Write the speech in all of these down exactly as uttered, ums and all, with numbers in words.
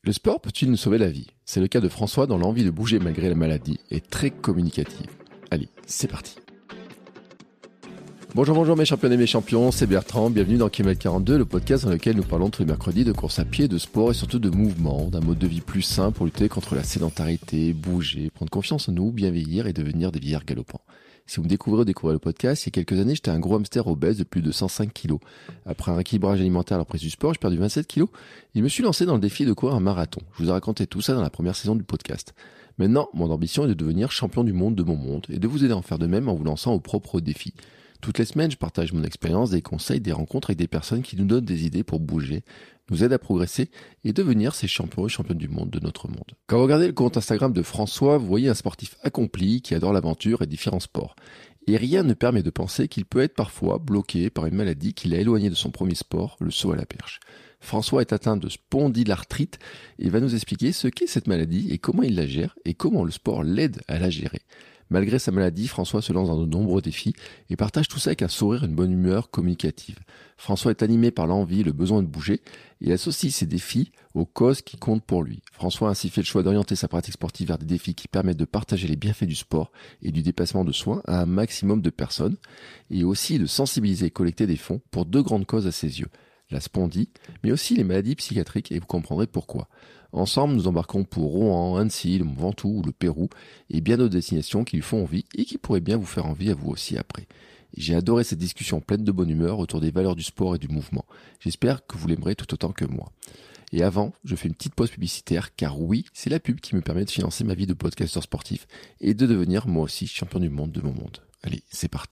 Le sport peut-il nous sauver la vie ? C'est le cas de François dont l'envie de bouger malgré la maladie est très communicative. Allez, c'est parti. Bonjour, bonjour mes champions et mes champions, c'est Bertrand, bienvenue dans kilomètre quarante-deux, le podcast dans lequel nous parlons tous les mercredis de course à pied, de sport et surtout de mouvement, d'un mode de vie plus sain pour lutter contre la sédentarité, bouger, prendre confiance en nous, bien vieillir et devenir des vieillards galopants. Si vous me découvrez ou découvrez le podcast, il y a quelques années, j'étais un gros hamster obèse de plus de cent cinq kilos. Après un rééquilibrage alimentaire à la prise du sport, j'ai perdu vingt-sept kilos. Et je me suis lancé dans le défi de courir un marathon. Je vous ai raconté tout ça dans la première saison du podcast. Maintenant, mon ambition est de devenir champion du monde de mon monde et de vous aider à en faire de même en vous lançant au propre défi. Toutes les semaines, je partage mon expérience, des conseils, des rencontres avec des personnes qui nous donnent des idées pour bouger, nous aident à progresser et devenir ces champions et championnes du monde de notre monde. Quand vous regardez le compte Instagram de François, vous voyez un sportif accompli qui adore l'aventure et différents sports. Et rien ne permet de penser qu'il peut être parfois bloqué par une maladie qui l'a éloigné de son premier sport, le saut à la perche. François est atteint de spondylarthrite et va nous expliquer ce qu'est cette maladie et comment il la gère et comment le sport l'aide à la gérer. Malgré sa maladie, François se lance dans de nombreux défis et partage tout ça avec un sourire et une bonne humeur communicative. François est animé par l'envie et le besoin de bouger et il associe ses défis aux causes qui comptent pour lui. François a ainsi fait le choix d'orienter sa pratique sportive vers des défis qui permettent de partager les bienfaits du sport et du dépassement de soi à un maximum de personnes et aussi de sensibiliser et collecter des fonds pour deux grandes causes à ses yeux. La spondie, mais aussi les maladies psychiatriques et vous comprendrez pourquoi. Ensemble, nous embarquons pour Rouen, Annecy, le Mont Ventoux ou le Pérou et bien d'autres destinations qui lui font envie et qui pourraient bien vous faire envie à vous aussi après. J'ai adoré cette discussion pleine de bonne humeur autour des valeurs du sport et du mouvement. J'espère que vous l'aimerez tout autant que moi. Et avant, je fais une petite pause publicitaire car oui, c'est la pub qui me permet de financer ma vie de podcasteur sportif et de devenir moi aussi champion du monde de mon monde. Allez, c'est parti.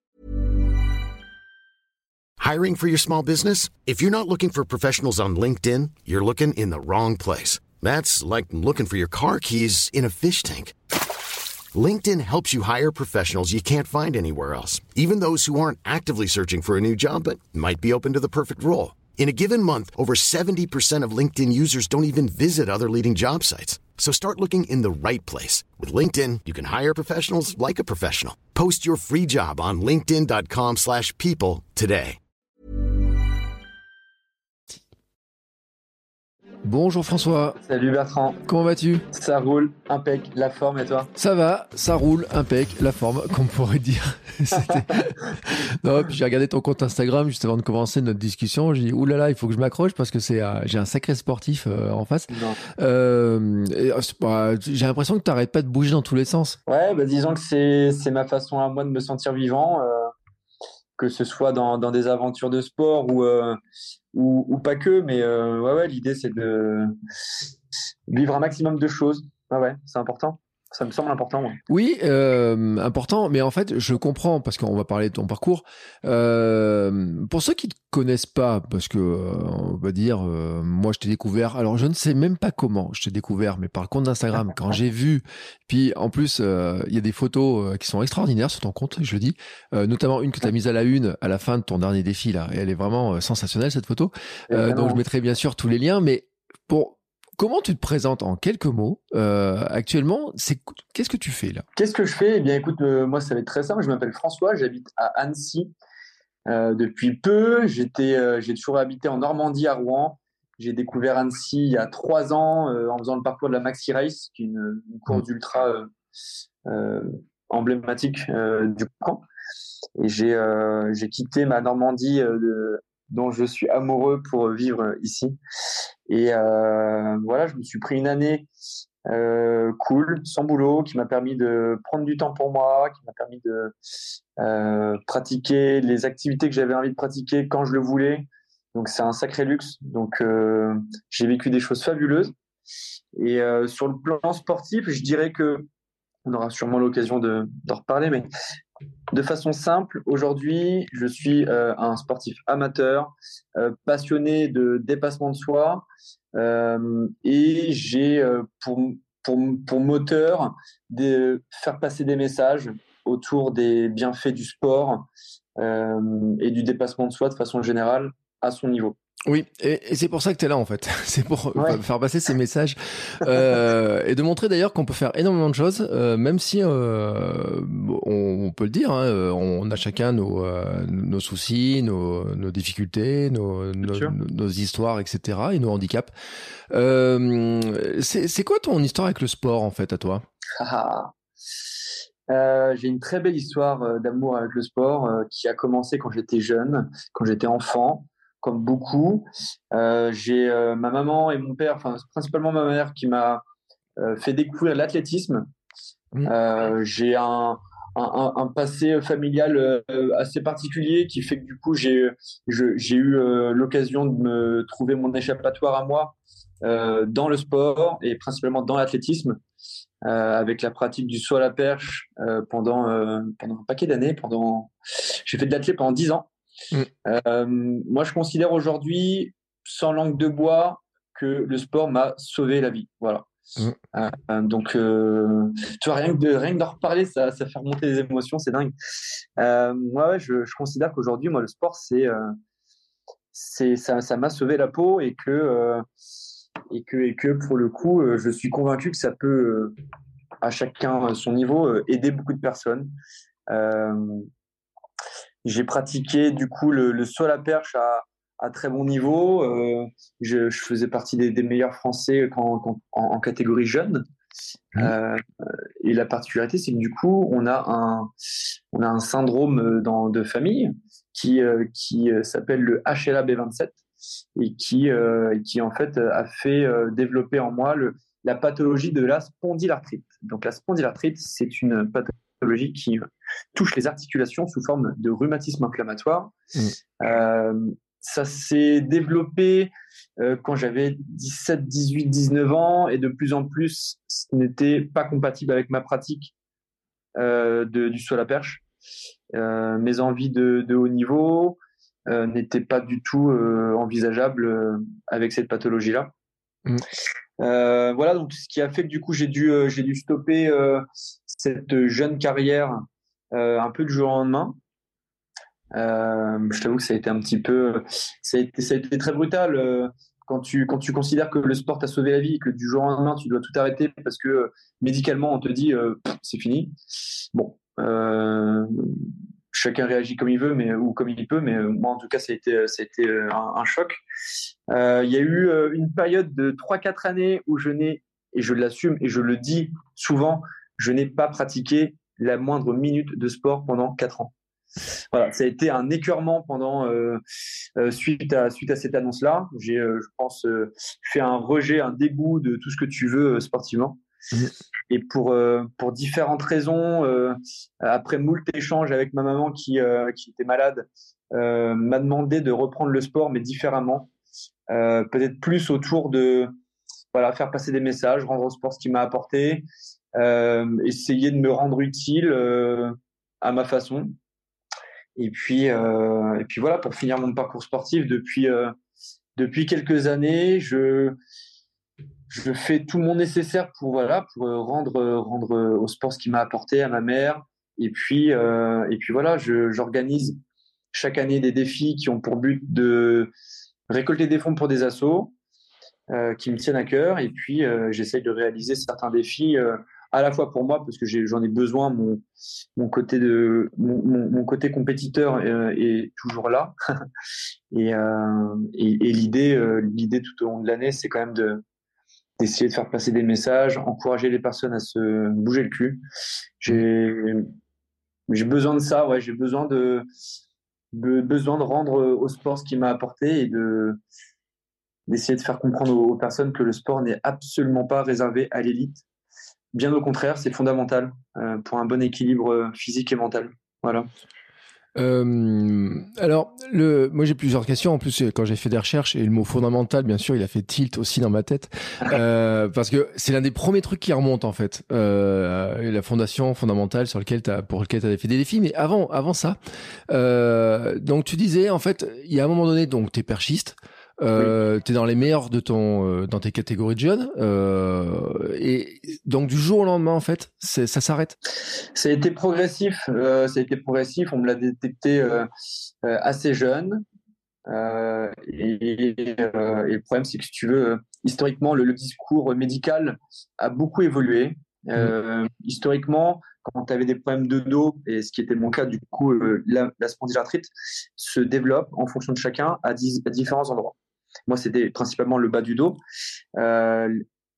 Hiring for your small business? If you're not looking for professionals on LinkedIn, you're looking in the wrong place. That's like looking for your car keys in a fish tank. LinkedIn helps you hire professionals you can't find anywhere else, even those who aren't actively searching for a new job but might be open to the perfect role. In a given month, over seventy percent of LinkedIn users don't even visit other leading job sites. So start looking in the right place. With LinkedIn, you can hire professionals like a professional. Post your free job on linkedin.com slash people today. Bonjour François. Salut Bertrand. Comment vas-tu ? Ça roule, impec, la forme et toi ? Ça va, ça roule, impec, la forme, qu'on pourrait dire. C'était... non, puis j'ai regardé ton compte Instagram juste avant de commencer notre discussion. J'ai dit, oulala, il faut que je m'accroche parce que c'est, euh, j'ai un sacré sportif euh, en face. Non. Euh, et, bah, j'ai l'impression que tu n'arrêtes pas de bouger dans tous les sens. Ouais, bah disons que c'est, c'est ma façon à moi de me sentir vivant, euh, que ce soit dans, dans des aventures de sport ou, euh, ou, ou pas que, mais euh, ouais, ouais, l'idée c'est de vivre un maximum de choses. Ouais, ouais, c'est important. Ça me semble important. Ouais. Oui, euh, important, mais en fait, je comprends, parce qu'on va parler de ton parcours. Euh, pour ceux qui ne te connaissent pas, parce que, euh, on va dire, euh, moi, je t'ai découvert, alors je ne sais même pas comment je t'ai découvert, mais par le compte d'Instagram, quand j'ai vu, puis en plus, euh, il y a des photos euh, qui sont extraordinaires sur ton compte, je le dis, euh, notamment une que tu as mise à la une à la fin de ton dernier défi, là, et elle est vraiment euh, sensationnelle, cette photo. Euh, donc, je mettrai bien sûr tous les liens, mais pour... Comment tu te présentes en quelques mots euh, actuellement c'est... Qu'est-ce que tu fais là ? Qu'est-ce que je fais ? Eh bien, écoute, euh, moi, ça va être très simple. Je m'appelle François, j'habite à Annecy euh, depuis peu. J'étais, euh, j'ai toujours habité en Normandie, à Rouen. J'ai découvert Annecy il y a trois ans euh, en faisant le parcours de la Maxi Race, qui est une, une course d'ultra euh, euh, emblématique euh, du camp. Et j'ai, euh, j'ai quitté ma Normandie euh, de, dont je suis amoureux pour vivre ici. Et euh, voilà, je me suis pris une année euh, cool, sans boulot, qui m'a permis de prendre du temps pour moi, qui m'a permis de euh, pratiquer les activités que j'avais envie de pratiquer quand je le voulais. Donc c'est un sacré luxe. Donc euh, j'ai vécu des choses fabuleuses. Et euh, sur le plan sportif, je dirais que on aura sûrement l'occasion de, d'en reparler, mais de façon simple, aujourd'hui, je suis euh, un sportif amateur, euh, passionné de dépassement de soi, euh, et j'ai euh, pour, pour, pour moteur de faire passer des messages autour des bienfaits du sport euh, et du dépassement de soi de façon générale à son niveau. Oui, et, et c'est pour ça que tu es là en fait. C'est pour Ouais. faire passer ces messages euh, et de montrer d'ailleurs qu'on peut faire énormément de choses, euh, même si euh, on, on peut le dire, hein, on a chacun nos, euh, nos soucis, nos, nos difficultés, nos, Bien nos, sûr. nos histoires, et cetera et nos handicaps. Euh, c'est, c'est quoi ton histoire avec le sport en fait à toi? Ah, Euh, j'ai une très belle histoire euh, d'amour avec le sport euh, qui a commencé quand j'étais jeune, quand j'étais enfant, comme beaucoup. Euh, j'ai euh, ma maman et mon père, enfin principalement ma mère, qui m'a euh, fait découvrir l'athlétisme. Mm. Euh, j'ai un, un, un- un passé familial euh, assez particulier qui fait que du coup j'ai je- j'ai eu euh, l'occasion de me trouver mon échappatoire à moi euh, dans le sport et principalement dans l'athlétisme euh, avec la pratique du saut à la perche euh, pendant, euh, pendant un paquet d'années. Pendant... J'ai fait de l'athlé pendant dix ans. Mm. Euh, moi, je considère aujourd'hui, sans langue de bois, que le sport m'a sauvé la vie. Voilà. Mm. Euh, donc, euh, tu vois, rien que de, rien que d'en reparler, ça, ça fait remonter les émotions, c'est dingue. Euh, ouais, ouais, je, je considère qu'aujourd'hui, moi, le sport, c'est, euh, c'est, ça, ça m'a sauvé la peau et que, euh, et que, et que pour le coup, euh, je suis convaincu que ça peut, euh, à chacun son niveau, euh, aider beaucoup de personnes. Euh, j'ai pratiqué du coup le, le saut à la perche à, à très bon niveau. Euh, je, je faisais partie des, des meilleurs Français quand, quand- en, en catégorie jeune. Mm. Euh, et la particularité, c'est que du coup, on a un, on a un syndrome dans, de famille qui, euh, qui euh, s'appelle le H L A B vingt-sept et qui, euh, qui en fait a fait euh, développer en moi le, la pathologie de la spondylarthrite. Donc la spondylarthrite, c'est une pathologie qui euh, touche les articulations sous forme de rhumatisme inflammatoire. Mm. Euh, ça s'est développé euh, quand j'avais dix-sept, dix-huit, dix-neuf ans et de plus en plus, ce n'était pas compatible avec ma pratique euh, de, du saut à la perche. Euh, mes envies de, de haut niveau euh, n'étaient pas du tout euh, envisageables euh, avec cette pathologie-là. Mm. Euh, voilà, donc ce qui a fait que du coup j'ai dû, euh, j'ai dû stopper euh, cette jeune carrière euh, un peu du jour au lendemain. Euh, je t'avoue que ça a été un petit peu, ça a été, ça a été très brutal euh, quand tu quand tu considères que le sport t'a sauvé la vie et que du jour au lendemain tu dois tout arrêter parce que euh, médicalement on te dit euh, pff, c'est fini. Bon, euh, chacun réagit comme il veut, mais ou comme il peut, mais euh, moi en tout cas ça a été ça a été euh, un, un choc. Euh, Il y a eu euh, une période de trois quatre années où je n'ai et je l'assume et je le dis souvent, je n'ai pas pratiqué la moindre minute de sport pendant quatre ans. Voilà, ça a été un écœurement pendant euh, euh, suite à suite à cette annonce-là. J'ai, euh, je pense, euh, fait un rejet, un dégoût de tout ce que tu veux euh, sportivement. Mm. Et pour euh, pour différentes raisons, euh, après moult échanges avec ma maman qui euh, qui était malade, euh, m'a demandé de reprendre le sport mais différemment, euh, peut-être plus autour de voilà faire passer des messages, rendre au sport ce qui m'a apporté, euh, essayer de me rendre utile euh, à ma façon. Et puis, euh, et puis voilà, pour finir mon parcours sportif, depuis, euh, depuis quelques années, je, je fais tout mon nécessaire pour, voilà, pour euh, rendre, euh, rendre euh, au sport ce qui m'a apporté, à ma mère. Et puis, euh, et puis voilà, je, j'organise chaque année des défis qui ont pour but de récolter des fonds pour des assos euh, qui me tiennent à cœur. Et puis, euh, j'essaye de réaliser certains défis euh, à la fois pour moi, parce que j'ai, j'en ai besoin, mon, mon, côté, de, mon, mon, mon côté compétiteur euh, est toujours là. et, euh, et, et l'idée, euh, l'idée tout au long de l'année, c'est quand même de, d'essayer de faire passer des messages, encourager les personnes à se bouger le cul. Mm. J'ai, j'ai besoin de ça, ouais, j'ai besoin de, de besoin de rendre au sport ce qu'il m'a apporté et de d'essayer de faire comprendre aux personnes que le sport n'est absolument pas réservé à l'élite. Bien au contraire, c'est fondamental euh, pour un bon équilibre physique et mental. Voilà. Euh, alors, le, moi j'ai plusieurs questions. En plus, quand j'ai fait des recherches, et le mot fondamental, bien sûr, il a fait tilt aussi dans ma tête, euh, parce que c'est l'un des premiers trucs qui remonte en fait, euh, la fondation fondamentale sur lequel t'as, pour lequel tu avais fait des défis. Mais avant, avant ça, euh, donc tu disais en fait, il y a un moment donné, donc t'es perchiste. Euh, Oui. t'es dans les meilleurs de ton, euh, dans tes catégories de jeunes, euh, et donc du jour au lendemain en fait, c'est, ça s'arrête. Ça a été progressif. Euh, ça a été progressif. On me l'a détecté euh, euh, assez jeune. Euh, et, euh, et le problème, c'est que si tu veux, historiquement, le, le discours médical a beaucoup évolué. Mm. Euh, historiquement, quand tu avais des problèmes de dos, et ce qui était mon cas, du coup, euh, la, la spondylarthrite se développe en fonction de chacun à, dix, à différents endroits. Moi, c'était principalement le bas du dos. Euh,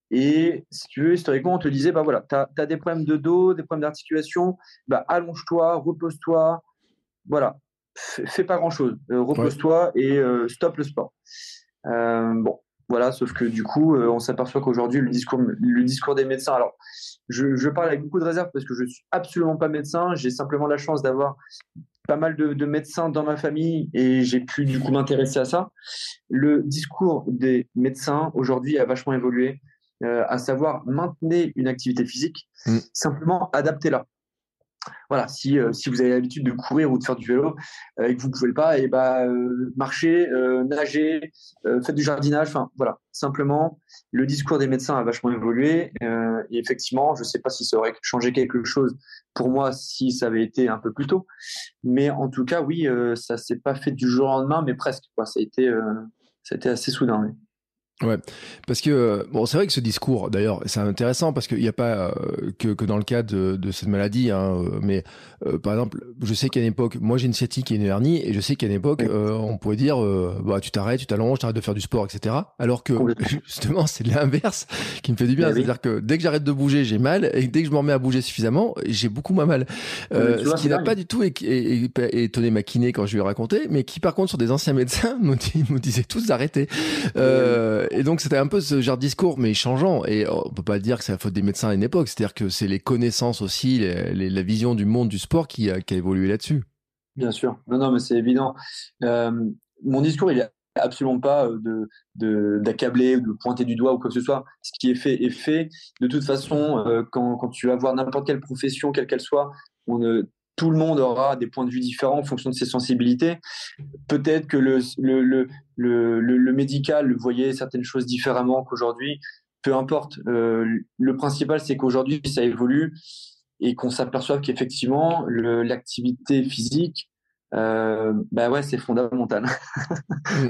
et si tu veux, historiquement, on te disait, bah voilà, tu as des problèmes de dos, des problèmes d'articulation, bah allonge-toi, repose-toi, voilà, fais, fais pas grand-chose, euh, Ouais. repose-toi et euh, stop le sport. Euh, bon, voilà, sauf que du coup, euh, on s'aperçoit qu'aujourd'hui, le discours, le discours des médecins, alors, je, je parle avec beaucoup de réserve parce que je suis absolument pas médecin, j'ai simplement la chance d'avoir pas mal de, de médecins dans ma famille et j'ai pu du coup m'intéresser à ça. Le discours des médecins aujourd'hui a vachement évolué, euh, à savoir maintenir une activité physique, Mm. simplement adaptez-la. Voilà, si, euh, si vous avez l'habitude de courir ou de faire du vélo euh, et que vous ne pouvez pas, et bah, euh, marchez, euh, nagez, euh, faites du jardinage. Enfin, voilà, simplement, le discours des médecins a vachement évolué. Euh, et effectivement, je ne sais pas si ça aurait changé quelque chose pour moi si ça avait été un peu plus tôt. Mais en tout cas, oui, euh, ça ne s'est pas fait du jour au lendemain, mais presque, quoi. Ça a été, euh, ça a été assez soudain. Oui. Ouais, parce que euh, bon, c'est vrai que ce discours, d'ailleurs, c'est intéressant parce qu'il n'y a pas euh, que, que dans le cas de, de cette maladie, hein, euh, mais euh, par exemple, je sais qu'à une époque, moi j'ai une sciatique et une hernie, et je sais qu'à une époque, Oui, euh, on pourrait dire, euh, bah tu t'arrêtes, tu t'allonges, tu arrêtes de faire du sport, et cetera. Alors que complètement. justement, c'est l'inverse qui me fait du bien, Mais oui. c'est-à-dire que dès que j'arrête de bouger, j'ai mal, et dès que je m'en remets à bouger suffisamment, j'ai beaucoup moins mal. Non, mais Euh, tu ce vois, qui c'est n'a dingue. pas du tout é- é- é- étonné ma kiné quand je lui ai raconté, mais qui par contre sur des anciens médecins me, dit- me disaient tous d'arrêter. Mais oui. Euh, et donc c'était un peu ce genre de discours, mais changeant. Et on peut pas dire que c'est la faute des médecins à une époque. C'est-à-dire que c'est les connaissances aussi, les, les- la vision du monde du sport qui a, qui a évolué là-dessus. Bien sûr. Non, non, mais c'est évident. Euh, mon discours, il est absolument pas euh, de, de, d'accabler ou de pointer du doigt ou quoi que ce soit. Ce qui est fait est fait. De toute façon, euh, quand, quand tu vas voir n'importe quelle profession, quelle qu'elle soit, on, euh, tout le monde aura des points de vue différents en fonction de ses sensibilités. Peut-être que le, le, le, le, le, le médical voyait certaines choses différemment qu'aujourd'hui. Peu importe. Euh, le principal, c'est qu'aujourd'hui, ça évolue et qu'on s'aperçoive qu'effectivement, le- l'activité physique, euh, bah ouais, c'est fondamental. Mm.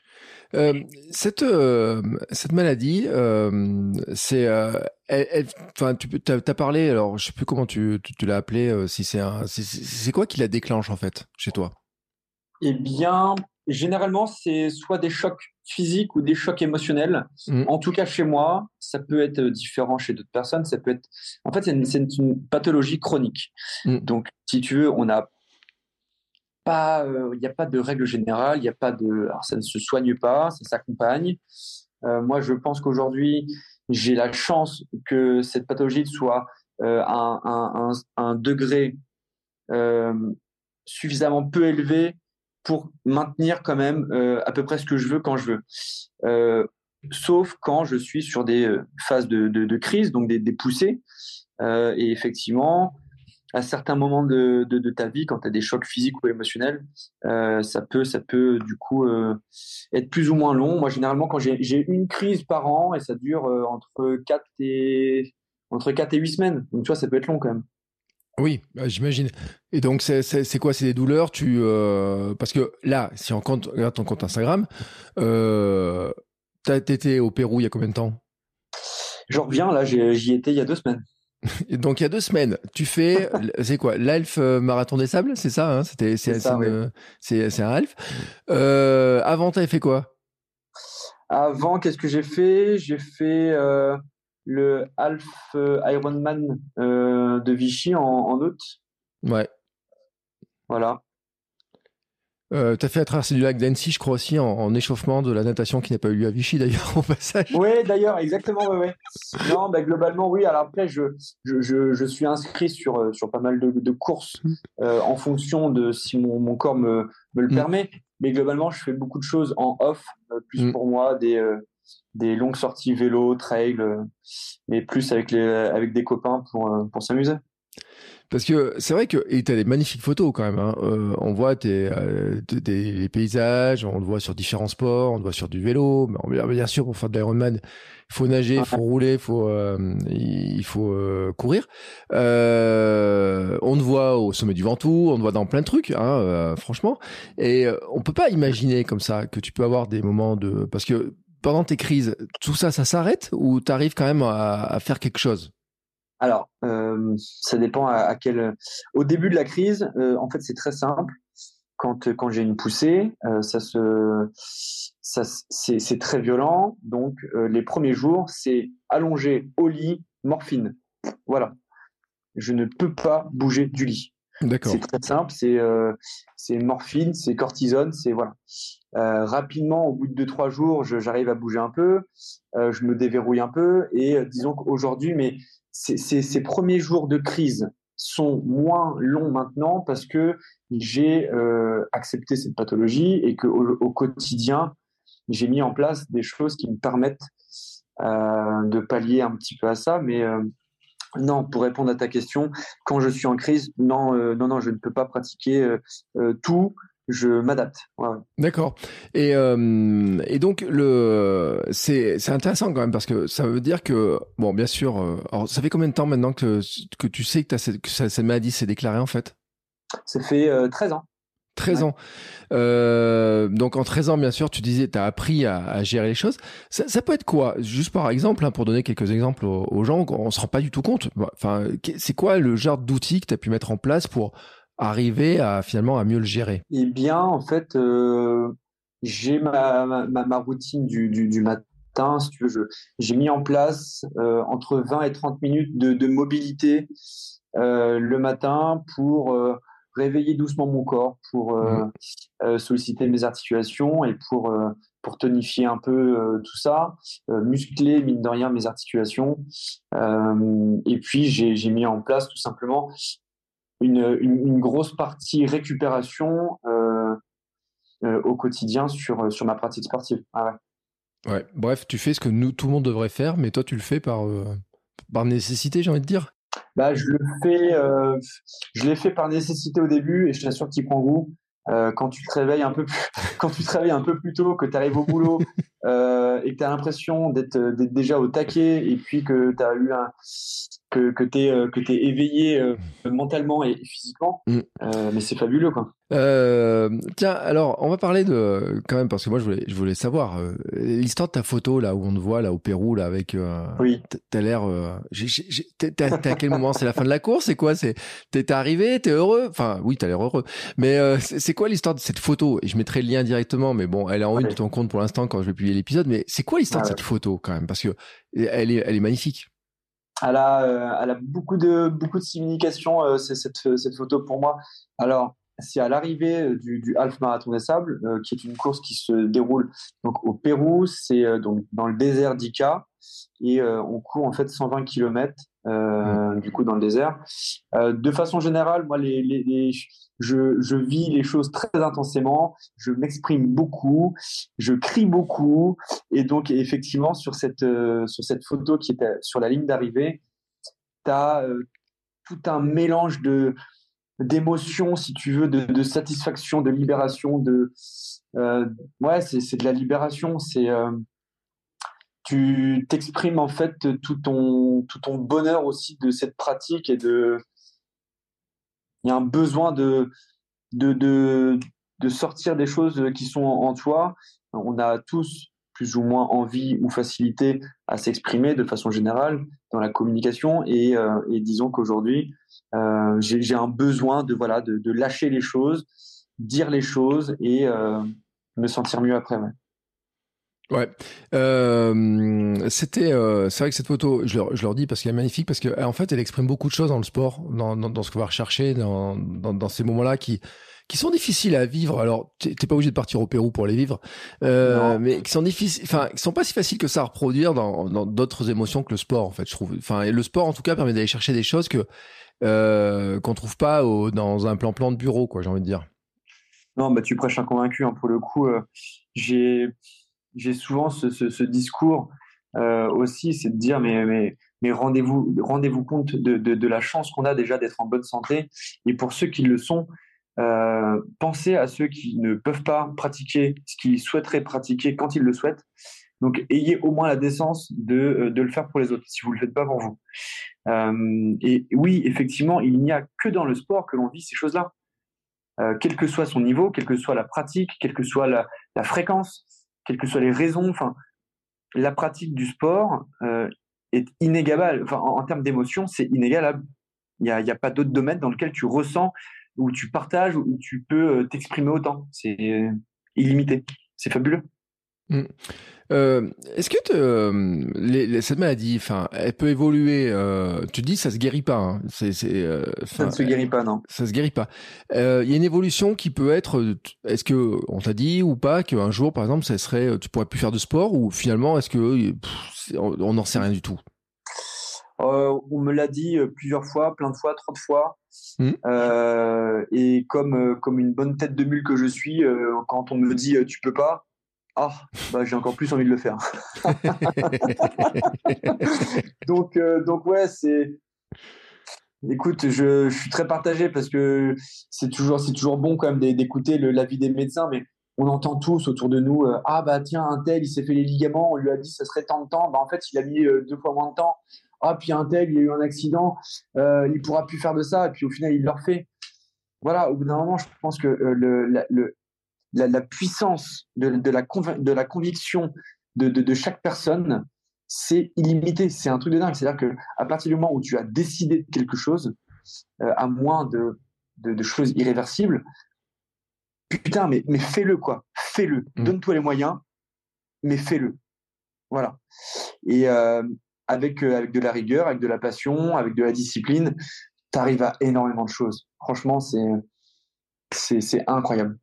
Euh, cette, euh, cette maladie, euh, c'est, euh, elle, elle- enfin, tu peux, t'as, t'as parlé, alors je sais plus comment tu, tu, tu l'as appelé, euh, si c'est un, c'est, c'est c'est quoi qui la déclenche en fait chez toi? Eh bien, généralement, c'est soit des chocs physiques ou des chocs émotionnels. Mm. En tout cas, chez moi, ça peut être différent chez d'autres personnes. Ça peut être, en fait, c'est une, c'est une pathologie chronique. Mm. Donc, si tu veux, on n'a pas, euh, il n'y a pas de règle générale, il n'y a pas de, alors ça ne se soigne pas, ça s'accompagne. Euh, moi, je pense qu'aujourd'hui, j'ai la chance que cette pathologie soit euh, à un, un, un, un degré euh, suffisamment peu élevé pour maintenir quand même euh, à peu près ce que je veux quand je veux. Euh, sauf quand je suis sur des euh, phases de, de, de crise, donc des, des poussées. Euh, et effectivement, à certains moments de, de, de ta vie, quand tu as des chocs physiques ou émotionnels, euh, ça peut, ça peut du coup euh, être plus ou moins long. Moi, généralement, quand j'ai, j'ai une crise par an et ça dure euh, entre quatre et entre quatre et huit semaines. Donc, tu vois, ça peut être long quand même. Oui, bah, j'imagine. Et donc, c'est c'est- c'est quoi? C'est des douleurs? Tu euh, parce que là, si on compte, regarde ton compte Instagram, euh, t'as été au Pérou il y a combien de temps? J'en reviens, là, j'ai- j'y étais il y a deux semaines. Et donc, il y a deux semaines, tu fais, c'est quoi? L'Elf Marathon des Sables, c'est ça, hein? C'était, C'est c'est c'est ça, oui. une, c'est c'est un Elf. Euh, avant, t'avais fait quoi? Avant, qu'est-ce que j'ai fait? J'ai fait euh, le Half euh, Ironman euh, de Vichy en, en août. Ouais. Voilà. Euh, t'as fait la traversée du lac d'Annecy, je crois aussi, en, en échauffement de la natation qui n'a pas eu lieu à Vichy d'ailleurs au passage. Oui, d'ailleurs, exactement, ouais, ouais. Non, bah, globalement, oui. Alors après, je, je, je, je suis inscrit sur, euh, sur pas mal de, de courses euh, en fonction de si mon, mon corps me, me le Mm, permet. Mais globalement, je fais beaucoup de choses en off, euh, plus mm. pour moi, des, euh, des longues sorties vélo, trail, euh, mais plus avec, les, avec des copains pour, euh, pour s'amuser. Parce que c'est vrai que et t'as des magnifiques photos quand même. Hein. Euh, on voit tes, euh, tes- tes- les paysages, on le voit sur différents sports, on le voit sur du vélo. Mais on- bien sûr, pour faire de l'Ironman, il faut nager, il faut rouler, il faut, euh, il faut euh, courir. Euh, on te voit au sommet du Ventoux, on te voit dans plein de trucs, hein, euh, franchement. Et euh, on peut pas imaginer comme ça que tu peux avoir des moments de parce que pendant tes crises, tout ça, ça s'arrête ou t'arrives quand même à, à faire quelque chose? Alors, euh, ça dépend à, à quel. Au début de la crise, euh, en fait, c'est très simple. Quand quand j'ai une poussée, euh, ça se, ça s- c'est c'est très violent. Donc, euh, les premiers jours, c'est allongé au lit, morphine. Voilà. Je ne peux pas bouger du lit. C'est D'accord. très simple. C'est euh, c'est morphine, c'est cortisone, c'est voilà. Euh, rapidement, au bout de deux trois jours, je- j'arrive à bouger un peu, euh, je me déverrouille un peu et euh, disons qu'aujourd'hui, mais ces, ces, ces premiers jours de crise sont moins longs maintenant parce que j'ai euh, accepté cette pathologie et que au, au quotidien, j'ai mis en place des choses qui me permettent euh, de pallier un petit peu à ça. Mais euh, non, pour répondre à ta question, quand je suis en crise, non, euh, non, non, je ne peux pas pratiquer euh, euh, tout. Je m'adapte. Ouais, ouais. D'accord. Et, euh, et donc le c'est c'est intéressant quand même parce que ça veut dire que bon bien sûr euh, alors ça fait combien de temps maintenant que que tu sais que, t'as cette, que ça- cette maladie s'est déclarée en fait? Ça fait euh, treize ans. Treize Ouais. ans. Euh, donc en treize ans bien sûr tu disais tu as appris à, à gérer les choses. Ça, ça peut être quoi? Juste par exemple hein, pour donner quelques exemples aux, aux gens on se rend pas du tout compte. Bah, enfin c'est quoi le genre d'outils que tu as pu mettre en place pour arriver à finalement à mieux le gérer? Eh bien, en fait, euh, j'ai ma, ma, ma- ma routine du, du, du matin, si tu veux, je, j'ai mis en place euh, entre vingt et trente minutes de, de mobilité euh, le matin pour euh, réveiller doucement mon corps, pour Mhm. euh, euh, solliciter mes articulations et pour, euh, pour tonifier un peu euh, tout ça, euh, muscler, mine de rien, mes articulations. Euh, et puis, j'ai, j'ai mis en place tout simplement une, une, une grosse partie récupération euh, euh, au quotidien sur, sur ma pratique sportive. Ah ouais. Ouais, bref, tu fais ce que nous, tout le monde devrait faire, mais toi, tu le fais par, euh, par nécessité, j'ai envie de dire. Bah, je le fais, euh, je l'ai fait par nécessité au début et je t'assure que tu y prends goût. Euh, quand tu te réveilles un peu plus, quand tu te réveilles un peu plus tôt, que tu arrives au boulot euh, et que tu as l'impression d'être, d'être déjà au taquet et puis que tu as eu un, que, que tu es, que t'es éveillé euh, mentalement et physiquement, Mm. euh, mais c'est fabuleux, quoi. Euh, tiens, alors, on va parler de, quand même, parce que moi, je voulais, je voulais savoir, euh, l'histoire de ta photo, là, où on te voit, là, au Pérou, là, avec, euh, Oui. t- t'as l'air, euh, j'ai, j'ai, j'ai- t'es, t'es à t'es à quel moment? C'est la fin de la course? C'est quoi? C'est, t'es, t'es arrivé? T'es heureux? Enfin, oui, t'as l'air heureux. Mais, euh, c'est, c'est quoi l'histoire de cette photo? Et je mettrai le lien directement, mais bon, elle est en une de Ouais. ton compte pour l'instant quand je vais publier l'épisode, mais c'est quoi l'histoire Ouais, de ouais. cette photo, quand même? Parce que elle est, elle est magnifique. Elle a, euh, elle a beaucoup de, beaucoup de signification, euh, c'est- cette, cette photo pour moi. Alors, c'est à l'arrivée euh, du, du Half Marathon des Sables, euh, qui est une course qui se déroule donc au Pérou, c'est euh, donc dans le désert d'Ica, et euh, on court en fait cent vingt kilomètres Mm. euh, du coup dans le désert. Euh, de façon générale, moi, les, les, les- je, je vis les choses très intensément, je m'exprime beaucoup, je crie beaucoup, et donc effectivement sur cette euh, sur cette photo qui était sur la ligne d'arrivée, tu as euh, tout un mélange de d'émotions, si tu veux, de, de satisfaction, de libération, de euh, ouais, c'est c'est de la libération, c'est euh, tu t'exprimes en fait tout ton tout ton bonheur aussi de cette pratique et de il y a un besoin de de, de, de sortir des choses qui sont en, en toi. On a tous plus ou moins envie ou facilité à s'exprimer de façon générale dans la communication et, euh, et disons qu'aujourd'hui euh, j'ai, j'ai un besoin de voilà de, de lâcher les choses, dire les choses et euh, me sentir mieux après. Ouais. Ouais, euh, c'était, euh, c'est vrai que cette photo, je leur, je leur dis parce qu'elle est magnifique, parce que en fait, elle exprime beaucoup de choses dans le sport, dans, dans, dans ce qu'on va rechercher, dans, dans, dans ces moments-là qui, qui sont difficiles à vivre. Alors, t'es t'es pas obligé de partir au Pérou pour les vivre, euh, Non, mais qui sont difficiles, enfin, qui sont pas si faciles que ça à reproduire dans, dans d'autres émotions que le sport, en fait, je trouve. Enfin, et le sport, en tout cas, permet d'aller chercher des choses que euh, qu'on trouve pas au, dans un plan-plan de bureau, quoi, j'ai envie de dire. non, bah tu prêches un convaincu. Hein, pour le coup, euh, j'ai j'ai souvent ce, ce, ce discours euh, aussi, c'est de dire mais mais mais rendez-vous, rendez-vous compte de, de, de la chance qu'on a déjà d'être en bonne santé. Et pour ceux qui le sont, euh, pensez à ceux qui ne peuvent pas pratiquer ce qu'ils souhaiteraient pratiquer quand ils le souhaitent. Donc, ayez au moins la décence de, de le faire pour les autres, si vous ne le faites pas pour vous. Euh, et oui, effectivement, il n'y a que dans le sport que l'on vit ces choses-là. Euh, quel que soit son niveau, quelle que soit la pratique, quelle que soit la, la fréquence, quelles que soient les raisons, enfin, la pratique du sport euh, est inégalable. Enfin, en, en termes d'émotion, c'est inégalable. Il n'y a, il y a pas d'autre domaine dans lequel tu ressens, où tu partages, où tu peux t'exprimer autant. C'est euh, illimité. C'est fabuleux. Mmh. Euh, est-ce que te, euh, les, les, cette maladie, enfin, elle peut évoluer. Euh, tu dis ça se guérit pas. Hein, c'est, c'est, euh, ça ne se guérit pas, non. Ça se guérit pas. Il euh, y a une évolution qui peut être. Est-ce que on t'a dit ou pas qu'un jour, par exemple, ça serait, tu pourrais plus faire de sport ou finalement, est-ce que pff, on n'en sait rien du tout? Euh, on me l'a dit plusieurs fois, plein de fois, trop de fois. Mmh. Euh, et comme comme une bonne tête de mule que je suis, euh, quand on me dit tu peux pas. Ah, bah, j'ai encore plus envie de le faire. donc, euh, donc ouais, c'est. Écoute, je, je suis très partagé parce que c'est toujours, c'est toujours bon quand même d'écouter le, l'avis des médecins, mais on entend tous autour de nous euh, ah bah tiens, un tel, il s'est fait les ligaments, on lui a dit ça serait tant de temps, bah en fait il a mis euh, deux fois moins de temps. Ah puis un tel, il a eu un accident, euh, il pourra plus faire de ça, et puis au final il le refait. Voilà, au bout d'un moment, je pense que euh, le, la, le La, la puissance de, de, la, conv- de la conviction de, de, de chaque personne, c'est illimité. C'est un truc de dingue. C'est-à-dire qu'à partir du moment où tu as décidé de quelque chose, euh, à moins de, de, de choses irréversibles, putain, mais, mais fais-le, quoi. Fais-le. Mmh. Donne-toi les moyens, mais fais-le. Voilà. Et euh, avec, euh, avec de la rigueur, avec de la passion, avec de la discipline, tu arrives à énormément de choses. Franchement, c'est, c'est, c'est incroyable.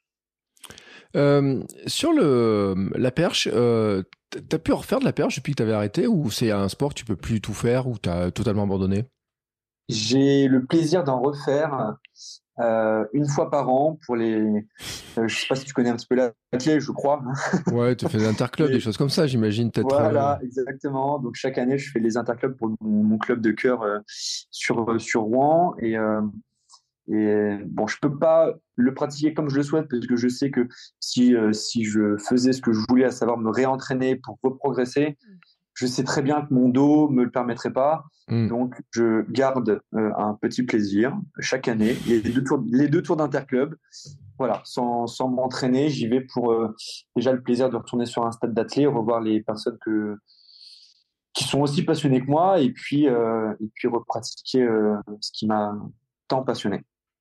Euh, sur le la perche, euh, t'as pu refaire de la perche depuis que t'avais arrêté ou c'est un sport que tu peux plus tout faire ou t'as totalement abandonné? J'ai le plaisir d'en refaire euh, une fois par an pour les. Euh, je sais pas si tu connais un petit peu l'athlète, je crois. Ouais, tu fais des interclubs, des choses comme ça, j'imagine peut-être. Voilà, euh... exactement. Donc chaque année, je fais les interclubs pour mon, mon club de cœur euh, sur sur Rouen et euh, Et bon, je peux pas le pratiquer comme je le souhaite parce que je sais que si, euh, si je faisais ce que je voulais, à savoir me réentraîner pour reprogresser, je sais très bien que mon dos me le permettrait pas. Mm. Donc, je garde euh, un petit plaisir chaque année. Les deux tours, les deux tours d'interclub, voilà, sans, sans m'entraîner, j'y vais pour euh, déjà le plaisir de retourner sur un stade d'athlé, revoir les personnes que, qui sont aussi passionnées que moi et puis, euh, et puis repratiquer euh, ce qui m'a tant passionné.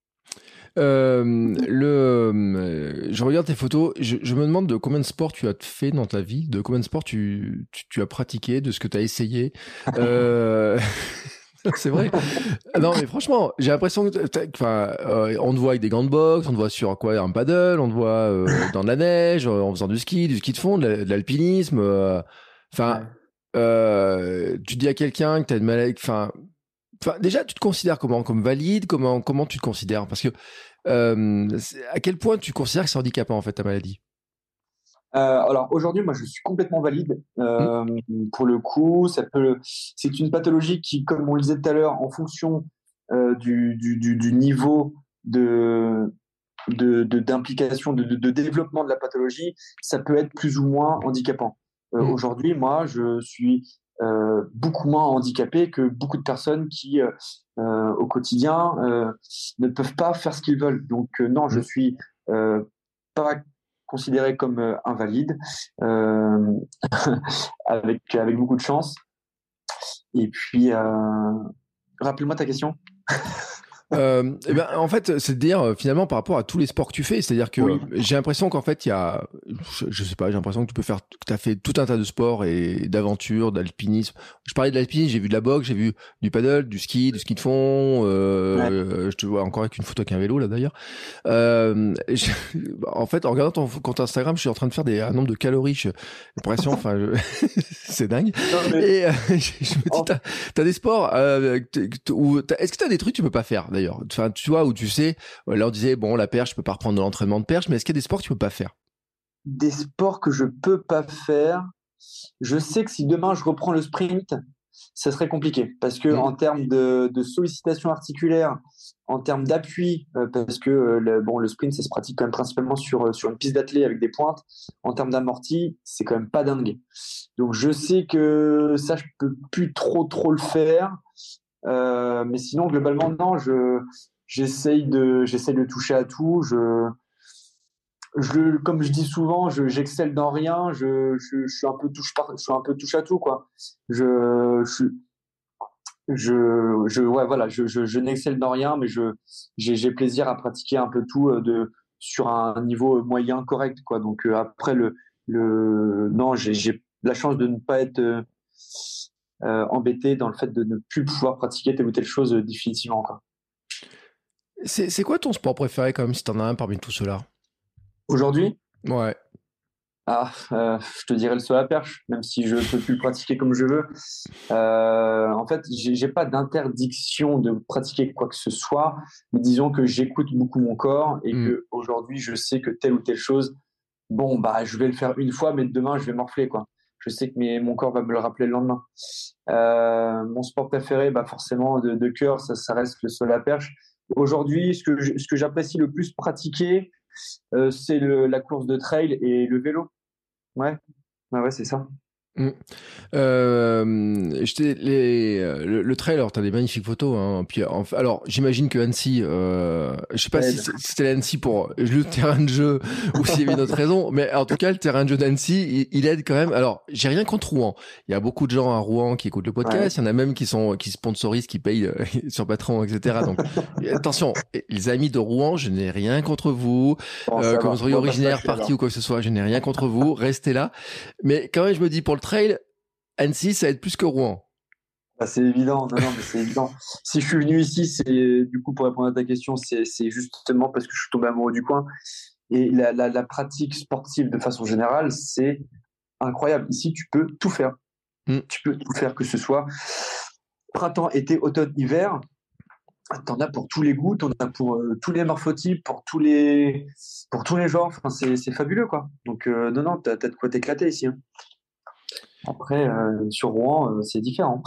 Euh, le, euh, je regarde tes photos. Je, je me demande de combien de sports tu as fait dans ta vie, de combien de sports tu, tu, tu as pratiqué, de ce que tu as essayé. Euh... C'est vrai. Non, mais franchement, j'ai l'impression que, enfin, euh, on te voit avec des gants de boxe, on te voit sur quoi, un paddle, on te voit euh, dans de la neige, en faisant du ski, du ski de fond, de, la, de l'alpinisme. Enfin, euh, ouais. euh, tu dis à quelqu'un que t'as une maladie, enfin. Enfin, déjà, tu te considères comment? Comme valide? Comment, comment tu te considères? Parce que, euh, à quel point tu considères que c'est handicapant, en fait, ta maladie? Euh, alors, aujourd'hui, moi, je suis complètement valide. Euh, mmh. Pour le coup, ça peut, c'est une pathologie qui, comme on le disait tout à l'heure, en fonction euh, du, du, du, du niveau de, de, de, d'implication, de, de, de développement de la pathologie, ça peut être plus ou moins handicapant. Euh, mmh. Aujourd'hui, moi, je suis Euh, beaucoup moins handicapés que beaucoup de personnes qui, euh, au quotidien, euh, ne peuvent pas faire ce qu'ils veulent. Donc, euh, non, je suis euh, pas considéré comme euh, invalide, euh, avec, avec beaucoup de chance. Et puis, euh, rappelle-moi ta question. Euh, eh ben, en fait, c'est de dire finalement par rapport à tous les sports que tu fais, c'est-à-dire que oui. J'ai l'impression qu'en fait, il y a, je, je sais pas, j'ai l'impression que tu peux faire, que tu as fait tout un tas de sports et d'aventures, d'alpinisme. Je parlais de l'alpinisme, j'ai vu de la boxe, j'ai vu du paddle, du ski, du ski de fond. Euh, ouais. Je te vois encore avec une photo avec un vélo là d'ailleurs. Euh, je, en fait, en regardant ton compte Instagram, je suis en train de faire des, un nombre de calories. J'ai l'impression, enfin, je... c'est dingue. Non, mais... Et euh, je, je me dis, oh. t'as, t'as des sports euh, où, t'as, est-ce que t'as des trucs que tu peux pas faire d'ailleurs? Enfin, tu vois, où tu sais, là on disait, bon, la perche, je peux pas reprendre de l'entraînement de perche, mais est-ce qu'il y a des sports que tu peux pas faire? Des sports que je peux pas faire. Je sais que si demain je reprends le sprint, ça serait compliqué parce que Mmh. en termes de, de sollicitation articulaire, en termes d'appui, euh, parce que euh, le, bon, le sprint, ça se pratique quand même principalement sur, euh, sur une piste d'athlée avec des pointes. En termes d'amorti, c'est quand même pas dingue. Donc, je sais que ça, je peux plus trop, trop le faire. Euh, mais sinon, globalement, non, je, j'essaye de, j'essaye de toucher à tout. Je, je, comme je dis souvent, je, j'excelle dans rien. Je, je, je suis un peu touche par, je suis un peu touche à tout, quoi. Je, je, je, je, ouais, voilà, je, je, je n'excelle dans rien, mais je, j'ai, j'ai plaisir à pratiquer un peu tout euh, de, sur un niveau moyen correct, quoi. Donc euh, après le, le, non, j'ai, j'ai la chance de ne pas être euh, euh, embêté dans le fait de ne plus pouvoir pratiquer telle ou telle chose euh, définitivement, quoi. C'est, c'est quoi ton sport préféré quand même, si t'en as un parmi tout cela? Aujourd'hui, Ouais. ah, euh, je te dirais le saut à la perche, même si je peux plus le pratiquer comme je veux. Euh, en fait, j'ai, j'ai pas d'interdiction de pratiquer quoi que ce soit, mais disons que j'écoute beaucoup mon corps et Mmh. que aujourd'hui, je sais que telle ou telle chose, bon, bah, je vais le faire une fois, mais demain, je vais morfler, quoi. Je sais que mes, mon corps va me le rappeler le lendemain. Euh, mon sport préféré, bah, forcément, de, de cœur, ça, ça reste le saut à la perche. Aujourd'hui, ce que, je- ce que j'apprécie le plus pratiquer, euh, c'est le, la course de trail et le vélo. Ouais, ouais, ouais, c'est ça. Mmh. Euh, j'étais les, euh, le, le trail, alors t'as des magnifiques photos, hein. Puis, en- alors, j'imagine que Annecy, euh, je sais pas Ça si aide. c'est- si c'était Annecy pour le terrain de jeu ou s'il y avait une autre raison, mais en tout cas, le terrain de jeu d'Annecy, il, il aide quand même. Alors, j'ai rien contre Rouen. Il y a beaucoup de gens à Rouen qui écoutent le Ouais. podcast. Il y en a même qui sont, qui sponsorisent, qui payent euh, sur Patreon, et cetera. Donc, attention, les amis de Rouen, je n'ai rien contre vous. Bon, Euh, ça comme va. vous seriez On va pas se originaire, fâcher, parti alors. ou quoi que ce soit, je n'ai rien contre vous. Restez là. Mais quand même, je me dis, pour le trail, Annecy, ça aide plus que Rouen. Bah, c'est évident, non, non, mais c'est évident. Si je suis venu ici, c'est du coup pour répondre à ta question, c'est c'est justement parce que je suis tombé amoureux du coin. Et la, la, la pratique sportive de façon générale, c'est incroyable. Ici, tu peux tout faire. Mm. Tu peux tout faire, que ce soit printemps, été, automne, hiver. T'en as pour tous les goûts, t'en as pour euh, tous les morphotypes, pour tous les, pour tous les genres. Enfin, c'est c'est fabuleux, quoi. Donc, euh, non, non, t'as t'as de quoi t'éclater ici, hein. Après, euh, sur Rouen, euh, c'est différent.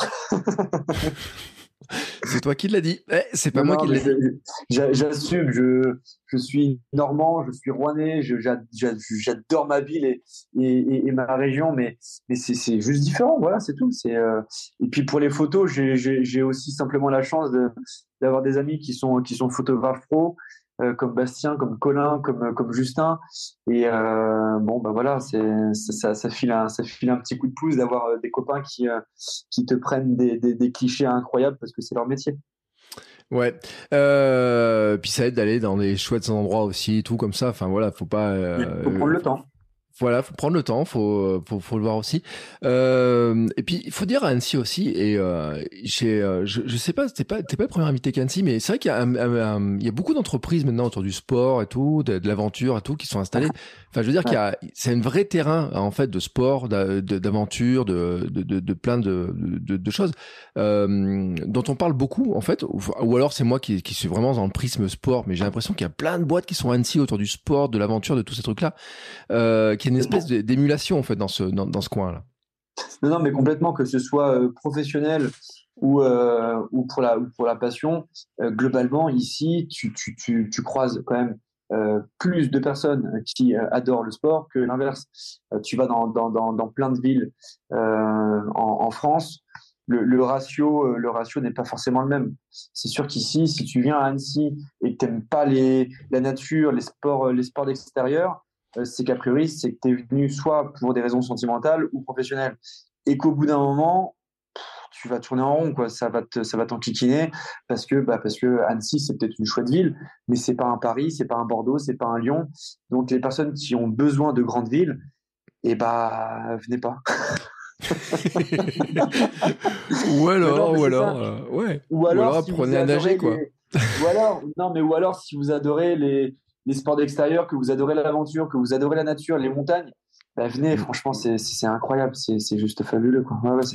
C'est toi qui l'as dit. Eh, c'est pas Non, moi non, qui mais l'ai dit. je- j'a- j'assume. Je, je suis normand, je suis rouennais, je- j'a- j'a- j'adore ma ville et, et, et- et ma région, mais, mais c'est c'est juste différent. Voilà, c'est tout. C'est, euh, Et puis pour les photos, j'ai j'ai- j'ai aussi simplement la chance de- d'avoir des amis qui sont, qui sont photographes pro, euh, comme Bastien, comme Colin, comme, comme Justin. Et euh, bon, bah voilà, c'est, ça, ça, ça file un, ça file un petit coup de pouce d'avoir euh, des copains qui, euh, qui te prennent des, des, des clichés incroyables parce que c'est leur métier. Ouais. Euh, puis ça aide d'aller dans des chouettes endroits aussi, et tout comme ça. Enfin voilà, faut pas. Il faut Euh, prendre le temps. Voilà, faut prendre le temps, faut faut, faut le voir aussi. Euh, et puis il faut dire à Annecy aussi. Et euh, j'ai, euh, je, je sais pas, t'es pas t'es pas le premier invité qu'Annecy, mais c'est vrai qu'il y a un- un- un- il y a beaucoup d'entreprises maintenant autour du sport et tout, de, de l'aventure et tout, qui sont installées. Enfin, je veux dire qu'il y a, c'est un vrai terrain en fait de sport, d'a- de- d'aventure, de, de de de plein de de, de choses euh, dont on parle beaucoup en fait. Ou, ou alors c'est moi qui qui suis vraiment dans le prisme sport, mais j'ai l'impression qu'il y a plein de boîtes qui sont à Annecy autour du sport, de l'aventure, de tous ces trucs là. Euh, qui est une espèce de- d'émulation en fait dans ce dans, dans ce coin-là. Non, non, mais complètement, que ce soit euh, professionnel ou, euh, ou, pour la, ou pour la passion, euh, globalement, ici, tu, tu, tu, tu croises quand même euh, plus de personnes qui euh, adorent le sport que l'inverse. Euh, tu vas dans, dans, dans, dans plein de villes euh, en, en France, le, le ratio, euh, le ratio n'est pas forcément le même. C'est sûr qu'ici, si tu viens à Annecy et que tu n'aimes pas les, la nature, les sports, les sports d'extérieur, euh, c'est qu'a priori, c'est que tu es venu soit pour des raisons sentimentales ou professionnelles. Et qu'au bout d'un moment, tu vas tourner en rond, quoi. Ça va te, ça va t'enquiquiner parce que, bah, parce que Annecy, c'est peut-être une chouette ville, mais c'est pas un Paris, c'est pas un Bordeaux, c'est pas un Lyon. Donc, les personnes qui ont besoin de grandes villes, eh bah, venez pas. ou Mais non, alors, mais ou c'est alors, ça. euh, ouais, Ou ou alors, alors si vous apprenez à nager adorez quoi. les, ou alors, non, mais ou alors, si vous adorez les, les sports d'extérieur, que vous adorez l'aventure, que vous adorez la nature, les montagnes, bah, venez, franchement, c'est, c'est c'est incroyable, c'est, c'est juste fabuleux, quoi. Ouais, ouais, c'est sûr.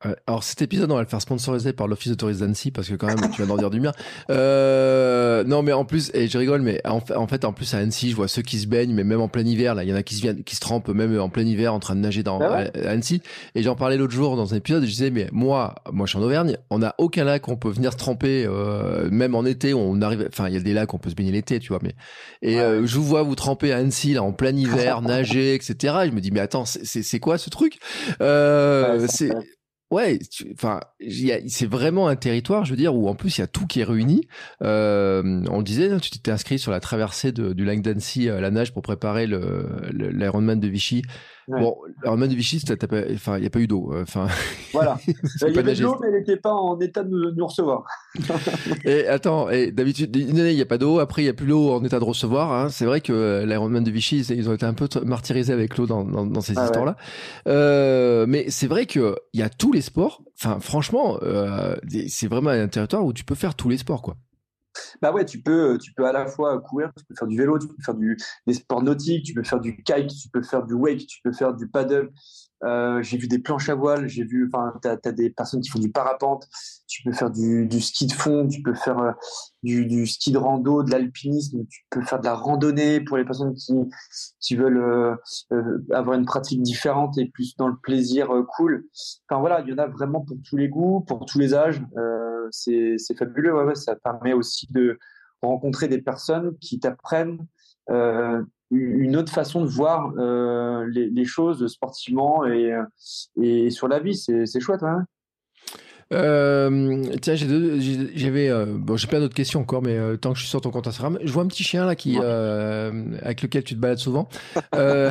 Ouais. Alors cet épisode, on va le faire sponsoriser par l'Office de tourisme d'Annecy parce que quand même, tu vas d'en dire du bien. Euh, non, mais en plus, et je rigole, mais en fait, en fait, en plus à Annecy, je vois ceux qui se baignent, mais même en plein hiver, là, il y en a qui se viennent, qui se trempent même en plein hiver en train de nager dans Ah ouais. à, à Annecy. Et j'en parlais l'autre jour dans un épisode, je disais, mais moi, moi, je suis en Auvergne, on n'a aucun lac où on peut venir se tremper, euh, même en été, on arrive, enfin, il y a des lacs où on peut se baigner l'été, tu vois, mais et Ouais, euh, ouais. je vous vois vous tremper à Annecy là en plein hiver, nager, et cetera. Et je me dis, mais attends, c'est c'est c'est quoi ce truc? Ouais, Euh, c'est c'est incroyable. Ouais, tu- enfin, il y a- c'est vraiment un territoire, je veux dire, où en plus il y a tout qui est réuni. Euh, on le disait, tu t'étais inscrit sur la traversée de- du lac d'Annecy à la nage pour préparer le, le- l'Ironman de Vichy. Ouais. Bon, l'Ironman de Vichy, t'as- t'as pas- enfin, il n'y a pas eu d'eau. Enfin, Voilà. c'est Euh, Il y pas avait de nagé. l'eau, mais elle n'était pas en état de nous, nous recevoir. Et attends, et d'habitude, une année, il n'y a pas d'eau, après, il n'y a plus l'eau en état de recevoir. Hein. C'est vrai que euh, l'Ironman de Vichy, ils ils ont été un peu t- martyrisés avec l'eau dans, dans, dans ces Ah ouais. histoires-là. Euh, mais c'est vrai qu'il y a tous les sports. Enfin, franchement, euh, c'est vraiment un territoire où tu peux faire tous les sports, quoi. Bah ouais, tu peux, tu peux à la fois courir, tu peux faire du vélo, tu peux faire du, des sports nautiques, tu peux faire du kite, tu peux faire du wake, tu peux faire du paddle. Euh, j'ai vu des planches à voile, j'ai vu, enfin, t'as, t'as des personnes qui font du parapente, tu peux faire du, du ski de fond, tu peux faire euh, du, du ski de rando, de l'alpinisme, tu peux faire de la randonnée pour les personnes qui, qui veulent euh, euh, avoir une pratique différente et plus dans le plaisir euh, cool. Enfin voilà, il y en a vraiment pour tous les goûts, pour tous les âges. Euh, c'est, c'est fabuleux, ouais, ouais, ça permet aussi de rencontrer des personnes qui t'apprennent euh, une autre façon de voir euh, les, les choses sportivement et, et sur la vie. C'est, c'est chouette, ouais. Euh, tiens, j'ai deux- j'ai- j'avais, euh, bon, j'ai plein d'autres questions encore, mais euh, tant que je suis sur ton compte Instagram, je vois un petit chien là qui, Ouais. euh, avec lequel tu te balades souvent. Euh,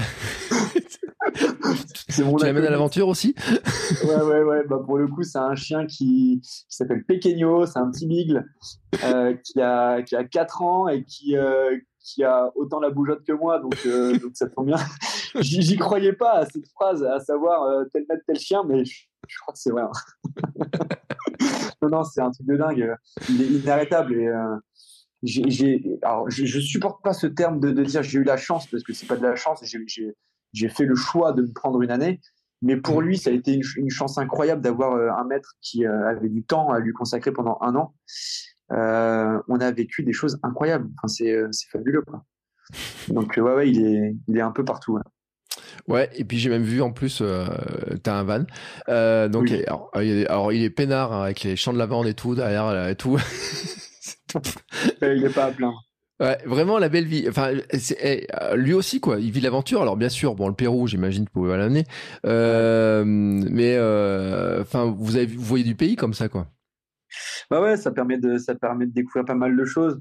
C'est mon tu l'amènes à acolyte. l'aventure aussi? Ouais, ouais, ouais. Bah, pour le coup, c'est un chien qui, qui s'appelle Pequeño. C'est un petit beagle euh, qui a, qui a quatre ans et qui, euh, qui a autant la bougeotte que moi. Donc, euh, donc ça tombe bien. J'y, j'y croyais pas à cette phrase, à savoir euh, tel maître, tel chien, mais je, je crois que c'est vrai. Hein. Non, non, c'est un truc de dingue. Il est inarrêtable. Et, euh, j'ai, j'ai, alors, je, je supporte pas ce terme de, de dire j'ai eu la chance, parce que c'est pas de la chance. J'ai, j'ai, j'ai fait le choix de me prendre une année. Mais pour Mm. lui, ça a été une, une chance incroyable d'avoir euh, un maître qui euh, avait du temps à lui consacrer pendant un an. Euh, on a vécu des choses incroyables. Enfin, c'est, euh, c'est fabuleux, quoi. Donc, euh, ouais, ouais, il est, il est un peu partout. Ouais. Ouais, et puis j'ai même vu en plus, euh, t'as un van. Euh, donc, Oui. et- alors, il est, alors, il est peinard hein, avec les champs de lavande et tout derrière là, et tout. C'est tout. Euh, il est pas à plaindre. Ouais, vraiment la belle vie. Enfin, c'est, eh, euh, lui aussi quoi. Il vit l'aventure. Alors bien sûr, bon, le Pérou, j'imagine, vous pouvez l'amener. Ouais. Euh, mais euh, enfin, vous avez, vous voyez du pays comme ça quoi. Bah ouais, ça permet de, ça permet de découvrir pas mal de choses.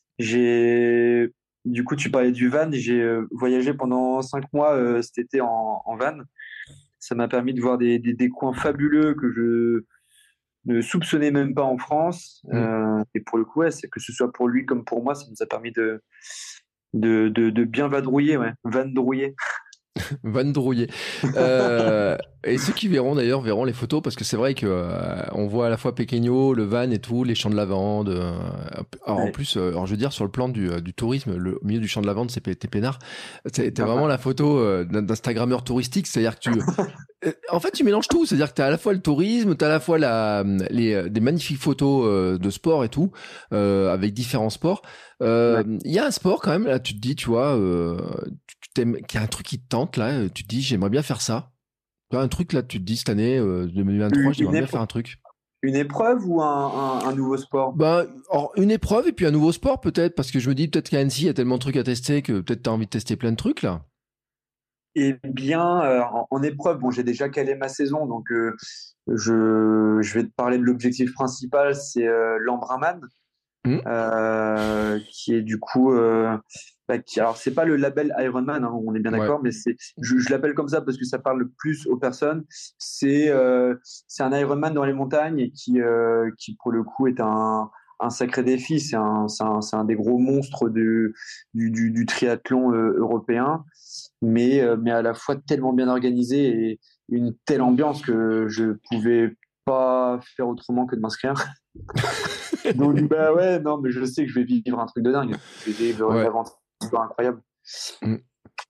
J'ai, du coup, tu parlais du van. J'ai euh, voyagé pendant cinq mois euh, cet été en, en van. Ça m'a permis de voir des, des, des coins fabuleux que je ne soupçonnais même pas en France. Mm. Euh, et pour le coup, ouais, c'est que ce soit pour lui comme pour moi, ça nous a permis de, de, de, de bien vadrouiller, ouais, vandrouiller. Van Drouillet. Euh, et ceux qui verront d'ailleurs verront les photos parce que c'est vrai que euh, on voit à la fois Pequeño, le van et tout, les champs de lavande. Euh, alors en Ouais, plus, euh, alors je veux dire sur le plan du, euh, du tourisme, le, au milieu du champ de lavande, c'est P- t'es peinard. C'est t'as pas vraiment mal. la photo euh, d'un- d'instagrammeur touristique, c'est-à-dire que tu, euh, en fait, tu mélanges tout, c'est-à-dire que t'as à la fois le tourisme, t'as à la fois la, les, euh, des magnifiques photos euh, de sport et tout, euh, avec différents sports. Euh, Ouais. Il y a un sport quand même là, tu te dis, tu vois, euh, tu t'aimes, qu'il y a un truc qui te tente là, euh, tu te dis, j'aimerais bien faire ça. Tu vois, un truc là, tu te dis cette année euh, deux mille vingt-trois, Une, une j'aimerais bien épre- faire un truc. une épreuve ou un, un, un nouveau sport? Ben, alors, une épreuve et puis un nouveau sport peut-être, parce que je me dis peut-être qu'à Annecy, il y a tellement de trucs à tester que peut-être t'as envie de tester plein de trucs là. Eh bien, euh, en, en épreuve, bon, j'ai déjà calé ma saison, donc euh, je, je vais te parler de l'objectif principal, c'est euh, l'Embrunman, Hmm. euh, qui est du coup, euh, bah, qui, alors c'est pas le label Ironman, hein, on est bien Ouais. d'accord, mais c'est, je, je l'appelle comme ça parce que ça parle plus aux personnes. C'est, euh, c'est un Ironman dans les montagnes et qui, euh, qui pour le coup est un, un sacré défi. C'est un, c'est un, c'est un des gros monstres du, du, du, du triathlon euh, européen, mais, euh, mais à la fois tellement bien organisé et une telle ambiance que je pouvais pas faire autrement que de m'inscrire. Donc, bah ouais, non, mais je sais que je vais vivre un truc de dingue. Je vais vivre une Ouais. aventure incroyable. Hmm.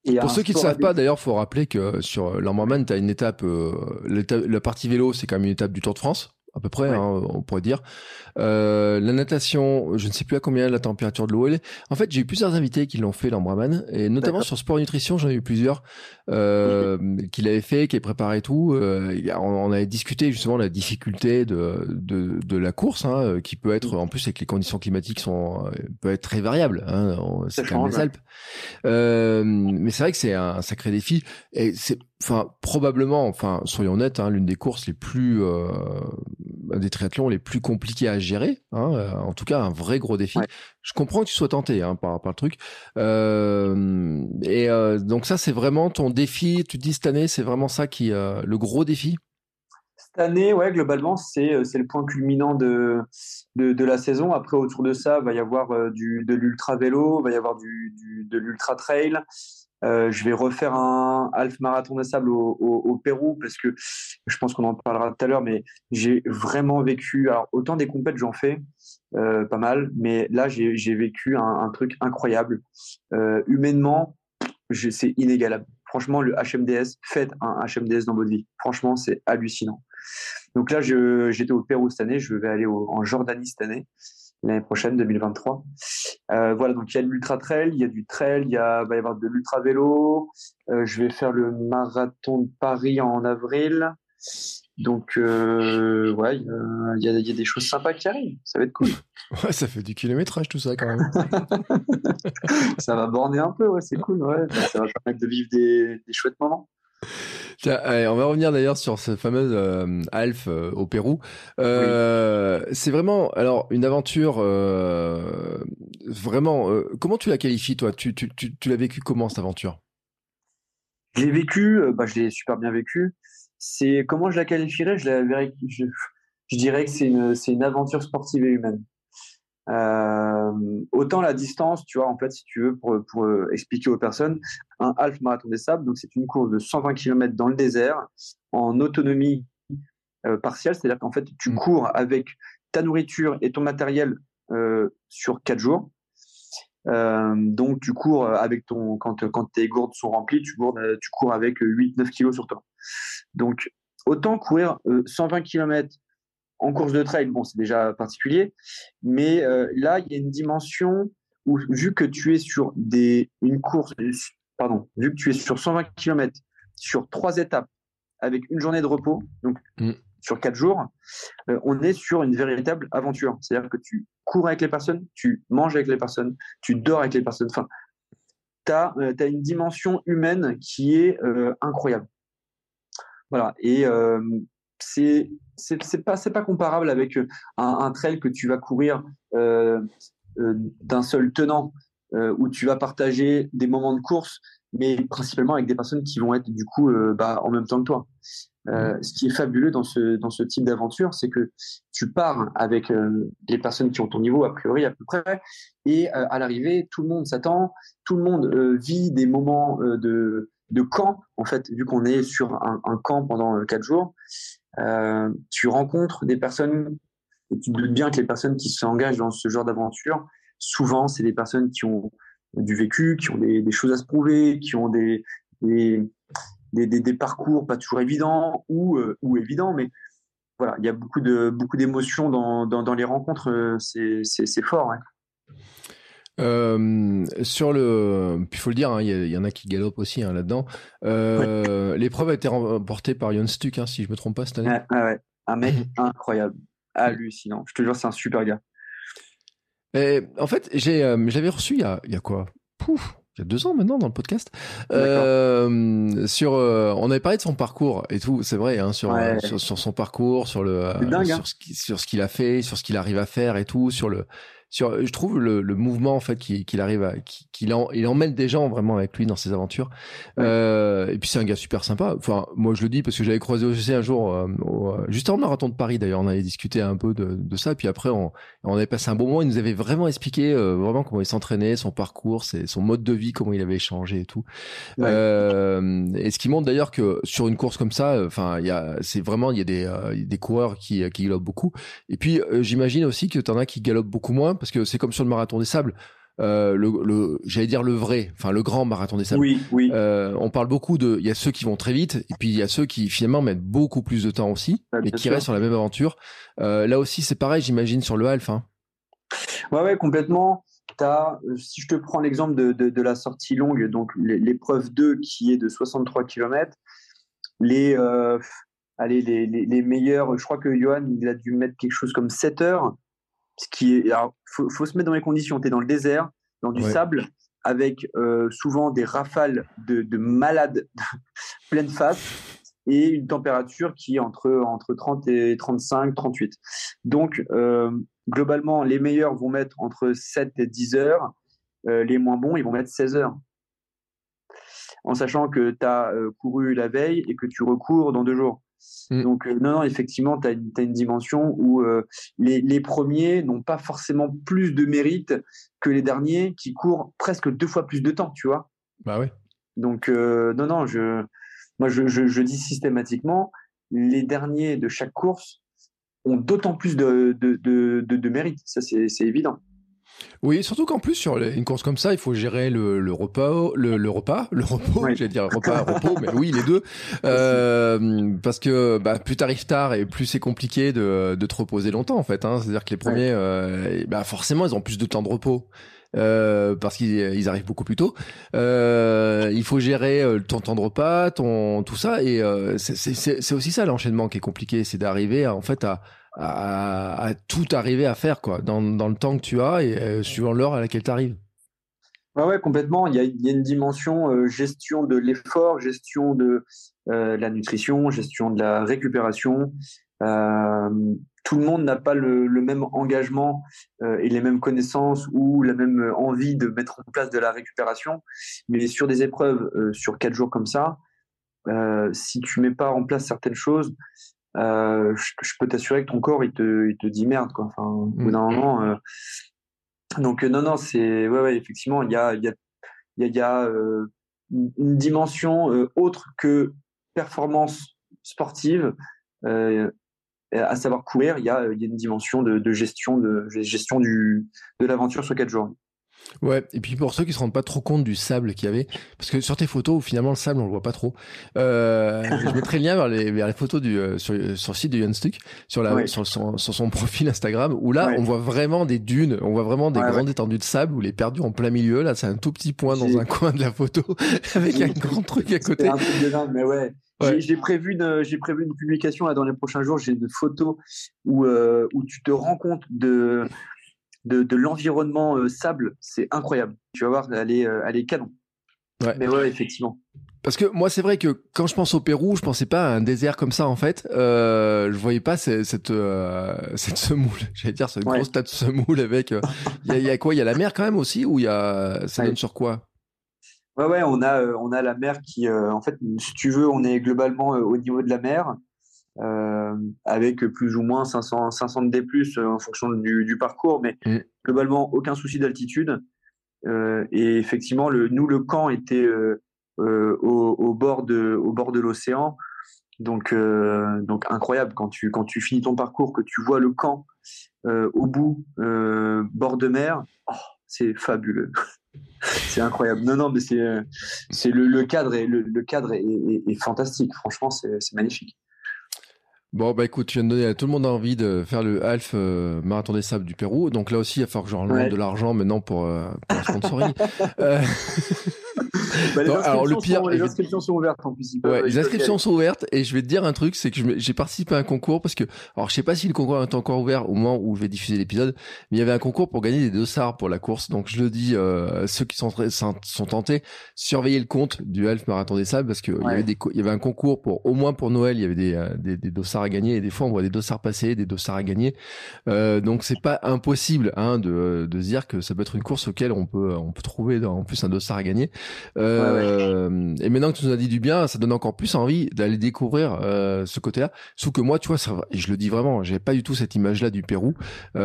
Et Pour ceux qui ne savent pas, d'ailleurs, faut rappeler que sur l'Amberman, tu as une étape, euh, la partie vélo, c'est quand même une étape du Tour de France, à peu près, ouais. hein, on pourrait dire. Euh, la natation, je ne sais plus à combien la température de l'eau elle est. En fait, j'ai eu plusieurs invités qui l'ont fait, l'Amberman, et notamment D'accord. sur Sport Nutrition, j'en ai eu plusieurs euh, okay. qui l'avaient fait, qui avaient préparé et tout. Euh, on, on avait discuté justement de la difficulté de, de, de la course, hein, qui peut être, en plus avec les conditions climatiques, sont peut être très variable. Hein, c'est quand même les Alpes. Euh, mais c'est vrai que c'est un sacré défi, et c'est, enfin, probablement, enfin, soyons honnêtes, hein, l'une des courses les plus, euh, des triathlons les plus compliqués à gérer, hein, euh, en tout cas un vrai gros défi. Ouais. Je comprends que tu sois tenté hein, par, par le truc. Euh, et euh, donc ça, c'est vraiment ton défi. Tu te dis cette année, c'est vraiment ça qui euh, le gros défi. Cette année, ouais, globalement, c'est c'est le point culminant de de, de la saison. Après, autour de ça, va y avoir euh, du de l'ultra vélo, va y avoir du, du de l'ultra trail. Euh, je vais refaire un half marathon de sable au, au, au Pérou parce que je pense qu'on en parlera tout à l'heure, mais j'ai vraiment vécu. Alors autant des compètes j'en fais euh, pas mal, mais là j'ai j'ai vécu un, un truc incroyable. Euh, humainement, je, c'est inégalable. Franchement, le H M D S, faites un H M D S dans votre vie. Franchement, c'est hallucinant. Donc là, je, j'étais au Pérou cette année, je vais aller au, en Jordanie cette année. L'année prochaine, deux mille vingt-trois. Euh, voilà, donc il y a de l'ultra trail, il y a du trail, il y a, va y avoir de l'ultra vélo. Euh, je vais faire le marathon de Paris en avril. Donc, euh, ouais, il y a, il y a des choses sympas qui arrivent. Ça va être cool. Ouais, ça fait du kilométrage tout ça quand même. Ça va borner un peu, ouais, c'est cool. Ouais. Ça va permettre de vivre des, des chouettes moments. Tiens, allez, on va revenir d'ailleurs sur cette fameuse euh, Alf euh, au Pérou. Euh, oui. C'est vraiment, alors, une aventure euh, vraiment. Euh, comment tu la qualifies, toi tu, tu, tu, tu l'as vécu comment cette aventure? Je l'ai vécu, euh, bah, je l'ai super bien vécu. C'est comment je la qualifierais? Je, la, je, je dirais que c'est une, c'est une aventure sportive et humaine. Euh, autant la distance, tu vois, en fait, si tu veux, pour, pour euh, expliquer aux personnes, un half marathon des sables, donc c'est une course de cent vingt kilomètres dans le désert, en autonomie euh, partielle, c'est-à-dire qu'en fait, tu mmh. cours avec ta nourriture et ton matériel euh, sur quatre jours. Euh, donc, tu cours avec ton, quand, quand tes gourdes sont remplies, tu cours, tu cours avec huit neuf kilos sur toi. Donc, autant courir euh, cent vingt kilomètres en course de trail, bon, c'est déjà particulier, mais euh, là, il y a une dimension où, vu que tu es sur des, une course, pardon, vu que tu es sur cent vingt kilomètres, sur trois étapes, avec une journée de repos, donc mmh. sur quatre jours, euh, on est sur une véritable aventure. C'est-à-dire que tu cours avec les personnes, tu manges avec les personnes, tu dors avec les personnes. Enfin, tu as euh, une dimension humaine qui est euh, incroyable. Voilà, et euh, c'est c'est c'est pas c'est pas comparable avec un, un trail que tu vas courir euh, euh, d'un seul tenant euh, où tu vas partager des moments de course, mais principalement avec des personnes qui vont être du coup euh, bah en même temps que toi. Euh, ce qui est fabuleux dans ce dans ce type d'aventure, c'est que tu pars avec euh, les personnes qui ont ton niveau a priori à peu près, et euh, à l'arrivée tout le monde s'attend, tout le monde euh, vit des moments euh, de de camp en fait, vu qu'on est sur un, un camp pendant euh, quatre jours. Euh, tu rencontres des personnes, et tu te doutes bien que les personnes qui s'engagent dans ce genre d'aventure, souvent, c'est des personnes qui ont du vécu, qui ont des, des choses à se prouver, qui ont des, des, des, des, des parcours pas toujours évidents ou, euh, ou évidents, mais voilà, il y a beaucoup de beaucoup d'émotions dans, dans, dans les rencontres, euh, c'est, c'est, c'est fort. Ouais. Euh, sur le, puis il faut le dire, il hein, y, y en a qui galopent aussi hein, là-dedans. Euh, ouais. L'épreuve a été remportée par Jon Stuck, hein, si je me trompe pas cette année. Ouais, ouais, ouais. Un mec incroyable, hallucinant. Je te jure, c'est un super gars. Et, en fait, j'ai, euh, j'avais reçu il y a, il y a quoi, Pouf, il y a deux ans maintenant dans le podcast. Euh, sur, euh, on avait parlé de son parcours et tout, c'est vrai, hein, sur, ouais. euh, sur sur son parcours, sur le, euh, dingue, sur hein. ce qui, sur ce qu'il a fait, sur ce qu'il arrive à faire et tout, sur le. Sur, je trouve le, le mouvement en fait qu'il, qu'il arrive à, qu'il en, il emmène des gens vraiment avec lui dans ses aventures. Ouais. Euh, et puis c'est un gars super sympa. Enfin, moi je le dis parce que j'avais croisé aussi un jour, euh, au, juste avant le marathon de Paris d'ailleurs, on avait discuté un peu de, de ça. Puis après on, on avait passé un bon moment. Il nous avait vraiment expliqué euh, vraiment comment il s'entraînait, son parcours, ses, son mode de vie, comment il avait changé et tout. Ouais. Euh, et ce qui montre d'ailleurs que sur une course comme ça, enfin il y a, c'est vraiment il y a des, euh, des coureurs qui, qui galopent beaucoup. Et puis euh, j'imagine aussi que t'en as qui galopent beaucoup moins. Parce que c'est comme sur le marathon des sables, euh, le, le, j'allais dire le vrai, enfin le grand marathon des sables. Oui, oui. Euh, on parle beaucoup de, il y a ceux qui vont très vite et puis il y a ceux qui finalement mettent beaucoup plus de temps aussi, Ah, mais bien qui sûr. restent sur la même aventure. Euh, là aussi, c'est pareil, j'imagine sur le half. Hein. Ouais, ouais, complètement. T'as, euh, si je te prends l'exemple de, de, de la sortie longue, donc l'é- l'épreuve deux qui est de soixante-trois kilomètres, les, euh, allez, les, les, les meilleurs, je crois que Johan, il a dû mettre quelque chose comme sept heures, ce qui est, alors, faut, faut se mettre dans les conditions. Tu es dans le désert, dans du Ouais. sable, avec euh, souvent des rafales de, de malades pleine face et une température qui est entre, entre trente et trente-cinq, trente-huit. Donc, euh, globalement, les meilleurs vont mettre entre sept et dix heures. Euh, les moins bons, ils vont mettre seize heures. En sachant que tu as euh, couru la veille et que tu recours dans deux jours. Mm. Donc, euh, non, non, effectivement, tu as une, t'as une dimension où euh, les, les premiers n'ont pas forcément plus de mérite que les derniers qui courent presque deux fois plus de temps, tu vois. Bah ouais. Donc, euh, non, non, je, moi, je, je, je dis systématiquement, les derniers de chaque course ont d'autant plus de, de, de, de, de mérite. Ça, c'est, c'est évident. Oui, surtout qu'en plus sur les- une course comme ça, il faut gérer le, le repas, le, le repas, le repos. Oui. J'allais dire repas, repos, mais oui, les deux. Euh, parce que bah, plus t'arrives tard et plus c'est compliqué de, de te reposer longtemps en fait. Hein. C'est-à-dire que les premiers, Ouais. euh, bah forcément, ils ont plus de temps de repos. Euh, parce qu'ils ils arrivent beaucoup plus tôt. Euh, il faut gérer euh, ton temps de repas, ton tout ça, et euh, c'est, c'est, c'est c'est aussi ça l'enchaînement qui est compliqué, c'est d'arriver à, en fait à, à, à tout arriver à faire quoi, dans, dans le temps que tu as et euh, suivant l'heure à laquelle tu arrives. Ouais, ouais, complètement. Il y a, il y a une dimension euh, gestion de l'effort, gestion de euh, la nutrition, gestion de la récupération. Euh, tout le monde n'a pas le, le même engagement euh, et les mêmes connaissances ou la même envie de mettre en place de la récupération. Mais sur des épreuves euh, sur quatre jours comme ça, euh, si tu mets pas en place certaines choses, euh, je, je peux t'assurer que ton corps il te, il te dit merde quoi. Enfin, au bout Mm. d'un moment. Euh, donc euh, non, non, c'est ouais, ouais, effectivement, il y a, il y a il y a, il y a euh, une dimension euh, autre que performance sportive, euh, à savoir courir. Il y a, il y a une dimension de, de gestion de gestion du de l'aventure sur quatre jours. Ouais, et puis pour ceux qui se rendent pas trop compte du sable qu'il y avait, parce que sur tes photos, finalement le sable on le voit pas trop. Euh, je mettrai le lien vers les, vers les photos du euh, sur, sur le site de Yann Stuck, sur la Oui. sur son, sur son profil Instagram, où là Ouais. on voit vraiment des dunes, on voit vraiment des Ouais, grandes ouais. étendues de sable où il est perdu en plein milieu. Là, c'est un tout petit point dans J'ai- un coin de la photo avec un Oui. grand truc à C'est côté. un truc de dingue, mais ouais. Ouais. J'ai, j'ai prévu une, j'ai prévu une publication là dans les prochains jours. J'ai une photo où, euh, où tu te rends compte de, de, de l'environnement euh, sable. C'est incroyable. Tu vas voir, elle est, euh, elle est canon. Ouais. Mais ouais, effectivement. Parce que moi, c'est vrai que quand je pense au Pérou, je pensais pas à un désert comme ça en fait. Euh, je voyais pas cette cette, euh, cette semoule. J'allais dire cette Ouais. grosse tas de semoule avec. Il euh, y, a, y a quoi? Il y a la mer quand même aussi ou il y a ça Ouais. donne sur quoi? Ouais, ouais, on a, euh, on a la mer qui, euh, en fait, si tu veux, on est globalement euh, au niveau de la mer, euh, avec plus ou moins cinq cents, cinq cents de D plus euh, en fonction du, du parcours, mais Mm. globalement, aucun souci d'altitude. Euh, et effectivement, le, nous, le camp était euh, euh, au, au bord de, au bord de l'océan. Donc, euh, donc incroyable quand tu, quand tu finis ton parcours, que tu vois le camp euh, au bout, euh, bord de mer, oh, c'est fabuleux. C'est incroyable. Non, non, mais c'est, euh, c'est le, le cadre est, le, le cadre est, est- est fantastique. Franchement, c'est, c'est magnifique. Bon bah écoute, tu viens de donner à tout le monde envie de faire le half euh, marathon des sables du Pérou. Donc là aussi, il va falloir que je demande Ouais. de l'argent maintenant pour euh, pour un sponsoring. Euh, Bah, les, non, alors le inscriptions pire, sont, les évi- inscriptions sont ouvertes en plus. Ils peuvent, Ouais, ils les peuvent y inscriptions aller. sont ouvertes et je vais te dire un truc, c'est que je me- j'ai participé à un concours parce que, alors je sais pas si le concours est encore ouvert au moment où je vais diffuser l'épisode, mais il y avait un concours pour gagner des dossards pour la course. Donc je le dis, euh, ceux qui sont, très- sont sont tentés, surveillez le compte du Half Marathon des Sables parce que il y Ouais. avait des, co- il y avait un concours pour au moins pour Noël, il y avait des, euh, des, des dossards à gagner et des fois on voit des dossards passer, des dossards à gagner. Euh, donc c'est pas impossible hein, de, de se dire que ça peut être une course auquel on peut on peut trouver dans- en plus un dossard à gagner. Euh, Et maintenant que tu nous as dit du bien, ça donne encore plus envie d'aller découvrir euh, ce côté-là. Sauf que moi, tu vois, ça, et je le dis vraiment, j'avais pas du tout cette image-là du Pérou.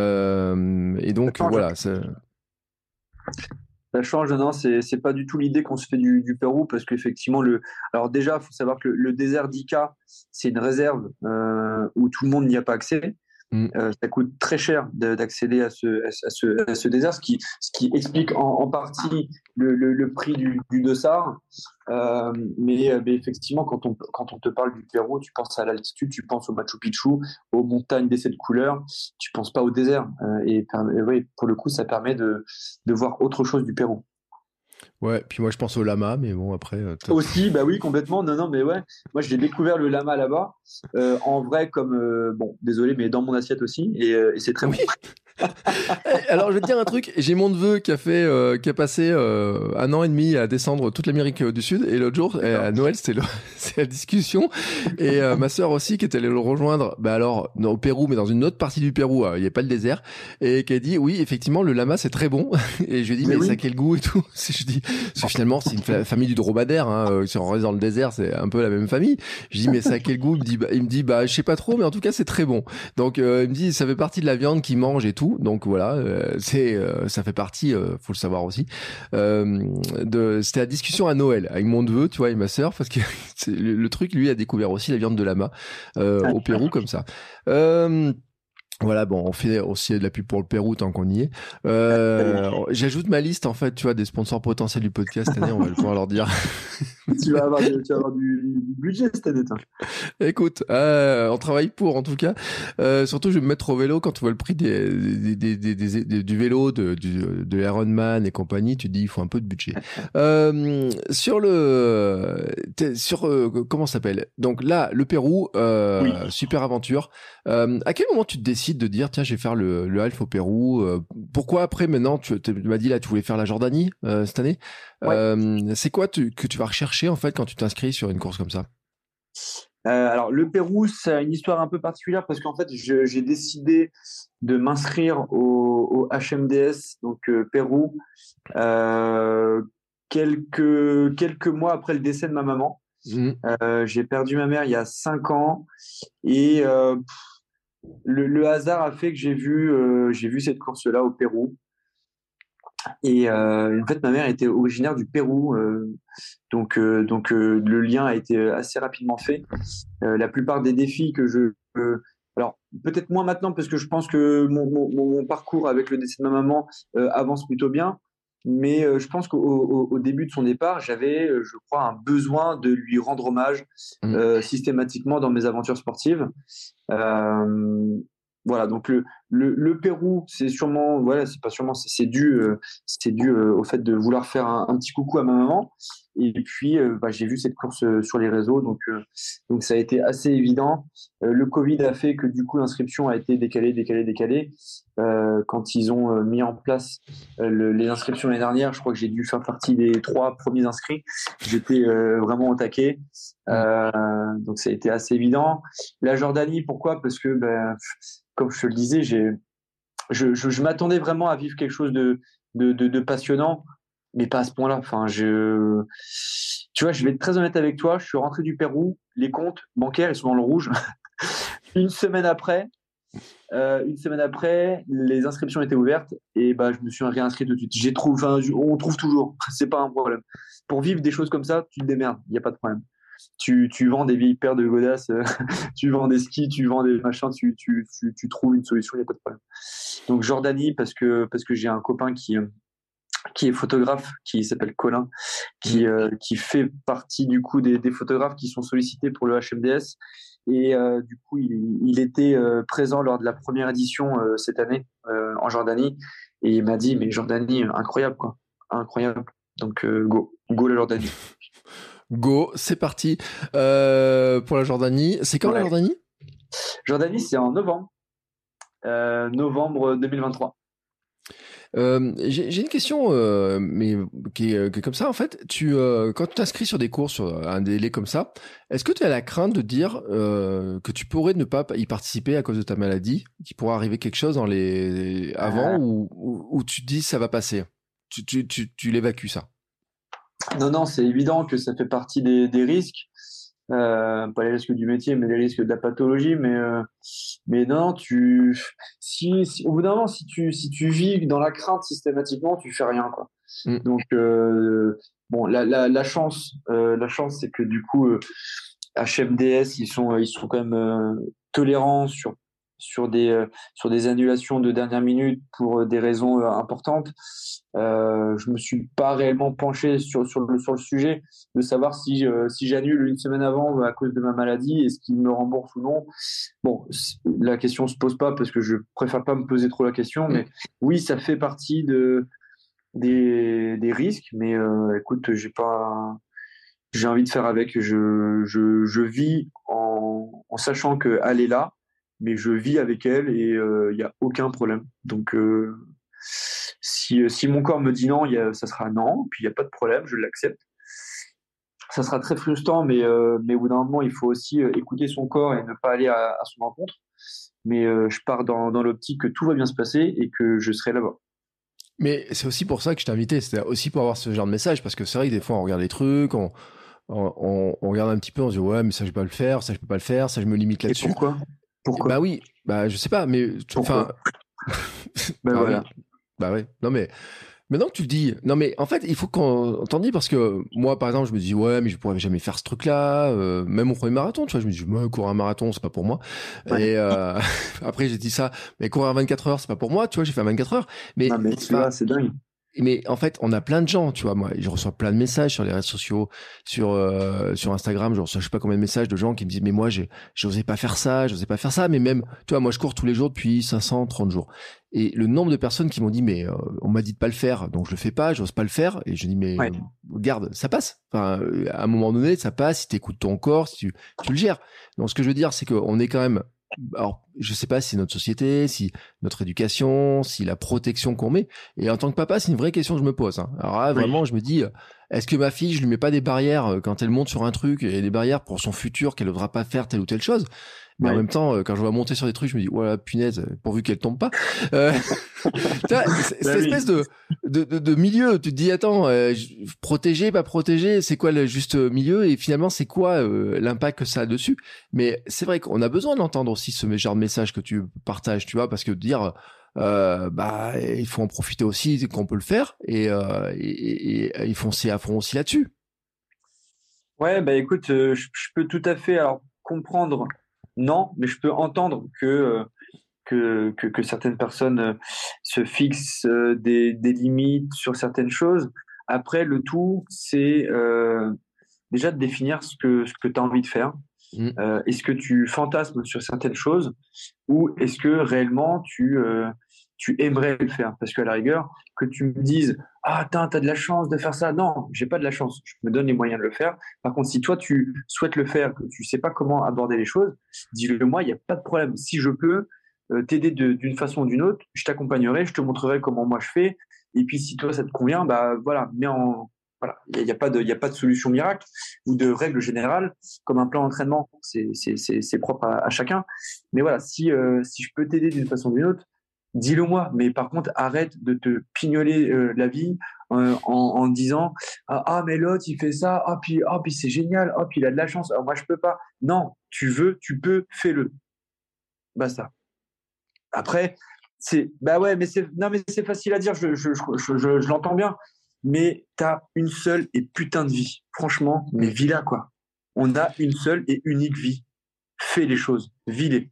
Euh, et donc Ça change. voilà, ça, Ça change, non, c'est, c'est pas du tout l'idée qu'on se fait du, du Pérou parce qu'effectivement, le, alors déjà, il faut savoir que le, le désert d'Ica, c'est une réserve euh, où tout le monde n'y a pas accès. Mm. Euh, ça coûte très cher de, d'accéder à ce, à ce, à ce désert, ce qui, ce qui explique en, en partie le, le, le prix du, du dossard. Euh, mais, mais effectivement, quand on, quand on te parle du Pérou, tu penses à l'altitude, tu penses au Machu Picchu, aux montagnes des sept couleurs, tu penses pas au désert. Euh, et, et oui, pour le coup, ça permet de, de voir autre chose du Pérou. Ouais, puis moi je pense au lama, mais bon après. Euh, Aussi, bah oui, complètement. Non, non, mais ouais. Moi, j'ai découvert le lama là-bas, euh, en vrai, comme euh, bon, désolé, mais dans mon assiette aussi, et, euh, et c'est très Oui. bon. Alors je vais te dire un truc, j'ai mon neveu qui a fait, euh, qui a passé euh, un an et demi à descendre toute l'Amérique du Sud, et l'autre jour à Noël c'était le, c'est la discussion, et euh, ma sœur aussi qui était allée le rejoindre, bah alors non, au Pérou, mais dans une autre partie du Pérou, euh, il n'y a pas le désert, et qui a dit oui effectivement le lama c'est très bon, et je lui ai dit mais, Mais ça a oui. quel goût et tout, je dis parce que finalement c'est une fa- famille du dromadaire, hein, euh, si on reste dans le désert c'est un peu la même famille, je dis mais ça a quel goût, il me dit bah, il me dit bah je sais pas trop mais en tout cas c'est très bon, donc euh, il me dit ça fait partie de la viande qu'il mange et tout, donc voilà. Euh, c'est euh, ça fait partie, euh, faut le savoir aussi. Euh, de, c'était la discussion à Noël avec mon neveu, tu vois, et ma sœur, parce que c'est, le, le truc, lui, a découvert aussi la viande de lama euh, au Pérou comme ça. Euh, Voilà, bon, on fait aussi de la pub pour le Pérou tant qu'on y est. Euh, j'ajoute ma liste, en fait, tu vois, des sponsors potentiels du podcast cette année, on va pouvoir leur dire. Tu vas avoir, de- tu vas avoir du, du budget cette année, toi. Écoute, euh, on travaille pour, en tout cas. Euh, surtout, je vais me mettre au vélo quand tu vois le prix des, des, des, des, des- des- du vélo, de, du, de Ironman et compagnie. Tu te dis, il faut un peu de budget. Euh, sur le, t'es- sur euh, comment ça s'appelle? Donc là, le Pérou, euh, Oui. super aventure. Euh, à quel moment tu te décides de dire, tiens, je vais faire le, le half au Pérou? Euh, pourquoi après, maintenant, tu, tu m'as dit là, tu voulais faire la Jordanie euh, cette année. Ouais. Euh, c'est quoi tu, que tu vas rechercher en fait quand tu t'inscris sur une course comme ça? Euh, alors, le Pérou, c'est une histoire un peu particulière parce qu'en fait, je- j'ai décidé de m'inscrire au, au H M D S, donc euh, Pérou, euh, quelques, quelques mois après le décès de ma maman. Mmh. Euh, j'ai perdu ma mère il y a cinq ans et euh, le, le hasard a fait que j'ai vu, euh, j'ai vu cette course-là au Pérou. Et euh, en fait, ma mère était originaire du Pérou, euh, donc euh, donc euh, le lien a été assez rapidement fait. Euh, la plupart des défis que je, euh, alors peut-être moins maintenant parce que je pense que mon, mon, mon parcours avec le décès de ma maman euh, avance plutôt bien, mais euh, je pense qu'au au, au début de son départ, j'avais, euh, je crois, un besoin de lui rendre hommage Mmh. euh, systématiquement dans mes aventures sportives. Euh, voilà, donc le, le, le Pérou, c'est sûrement, voilà, c'est pas sûrement, c'est c'est dû, euh, c'est dû euh, au fait de vouloir faire un, un petit coucou à ma maman. Et puis, euh, bah, j'ai vu cette course euh, sur les réseaux, donc, euh, donc ça a été assez évident. Euh, le Covid a fait que du coup l'inscription a été décalée, décalée, décalée. Euh, quand ils ont euh, mis en place euh, le, les inscriptions l'année dernière, je crois que j'ai dû faire partie des trois premiers inscrits. J'étais euh, vraiment au taquet. Euh, donc ça a été assez évident. La Jordanie, pourquoi? Parce que, ben, comme je te le disais, j'ai, je, je, je m'attendais vraiment à vivre quelque chose de, de, de, de passionnant, mais pas à ce point-là. Enfin, je, tu vois, je vais être très honnête avec toi. Je suis rentré du Pérou, les comptes bancaires ils sont dans le rouge. Une semaine après, euh, une semaine après, les inscriptions étaient ouvertes et bah je me suis réinscrit tout de suite. J'ai trouvé, enfin, on trouve toujours. C'est pas un problème. Pour vivre des choses comme ça, tu te démerdes. Il y a pas de problème. Tu, tu vends des vieilles paires de godasses, euh, tu vends des skis, tu vends des machins, tu, tu, tu, tu trouves une solution, il n'y a pas de problème. Donc Jordanie, parce que, parce que j'ai un copain qui, euh, qui est photographe, qui s'appelle Colin, qui, euh, qui fait partie du coup des, des photographes qui sont sollicités pour le H M D S. Et euh, du coup, il, il était euh, présent lors de la première édition euh, cette année euh, en Jordanie. Et il m'a dit, mais Jordanie, incroyable quoi, incroyable. Donc euh, go, go la Jordanie. Go, c'est parti euh, pour la Jordanie. C'est quand Ouais. la Jordanie? Jordanie, c'est en novembre, euh, novembre deux mille vingt-trois. Euh, j'ai, j'ai une question, euh, mais qui est, qui est comme ça en fait. Tu, euh, quand tu t'inscris sur des cours sur un délai comme ça, est-ce que tu as la crainte de dire euh, que tu pourrais ne pas y participer à cause de ta maladie, qu'il pourrait arriver quelque chose dans les avant Euh, ou, ou, ou tu te dis ça va passer, tu, tu, tu, tu l'évacues ça? non, non, c'est évident que ça fait partie des, des risques. Euh, pas les risques du métier, mais les risques de la pathologie. Mais, euh, mais non, tu, si, si, au bout d'un moment, si tu, si tu vis dans la crainte systématiquement, tu fais rien, quoi. Mm. Donc, euh, bon, la, la, la chance, euh, la chance, c'est que du coup, euh, H M D S, ils sont, ils sont quand même euh, tolérants sur sur des euh, sur des annulations de dernière minute pour euh, des raisons euh, importantes. Euh, je me suis pas réellement penché sur sur le sur le sujet de savoir si euh, si j'annule une semaine avant à cause de ma maladie, est-ce qu'ils me remboursent ou non. Bon, la question se pose pas parce que je préfère pas me poser trop la question, mais oui, ça fait partie de des des risques. Mais euh, écoute, j'ai pas j'ai envie de faire avec. Je je je vis en en sachant que elle est là, mais je vis avec elle et il euh, y a aucun problème. Donc euh, si si mon corps me dit non, y a, ça sera non, puis il y a pas de problème, je l'accepte. Ça sera très frustrant, mais euh, mais au bout d'un moment, il faut aussi euh, écouter son corps et ne pas aller à, à son encontre. Mais euh, je pars dans dans l'optique que tout va bien se passer et que je serai là-bas. Mais c'est aussi pour ça que je t'ai invité, c'était aussi pour avoir ce genre de message, parce que c'est vrai que des fois on regarde les trucs, on, on, on regarde un petit peu, on se dit ouais mais ça je peux pas le faire, ça je peux pas le faire, ça je me limite Et là-dessus. pourquoi Pourquoi Bah oui, bah je sais pas, mais enfin, Ben bah voilà. oui, bah ouais, non mais maintenant que tu le dis, non mais en fait il faut qu'on t'en dise parce que moi par exemple je me dis ouais mais je pourrais jamais faire ce truc-là, euh, même mon premier marathon, tu vois, je me dis moi courir un marathon c'est pas pour moi. Ouais. Et euh, après j'ai dit ça, mais courir à vingt-quatre heures c'est pas pour moi, tu vois, j'ai fait vingt-quatre heures, mais Non, mais tu enfin vois, c'est dingue. mais en fait, on a plein de gens, tu vois. Moi, je reçois plein de messages sur les réseaux sociaux, sur euh, sur Instagram. Je reçois je sais pas combien de messages de gens qui me disent mais moi, j'ai j'osais pas faire ça, j'osais pas faire ça. Mais même, tu vois, moi, je cours tous les jours depuis cinq cent trente jours. Et le nombre de personnes qui m'ont dit mais euh, on m'a dit de pas le faire, donc je le fais pas, j'ose pas le faire. Et je dis mais Ouais. euh, regarde, ça passe. Enfin, euh, à un moment donné, ça passe. Si t'écoutes ton corps, si tu tu le gères. Donc, ce que je veux dire, c'est qu'on est quand même alors, je sais pas si notre société, si notre éducation, si la protection qu'on met. Et en tant que papa, c'est une vraie question que je me pose. Hein. Alors là, Oui. vraiment, je me dis, euh, est-ce que ma fille, je lui mets pas des barrières euh, quand elle monte sur un truc et des barrières pour son futur qu'elle ne devra pas faire telle ou telle chose. Mais Ouais. en même temps, euh, quand je vois monter sur des trucs, je me dis, voilà, punaise, pourvu qu'elle tombe pas. Euh, tu vois, c'est- Bah cette oui. espèce de, de, de, de milieu, tu te dis, attends, euh, je- protéger, pas protéger, c'est quoi le juste milieu? Et finalement, c'est quoi euh, l'impact que ça a dessus? Mais c'est vrai qu'on a besoin d'entendre aussi ce genre de message que tu partages, tu vois, parce que de dire, euh, bah, il faut en profiter aussi qu'on peut le faire et, euh, et, et, et, et foncer à fond aussi là-dessus. Ouais, bah écoute, euh, je, je peux tout à fait alors comprendre, non, mais je peux entendre que euh, que, que que certaines personnes euh, se fixent euh, des des limites sur certaines choses. Après, le tout, c'est euh, déjà de définir ce que ce que tu as envie de faire. Mm. Euh, est-ce que tu fantasmes sur certaines choses ou est-ce que réellement tu euh, tu aimerais le faire? Parce qu'à la rigueur, que tu me dises ah t'as t'as de la chance de faire ça, non, j'ai pas de la chance, je me donne les moyens de le faire. Par contre, si toi tu souhaites le faire, que tu sais pas comment aborder les choses, dis-le moi, il y a pas de problème. Si je peux euh, t'aider de- d'une façon ou d'une autre, je t'accompagnerai, je te montrerai comment moi je fais. Et puis si toi ça te convient, bah voilà, mets en voilà, il n'y a, a pas de, il y a pas de solution miracle ou de règle générale comme un plan d'entraînement. C'est, c'est, c'est, c'est propre à, à chacun. Mais voilà, si, euh, si je peux t'aider d'une façon ou d'une autre, dis-le moi. Mais par contre, arrête de te pignoler euh, la vie euh, en, en disant ah, ah, mais l'autre il fait ça, ah puis ah puis c'est génial, ah puis il a de la chance, ah, moi je peux pas. Non, tu veux, tu peux, fais-le. Basta. Après, c'est bah ouais, mais c'est non mais c'est facile à dire, je je je, je, je, je l'entends bien. Mais t'as une seule et putain de vie. Franchement, mais vis-la quoi. On a une seule et unique vie. Fais les choses, vis-les.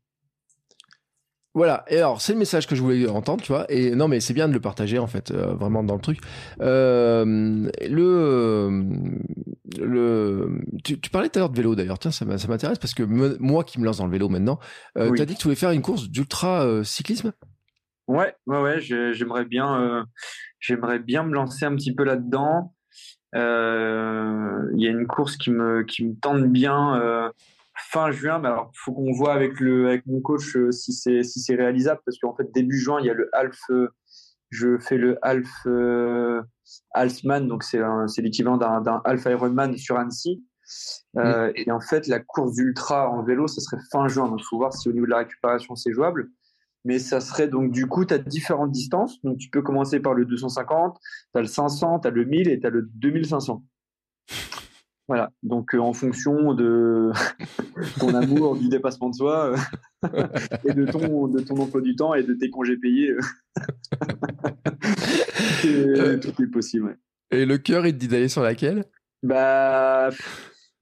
Voilà, et alors c'est le message que je voulais entendre, tu vois, et non mais c'est bien de le partager en fait, euh, vraiment dans le truc. Euh, le, le, tu, tu parlais tout à l'heure de vélo d'ailleurs, tiens ça, m'a- ça m'intéresse parce que me- moi qui me lance dans le vélo maintenant, euh, Oui. t'as dit que tu voulais faire une course d'ultra euh, cyclisme? Ouais, ouais, ouais. j'ai- J'aimerais bien, euh, j'aimerais bien me lancer un petit peu là-dedans. Euh, Il y a une course qui me qui me tente bien euh, fin juin. Mais alors, faut qu'on voit avec le avec mon coach euh, si c'est si c'est réalisable parce qu'en fait début juin il y a le half. euh, je fais le half euh, Halfman, donc c'est un- c'est l'équivalent d'un d'un half Ironman sur Annecy. Mm. Euh, et en fait, la course d'ultra en vélo, ça serait fin juin. Donc, il faut voir si au niveau de la récupération, c'est jouable. Mais ça serait donc, du coup, tu as différentes distances. Donc, tu peux commencer par le deux cent cinquante, tu as le cinq cents, tu as le mille et tu as le deux mille cinq cents. Voilà. Donc, euh, en fonction de ton amour du dépassement de soi euh, et de ton, de ton emploi du temps et de tes congés payés, euh, Euh, et tout est possible. Ouais. et le cœur il te dit d'aller sur laquelle? Bah,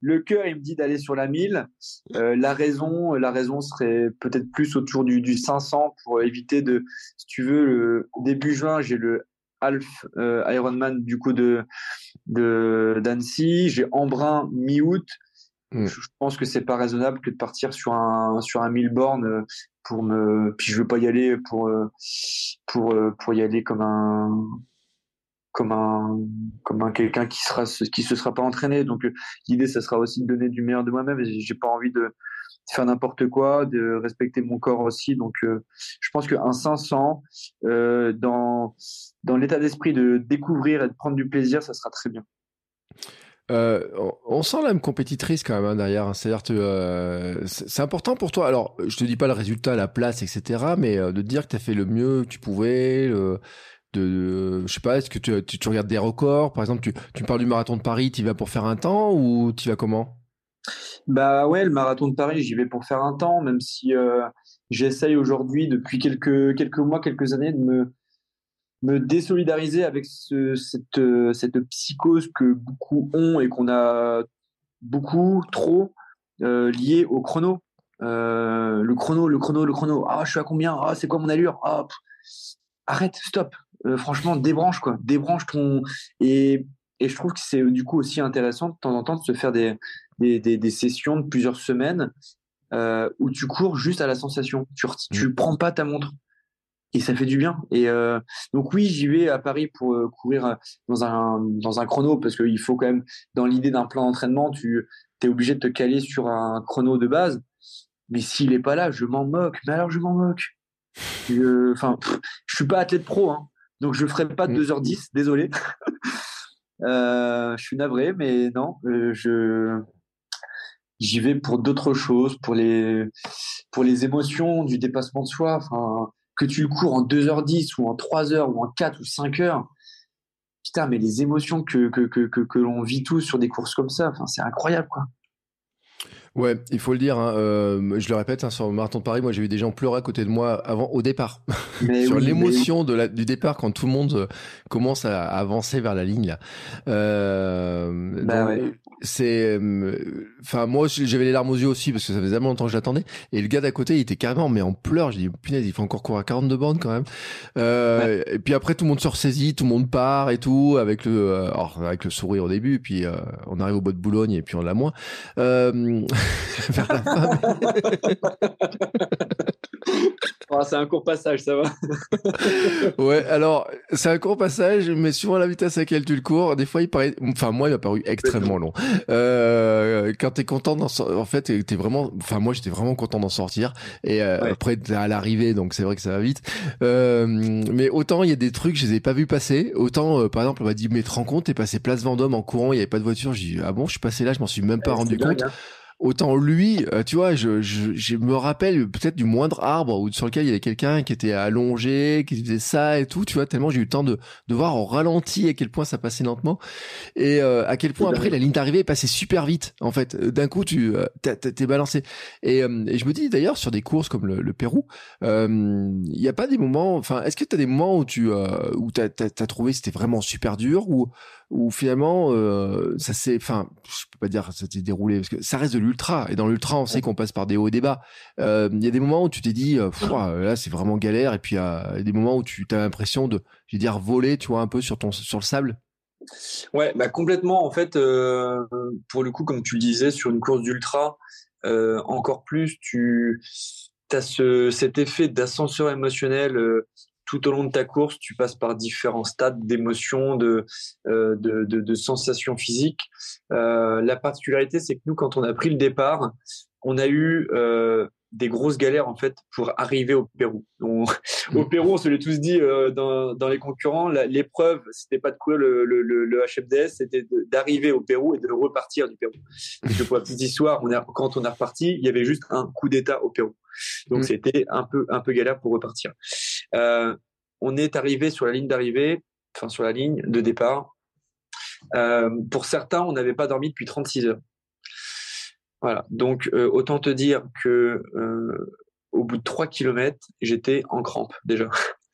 le cœur, il me dit d'aller sur la mille. Euh, la raison, la raison serait peut-être plus autour du, du cinq cents pour éviter de, si tu veux, le début juin, j'ai le Half euh, Ironman du coup de, de d'Annecy. J'ai Embrun mi-août. Mm. Je, je pense que c'est pas raisonnable que de partir sur un sur un mille bornes pour me. Puis je veux pas y aller pour pour pour y aller comme un comme un comme un quelqu'un qui sera qui se sera pas entraîné. Donc l'idée, ça sera aussi de donner du meilleur de moi-même. Et j'ai pas envie de faire n'importe quoi, de respecter mon corps aussi. Donc euh, je pense qu'un cinq cents euh, dans dans l'état d'esprit de découvrir et de prendre du plaisir, ça sera très bien. Euh, on sent l'âme compétitrice quand même hein, derrière. Hein. C'est-à-dire que euh, c'est important pour toi. Alors, je te dis pas le résultat, la place, et cetera. Mais euh, de te dire que tu as fait le mieux que tu pouvais. Le, de, de, je sais pas. Est-ce que tu, tu, tu regardes des records? Par exemple, tu, tu me parles du marathon de Paris. Tu y vas pour faire un temps ou tu y vas comment? Bah ouais, le marathon de Paris, j'y vais pour faire un temps, même si euh, j'essaye aujourd'hui depuis quelques quelques mois, quelques années de me me désolidariser avec ce, cette, cette psychose que beaucoup ont et qu'on a beaucoup, trop, euh, lié au chrono. Euh, le chrono, le chrono, le chrono. Ah, je suis à combien? Ah, c'est quoi mon allure? Ah, pff. Arrête, stop. Euh, franchement, débranche, quoi. Débranche ton... Et, et je trouve que c'est du coup aussi intéressant de temps en temps de se faire des, des, des, des sessions de plusieurs semaines euh, où tu cours juste à la sensation. Tu, tu prends pas ta montre. Et ça fait du bien. Et euh, donc oui, j'y vais à Paris pour euh, courir dans un dans un chrono parce qu'il faut quand même, dans l'idée d'un plan d'entraînement, tu es obligé de te caler sur un chrono de base. Mais s'il est pas là, je m'en moque. Mais alors je m'en moque. Enfin, je, je suis pas athlète pro, hein, donc je ferai pas deux heures dix. Désolé. euh, je suis navré, mais non, euh, je j'y vais pour d'autres choses, pour les pour les émotions, du dépassement de soi. Enfin. Que tu le cours en deux heures dix ou en trois heures ou en quatre ou cinq heures, putain, mais les émotions que, que, que, que, que l'on vit tous sur des courses comme ça, enfin, c'est incroyable, quoi. Ouais, il faut le dire. Hein, euh, je le répète, hein, sur le marathon de Paris, moi j'ai vu des gens pleurer à côté de moi avant, au départ, sur oui, l'émotion oui. de la, du départ quand tout le monde euh, commence à, à avancer vers la ligne là. Euh, bah, donc, ouais. C'est, enfin euh, moi j'avais les larmes aux yeux aussi parce que ça faisait tellement longtemps que j'attendais. Et le gars d'à côté, il était carrément mais en pleurs. Je dis punaise, il faut encore courir à quarante-deux bornes quand même. Euh, ouais. Et puis après tout le monde se ressaisit, tout le monde part et tout avec le, euh, alors, avec le sourire au début. Puis euh, on arrive au bois de Boulogne et puis on l'a moins. Euh, vers la fin. Oh, c'est un court passage, ça va. Ouais, alors c'est un court passage, mais suivant la vitesse à laquelle tu le cours, des fois il paraît, enfin moi il m'a paru extrêmement long. Euh, quand t'es content d'en sortir, en fait t'es vraiment, enfin moi j'étais vraiment content d'en sortir. Et euh, ouais. Après t'es à l'arrivée, donc c'est vrai que ça va vite. Euh, mais autant il y a des trucs je les ai pas vus passer, autant euh, par exemple on m'a dit mais te rends compte t'es passé place Vendôme en courant, il y avait pas de voiture. J'ai dit ah bon je suis passé là, je m'en suis même pas ouais, rendu compte. Dingue, hein. Autant lui, euh, tu vois, je, je, je me rappelle peut-être du moindre arbre où, sur lequel il y avait quelqu'un qui était allongé, qui faisait ça et tout, tu vois, tellement j'ai eu le temps de, de voir au ralenti à quel point ça passait lentement et euh, à quel point après la ligne d'arrivée est passée super vite. En fait, d'un coup, tu euh, t'es, t'es balancé. Et, euh, et je me dis d'ailleurs sur des courses comme le, le Pérou, il euh, y a pas des moments, enfin, est-ce que t'as des moments où tu euh, où t'as, t'as, t'as trouvé c'était vraiment super dur ou où finalement euh, ça s'est, enfin je peux pas dire que ça s'est déroulé parce que ça reste de l'ultra et dans l'ultra on sait qu'on passe par des hauts et des bas. Il euh, y a des moments où tu t'es dit euh, là c'est vraiment galère et puis il y a des moments où tu as l'impression de, je vais dire voler, tu vois un peu sur ton sur le sable. Ouais, bah complètement en fait. Euh, pour le coup, comme tu le disais, sur une course d'ultra, euh, encore plus tu as ce cet effet d'ascenseur émotionnel. Euh, Tout au long de ta course, tu passes par différents stades d'émotions, de, euh, de, de, de sensations physiques. Euh, la particularité, c'est que nous, quand on a pris le départ, on a eu euh, des grosses galères en fait pour arriver au Pérou. On, au Pérou, on se l'est tous dit euh, dans, dans les concurrents. La, l'épreuve, c'était pas de courir le, le, le, le H F D S, c'était de, d'arriver au Pérou et de repartir du Pérou. Parce que pour la petite histoire, on a, quand on est reparti, il y avait juste un coup d'état au Pérou. Donc mmh. c'était un peu un peu galère pour repartir. Euh, on est arrivé sur la ligne d'arrivée, enfin sur la ligne de départ. Euh, pour certains, on n'avait pas dormi depuis trente-six heures. Voilà. Donc euh, autant te dire que euh, au bout de trois kilomètres, j'étais en crampe déjà.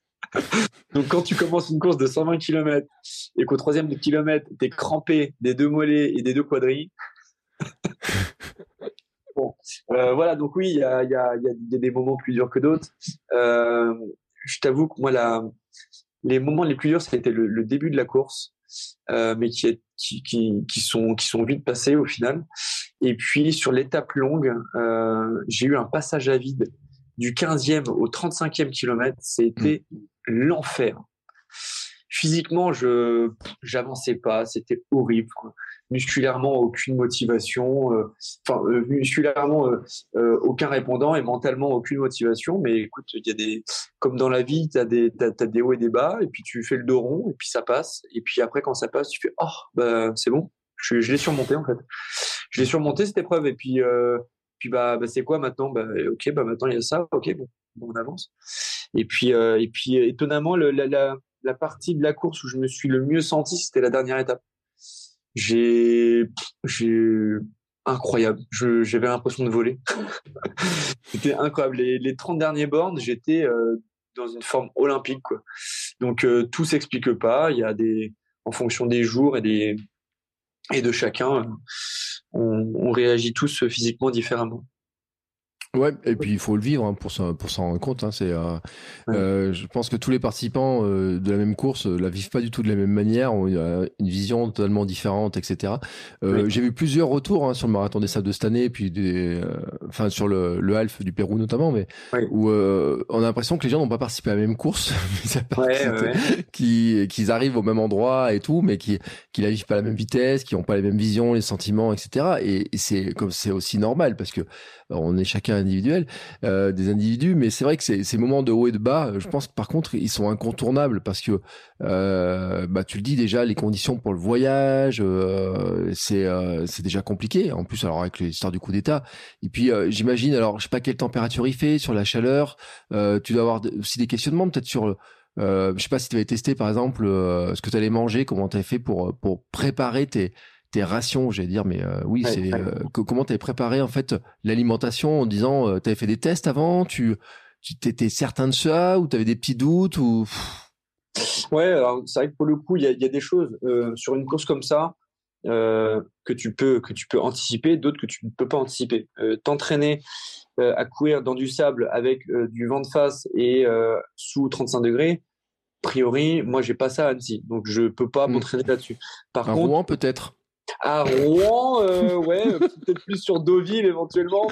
Donc quand tu commences une course de cent vingt kilomètres et qu'au troisième kilomètre, t'es crampé des deux mollets et des deux quadrilles, Bon, euh, voilà, donc oui, il y a, il y, a, il y, a, il y a des moments plus durs que d'autres. Euh, je t'avoue que moi, la, les moments les plus durs, c'était le, le début de la course, euh, mais qui, est, qui, qui, qui, sont, qui sont vite passés au final. Et puis, sur l'étape longue, euh, j'ai eu un passage à vide du quinzième au trente-cinquième kilomètre. C'était mmh. l'enfer. Physiquement, je j'avançais pas, c'était horrible. Musculairement, aucune motivation. Euh, enfin, euh, musculairement, euh, euh, aucun répondant et mentalement, aucune motivation. Mais écoute, il y a des, comme dans la vie, t'as des, t'as, t'as des hauts et des bas, et puis tu fais le dos rond, et puis ça passe. Et puis après, quand ça passe, tu fais, oh, bah c'est bon, je, je l'ai surmonté en fait. Je l'ai surmonté cette épreuve. Et puis, euh, puis bah, bah c'est quoi maintenant? Bah, ok, bah maintenant il y a ça. Ok, bon, bon on avance. Et puis, euh, et puis, étonnamment, le, la, la la partie de la course où je me suis le mieux senti, c'était la dernière étape. J'ai, j'ai, incroyable. Je, j'avais l'impression de voler. C'était incroyable. Les, les trente derniers bornes, j'étais euh, dans une forme olympique, quoi. Donc, euh, tout s'explique pas. Il y a des, en fonction des jours et des, et de chacun, on, on réagit tous physiquement différemment. Ouais, et puis il faut le vivre hein, pour s'en pour s'en rendre compte. Hein, c'est, euh, ouais. euh, je pense que tous les participants euh, de la même course euh, la vivent pas du tout de la même manière, ont une, une vision totalement différente, et cetera. Euh, oui. J'ai vu plusieurs retours hein, sur le marathon des sables de cette année, et puis des, euh, enfin sur le le half du Pérou notamment, mais oui. où euh, on a l'impression que les gens n'ont pas participé à la même course, ouais, ouais. qui qu'ils arrivent au même endroit et tout, mais qui qui la vivent pas à la même vitesse, qui ont pas les mêmes visions, les sentiments, et cetera. Et, et c'est comme c'est aussi normal parce que on est chacun individuel, euh, des individus, mais c'est vrai que ces, ces moments de haut et de bas, je pense que par contre, ils sont incontournables parce que, euh, bah, tu le dis déjà, les conditions pour le voyage, euh, c'est, euh, c'est déjà compliqué. En plus, alors avec l'histoire du coup d'État. Et puis, euh, j'imagine, alors, je sais pas quelle température il fait, sur la chaleur, euh, tu dois avoir aussi des questionnements peut-être sur, euh, je sais pas si tu avais testé par exemple, euh, ce que tu allais manger, comment tu avais fait pour, pour préparer tes, tes rations, j'allais dire, mais euh, oui, ouais, c'est ouais. Euh, comment t'avais préparé en fait l'alimentation en disant, euh, t'avais fait des tests avant, tu, tu t'étais certain de ça ou t'avais des petits doutes ou. Ouais, alors c'est vrai que pour le coup, il y a, y a des choses euh, sur une course comme ça euh, que tu peux que tu peux anticiper, d'autres que tu ne peux pas anticiper. Euh, t'entraîner euh, à courir dans du sable avec euh, du vent de face et euh, sous trente-cinq degrés. A priori, moi, j'ai pas ça à Annecy, donc je peux pas mmh. m'entraîner là-dessus. Par à contre, Rouen peut-être. À Rouen, euh, ouais, peut-être plus sur Deauville éventuellement.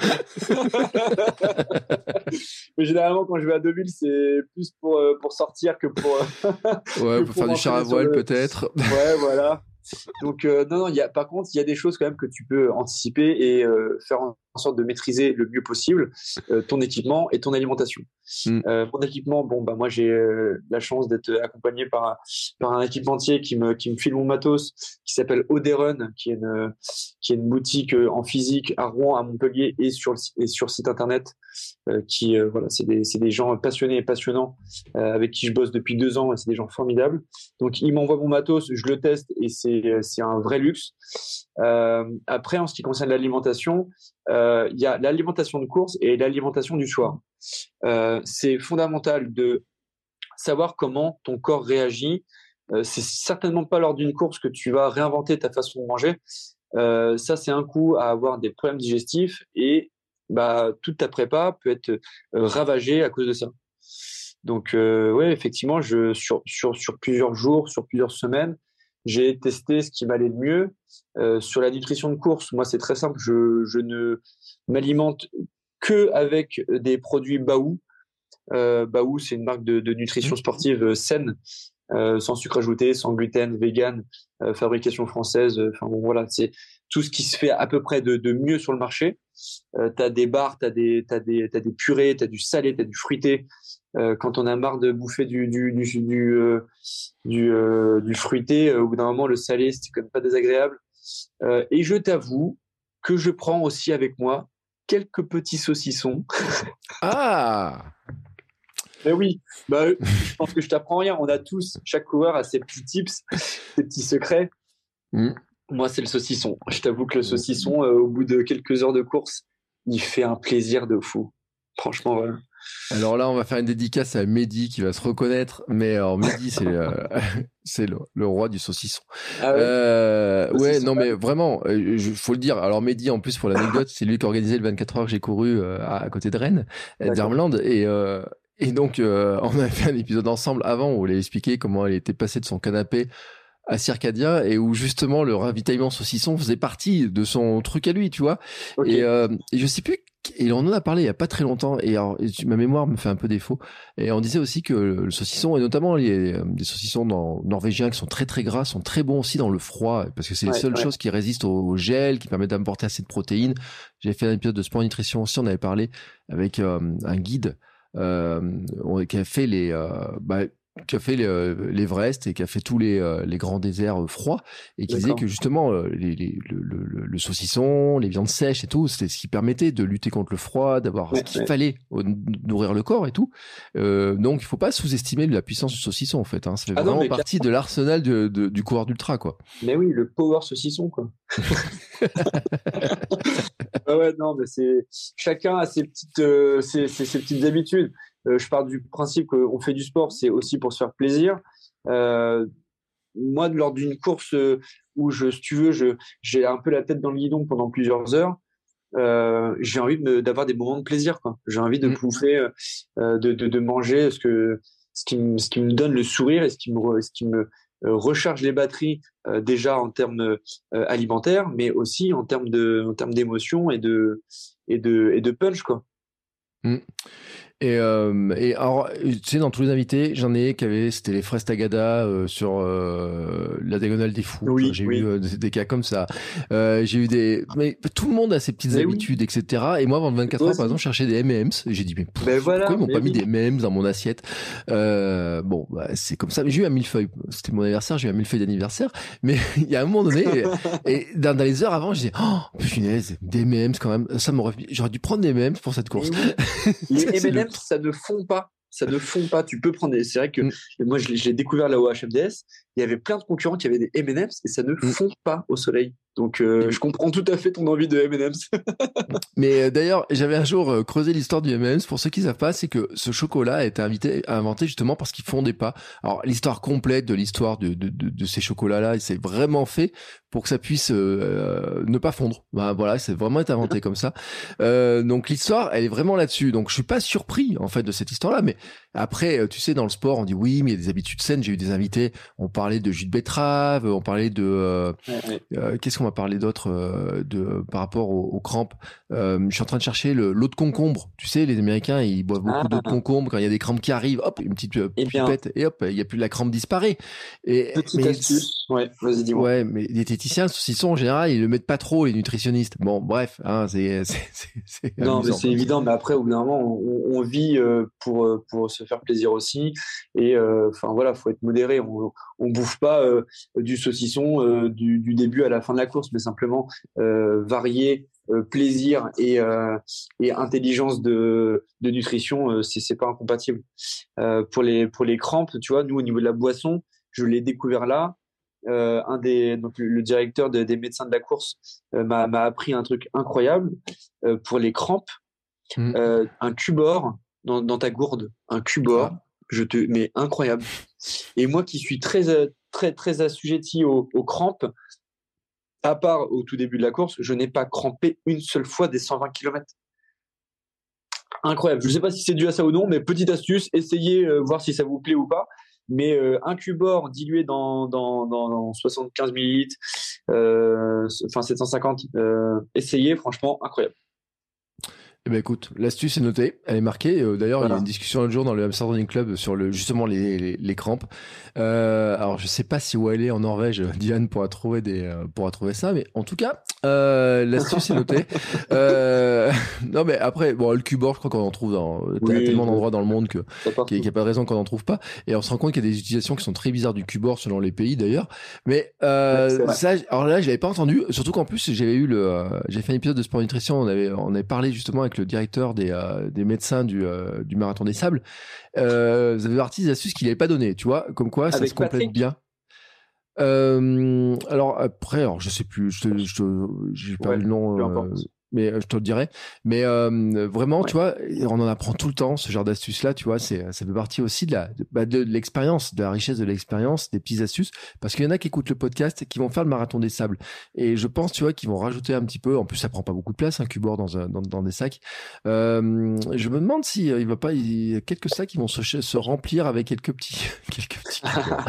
Mais généralement, quand je vais à Deauville, c'est plus pour pour sortir que pour. ouais, que pour, pour faire du char à voile le... peut-être. Ouais, voilà. Donc euh, non, non, il y a par contre, il y a des choses quand même que tu peux anticiper et euh, faire en sorte de maîtriser le mieux possible euh, ton équipement et ton alimentation. Mm. Euh, mon équipement, bon bah moi j'ai euh, la chance d'être accompagné par par un équipementier qui me qui me file mon matos, qui s'appelle Oderun, qui est une qui est une boutique en physique à Rouen, à Montpellier et sur le et sur site internet. Euh, qui euh, voilà, c'est des c'est des gens passionnés et passionnants euh, avec qui je bosse depuis deux ans et c'est des gens formidables. Donc ils m'envoient mon matos, je le teste et c'est c'est un vrai luxe. Euh, après, en ce qui concerne l'alimentation, euh, il y a l'alimentation de course et l'alimentation du soir. Euh, c'est fondamental de savoir comment ton corps réagit. Euh, c'est certainement pas lors d'une course que tu vas réinventer ta façon de manger. Euh, ça, c'est un coup à avoir des problèmes digestifs et bah toute ta prépa peut être euh, ravagée à cause de ça. Donc euh, ouais, effectivement, je sur sur sur plusieurs jours, sur plusieurs semaines, j'ai testé ce qui m'allait le mieux. Euh, sur la nutrition de course, moi c'est très simple, je je ne m'alimente que avec des produits Baou. Euh, Baou, c'est une marque de, de nutrition sportive euh, saine, euh, sans sucre ajouté, sans gluten, vegan, euh, fabrication française. Enfin euh, bon voilà, c'est tout ce qui se fait à peu près de, de mieux sur le marché. Euh, t'as des bars, t'as des t'as des t'as des purées, t'as du salé, t'as du fruité. Euh, quand on a marre de bouffer du du du du euh, du, euh, du fruité, euh, au bout d'un moment le salé c'est quand même pas désagréable. Euh, et je t'avoue que je prends aussi avec moi quelques petits saucissons. Ah. Mais oui, bah, je pense que je t'apprends rien. On a tous, chaque coureur a ses petits tips, ses petits secrets. Mm. Moi, c'est le saucisson. Je t'avoue que le saucisson, euh, au bout de quelques heures de course, il fait un plaisir de fou. Franchement, voilà. Alors là, on va faire une dédicace à Mehdi qui va se reconnaître. Mais alors, Mehdi, c'est le, c'est le, le roi du saucisson. Ah ouais. Euh, ouais, non, pas... mais vraiment, il faut le dire. Alors, Mehdi, en plus, pour l'anecdote, c'est lui qui a organisé le vingt-quatre heures que j'ai couru euh, à, à côté de Rennes, à Dermland. Et, euh, et donc, euh, on a fait un épisode ensemble avant où il a expliqué comment il était passé de son canapé à Circadia et où justement le ravitaillement saucisson faisait partie de son truc à lui, tu vois. Okay. Et, euh, et je sais plus, et on en a parlé il y a pas très longtemps et, alors, et ma mémoire me fait un peu défaut. Et on disait aussi que le saucisson et notamment les des saucissons dans, norvégiens qui sont très très gras sont très bons aussi dans le froid parce que c'est les ouais, seules ouais. choses qui résistent au, au gel, qui permettent d'apporter assez de protéines. J'avais fait un épisode de Sport Nutrition aussi, on avait parlé avec euh, un guide euh, qui a fait les euh, bah, qui a fait l'Everest et qui a fait tous les, euh, les grands déserts euh, froids et qui disait que justement euh, les, les, le, le, le saucisson, les viandes sèches et tout, c'était ce qui permettait de lutter contre le froid, d'avoir ouais, ce qu'il ouais. fallait euh, nourrir le corps et tout. Euh, donc il faut pas sous-estimer la puissance du saucisson en fait. Hein. Ça fait ah vraiment non, partie de l'arsenal de, de, du coureur d'ultra quoi. Mais oui, le power saucisson quoi. ah ouais non mais c'est chacun a ses petites euh, ses, ses, ses petites habitudes. Euh, je pars du principe qu'on fait du sport, c'est aussi pour se faire plaisir. Euh, moi, lors d'une course où, je, si tu veux, je, j'ai un peu la tête dans le guidon pendant plusieurs heures, euh, j'ai envie de, d'avoir des moments de plaisir, quoi. J'ai envie de mmh. bouffer, euh, de, de, de manger ce, que, ce, qui me, ce qui me donne le sourire et ce qui me, ce qui me euh, recharge les batteries, euh, déjà en termes euh, alimentaires, mais aussi en termes, de, en termes d'émotion et de, et, de, et de punch, quoi. Mmh. Et, euh, et alors, tu sais, dans tous les invités, j'en ai qui avaient, c'était les fraises Tagada euh, sur euh, la diagonale des fous. Oui, enfin, j'ai oui. eu euh, des, des cas comme ça. Euh, j'ai eu des, mais tout le monde a ses petites mais habitudes, oui. et cetera. Et moi, avant vingt-quatre heures, par exemple, je cherchais des M and M's. Et j'ai dit, mais pff, ben voilà, pourquoi ils m'ont pas oui. mis des M and M's dans mon assiette euh, Bon, bah, c'est comme ça. Mais j'ai eu un millefeuille. C'était mon anniversaire. J'ai eu un millefeuille d'anniversaire. Mais il y a un moment donné, et, et dans, dans les heures avant, je disais, oh, punaise, des M and M's quand même. Ça m'aurait, j'aurais dû prendre des M and M's pour cette course. Oui. Les M and M's, ça ne fond pas. Ça ne fond pas. Tu peux prendre des... C'est vrai que mm. moi, je l'ai, je l'ai découvert là au H F D S. Il y avait plein de concurrents qui avaient des M and M's et ça ne mm. fond pas au soleil. Donc, euh, mm. je comprends tout à fait ton envie de M and M's. Mais euh, d'ailleurs, j'avais un jour euh, creusé l'histoire du M and M's. Pour ceux qui ne savent pas, c'est que ce chocolat a été invité, inventé justement parce qu'il fondait pas. Alors, l'histoire complète de l'histoire de, de, de, de ces chocolats-là, c'est vraiment fait pour que ça puisse euh, ne pas fondre. Ben, voilà, c'est vraiment été inventé comme ça. Euh, donc, l'histoire, elle est vraiment là-dessus. Donc, je suis pas surpris en fait de cette histoire-là, mais après, tu sais, dans le sport, on dit oui, mais il y a des habitudes saines. J'ai eu des invités, on parlait de jus de betterave, on parlait de euh, ouais, euh, qu'est-ce qu'on va parler d'autre euh, de par rapport aux, aux crampes. Euh, je suis en train de chercher le, l'eau de concombre. Tu sais, les Américains, ils boivent beaucoup ah, d'eau de concombre quand il y a des crampes qui arrivent. Hop, une petite euh, pipette et hop, il y a plus la crampe disparaît. Et petite mais, astuce. Ouais, vas-y dis-moi. Ouais, mais les diététiciens, le saucisson en général, ils le mettent pas trop, les nutritionnistes. Bon, bref, hein, c'est c'est c'est, c'est non, amusant. mais c'est évident. Mais après, au bout d'un moment, on, on vit euh, pour pour se faire plaisir aussi. Et enfin euh, voilà, faut être modéré. On on bouffe pas euh, du saucisson euh, du, du début à la fin de la course, mais simplement euh, varier euh, plaisir et euh, et intelligence de de nutrition, euh, c'est c'est pas incompatible. Euh, pour les pour les crampes, tu vois, nous au niveau de la boisson, je l'ai découvert là. Euh, un des donc le, le directeur de, des médecins de la course euh, m'a m'a appris un truc incroyable euh, pour les crampes. Mmh. Euh, un Cubor dans dans ta gourde, un Cubor. Ah. Je te, mais incroyable. Et moi qui suis très, très, très assujetti aux, aux crampes, à part au tout début de la course, je n'ai pas crampé une seule fois des cent vingt kilomètres. Incroyable. Je ne sais pas si c'est dû à ça ou non, mais petite astuce, essayez, euh, voir si ça vous plaît ou pas. Mais euh, un Cubor dilué dans, dans, dans, dans soixante-quinze millilitres, euh, enfin sept cent cinquante, euh, essayez, franchement, incroyable. Eh ben écoute, l'astuce est notée, elle est marquée. Euh, d'ailleurs, voilà. Il y a une discussion l'autre jour dans le Hamster Running Club sur le justement les les, les crampes. Euh, alors je sais pas si où elle est en Norvège, Diane pourra trouver des euh, pourra trouver ça, mais en tout cas, euh, l'astuce est notée. Euh, non mais après, bon le Cubor, je crois qu'on en trouve dans oui, tellement oui. d'endroits dans le monde que qu'il n'y a pas de raison qu'on en trouve pas. Et on se rend compte qu'il y a des utilisations qui sont très bizarres du Cubor selon les pays d'ailleurs. Mais euh, ouais, ça, alors là, je l'avais pas entendu. Surtout qu'en plus, j'avais eu le, euh, j'ai fait un épisode de Sport Nutrition. On avait on avait parlé justement avec le directeur des, euh, des médecins du, euh, du Marathon des Sables, euh, vous avez partie des astuces qu'il n'avait pas données, tu vois, comme quoi ça Avec se complète Patrick. bien. Euh, alors après, alors je sais plus, je te, je te, j'ai pas ouais, le nom. Euh, mais euh, je te le dirai. Mais euh, vraiment, ouais. tu vois, on en apprend tout le temps, ce genre d'astuces-là, tu vois, c'est, ça fait partie aussi de la, de, bah, de, de l'expérience, de la richesse de l'expérience, des petites astuces, parce qu'il y en a qui écoutent le podcast et qui vont faire le marathon des sables. Et je pense, tu vois, qu'ils vont rajouter un petit peu, en plus, ça prend pas beaucoup de place, un cubord dans, un, dans, dans des sacs. Euh, je me demande si euh, il va pas, il y a quelques sacs qui vont se, se remplir avec quelques petits, quelques petits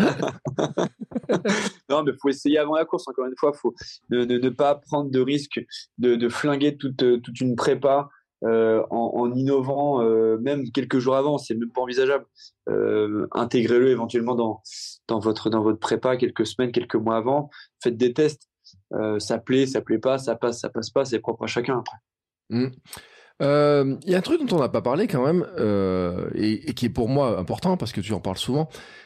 Non, mais faut essayer avant la course. Encore une fois, faut ne, ne, ne pas prendre de risque de, de flinguer toute, toute une prépa euh, en, en innovant, euh, même quelques jours avant. C'est même pas envisageable. Euh, intégrez-le éventuellement dans, dans votre, dans votre prépa quelques semaines, quelques mois avant. Faites des tests. Euh, ça plaît, ça plaît pas, ça passe, ça passe pas. C'est propre à chacun après. Mmh. Il euh, y a un truc dont on n'a pas parlé quand même, euh, et, et qui est pour moi important parce que tu en parles souvent,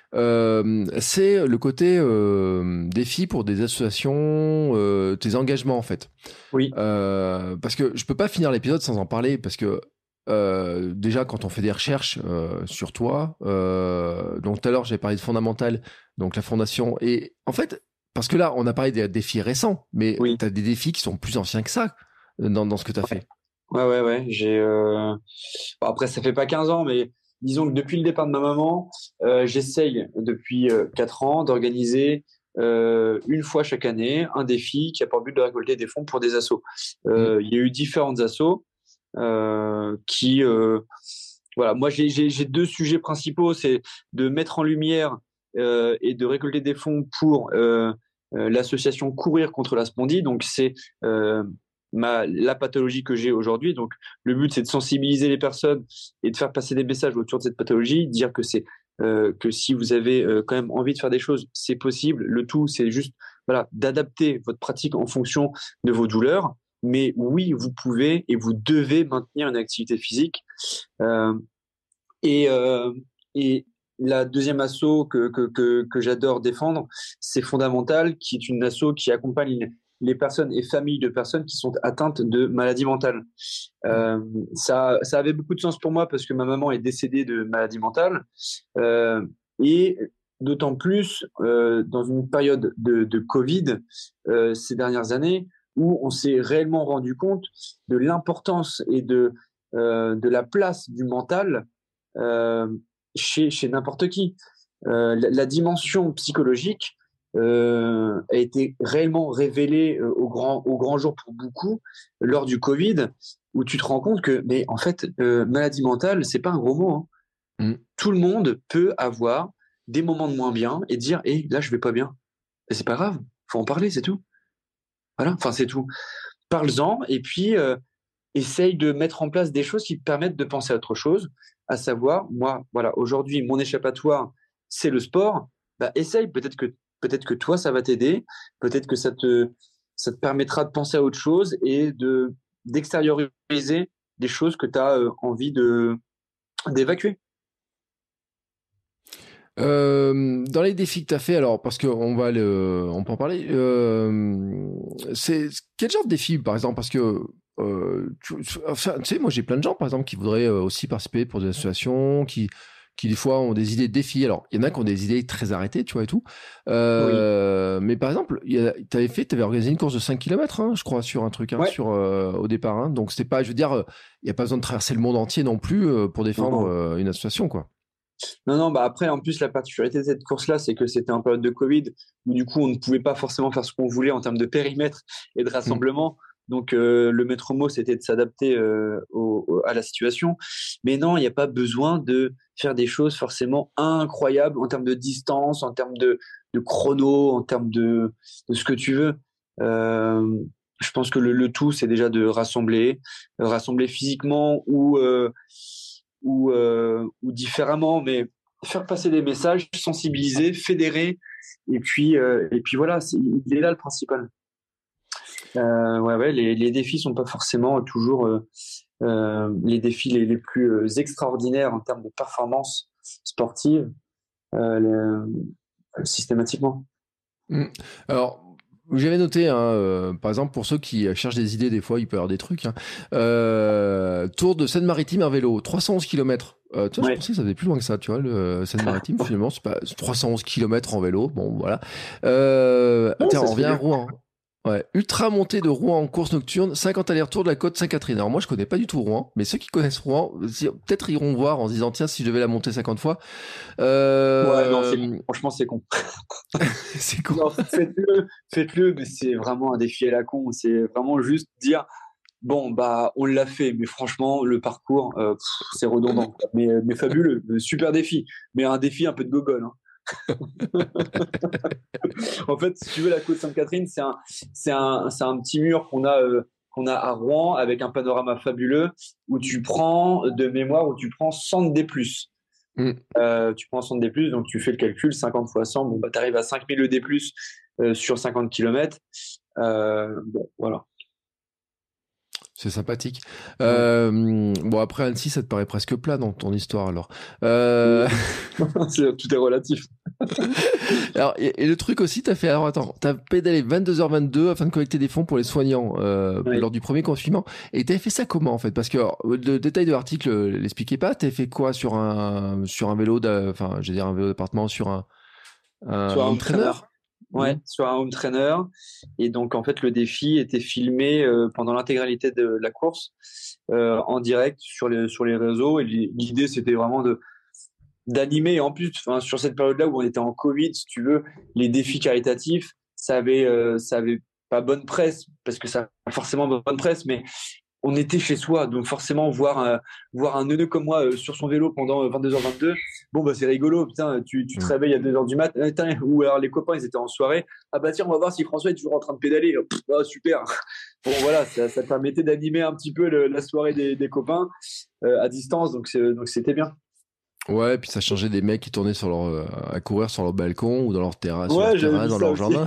euh, c'est le côté euh, défi pour des associations, euh, tes engagements en fait. Oui. Euh, parce que je peux pas finir l'épisode sans en parler parce que euh, déjà quand on fait des recherches euh, sur toi, euh, donc tout à l'heure j'avais parlé de Fondamental, donc la fondation, et en fait parce que là on a parlé des défis récents, mais oui. tu as des défis qui sont plus anciens que ça dans, dans ce que tu as fait. Ouais, ouais, ouais. J'ai, euh... bon, après, ça fait pas quinze ans, mais disons que depuis le départ de ma maman, euh, j'essaye depuis euh, quatre ans d'organiser euh, une fois chaque année un défi qui a pour but de récolter des fonds pour des assos. Euh, mmh. Il y a eu différentes assos euh, qui, euh... voilà. Moi, j'ai, j'ai, j'ai deux sujets principaux, c'est de mettre en lumière euh, et de récolter des fonds pour euh, euh, l'association Courir contre la spondie. Donc, c'est euh, Ma, la pathologie que j'ai aujourd'hui. Donc, le but, c'est de sensibiliser les personnes et de faire passer des messages autour de cette pathologie, dire que c'est euh, que si vous avez euh, quand même envie de faire des choses, c'est possible. Le tout, c'est juste voilà, d'adapter votre pratique en fonction de vos douleurs. Mais oui, vous pouvez et vous devez maintenir une activité physique. Euh, et, euh, et la deuxième asso que, que, que, que j'adore défendre, c'est Fondamental, qui est une asso qui accompagne les personnes et familles de personnes qui sont atteintes de maladies mentales. Euh, ça, ça avait beaucoup de sens pour moi parce que ma maman est décédée de maladie mentale euh, et d'autant plus euh, dans une période de, de Covid euh, ces dernières années où on s'est réellement rendu compte de l'importance et de, euh, de la place du mental euh, chez, chez n'importe qui. Euh, la, la dimension psychologique Euh, a été réellement révélé euh, au grand au grand jour pour beaucoup lors du Covid, où tu te rends compte que mais en fait euh, maladie mentale c'est pas un gros mot. Hein. Mm. Tout le monde peut avoir des moments de moins bien et dire et hey, là je vais pas bien. Et c'est pas grave, faut en parler, c'est tout. Voilà, enfin c'est tout. Parle-en et puis euh, essaye de mettre en place des choses qui te permettent de penser à autre chose, à savoir moi voilà aujourd'hui mon échappatoire c'est le sport. Bah essaye peut-être que Peut-être que toi, ça va t'aider. Peut-être que ça te, ça te permettra de penser à autre chose et de, d'extérioriser des choses que tu as euh, envie de, d'évacuer. Euh, dans les défis que tu as fait, alors, parce qu'on va le, on peut en parler, euh, c'est, quel genre de défi, par exemple, parce que, euh, tu, enfin, tu sais, moi, j'ai plein de gens, par exemple, qui voudraient aussi participer pour des associations, qui, qui des fois ont des idées de défis. Alors, il y en a qui ont des idées très arrêtées, tu vois, et tout. Euh, oui. Mais par exemple, tu avais fait, tu avais organisé une course de cinq kilomètres, hein, je crois, sur un truc, hein, ouais. sur, euh, au départ. Hein. Donc, c'était pas, je veux dire, il n'y a pas besoin de traverser le monde entier non plus euh, pour défendre euh, une association, quoi. Non, non, bah après, en plus, la particularité de cette course-là, c'est que c'était en période de Covid, où du coup, on ne pouvait pas forcément faire ce qu'on voulait en termes de périmètre et de rassemblement. Mmh. Donc, euh, le maître mot, c'était de s'adapter euh, au, au, à la situation. Mais non, il n'y a pas besoin de faire des choses forcément incroyables en termes de distance, en termes de, de chrono, en termes de, de ce que tu veux. Euh, je pense que le, le tout, c'est déjà de rassembler, euh, rassembler physiquement ou, euh, ou, euh, ou différemment, mais faire passer des messages, sensibiliser, fédérer. Et puis, euh, et puis voilà, c'est, il est là le principal. Euh, ouais, ouais, les, les défis sont pas forcément toujours euh, euh, les défis les, les plus euh, extraordinaires en termes de performance sportive euh, les, systématiquement. Mmh. Alors, j'avais noté, hein, euh, par exemple, pour ceux qui cherchent des idées, des fois, il peut y avoir des trucs. Hein. Euh, tour de Seine-Maritime en vélo, trois cent onze kilomètres. Euh, tu vois, ouais. Je pensais que ça faisait plus loin que ça, tu vois, le Seine-Maritime, finalement, c'est pas trois cent onze kilomètres en vélo. Bon, voilà. Euh, ouais, tiens, on revient à Rouen. Ouais, ultra montée de Rouen en course nocturne, cinquante allers-retours de la côte Sainte-Catherine. Alors moi, je connais pas du tout Rouen, mais ceux qui connaissent Rouen, si- peut-être iront voir en se disant, tiens, si je devais la monter cinquante fois. Ouais, non, c'est Euh... franchement, c'est con. c'est cool. Non, faites-le, faites-le, mais c'est vraiment un défi à la con. C'est vraiment juste dire, bon, bah, on l'a fait, mais franchement, le parcours, euh, pff, c'est redondant, quoi. Mais, mais fabuleux, super défi, mais un défi un peu de gogol, hein. En fait, si tu veux, la côte Sainte-Catherine, c'est un, c'est un, c'est un petit mur qu'on a, euh, qu'on a à Rouen avec un panorama fabuleux où tu prends de mémoire, où tu prends cent D plus. Mm. Euh, tu prends cent D plus, donc tu fais le calcul, cinquante fois cent, bon, bah, tu arrives à cinq mille E D plus euh, sur cinquante kilomètres. Euh, bon, voilà. C'est sympathique. Ouais. Euh, bon, après Annecy, ça te paraît presque plat dans ton histoire, alors. Euh... C'est- tout est relatif. alors, et, et le truc aussi, t'as fait, alors attends, t'as pédalé vingt-deux heures vingt-deux afin de collecter des fonds pour les soignants euh, Oui. lors du premier confinement. Et t'avais fait ça comment, en fait? Parce que alors, le détail de l'article euh, l'expliquait pas. T'avais fait quoi sur un, sur un vélo, d'a- enfin, je veux dire un vélo d'appartement, sur un, un Sur un home home trainer? trainer. Ouais, Mmh. sur un home trainer. Et donc, en fait, le défi était filmé euh, pendant l'intégralité de la course euh, en direct sur les, sur les réseaux. Et l'idée, c'était vraiment de d'animer. Et en plus, enfin, sur cette période-là où on était en Covid, si tu veux, les défis caritatifs, ça avait, euh, ça avait pas bonne presse, parce que ça a forcément bonne presse, mais on était chez soi, donc forcément voir un, voir un neuneu comme moi euh, sur son vélo pendant vingt-deux heures vingt-deux, bon bah c'est rigolo, putain, tu, tu te Mmh. réveilles à deux heures du mat, euh, putain, ou alors les copains ils étaient en soirée, ah bah tiens on va voir si François est toujours en train de pédaler, pff, ah, super, bon voilà, ça, ça permettait d'animer un petit peu le, la soirée des, des copains euh, à distance, donc c'est, donc c'était bien. Ouais, puis ça changeait des mecs qui tournaient sur leur, euh, à courir sur leur balcon ou dans leur terrasse, sur leur Ouais, j'avais terrasse, vu dans ça leur aussi. jardin.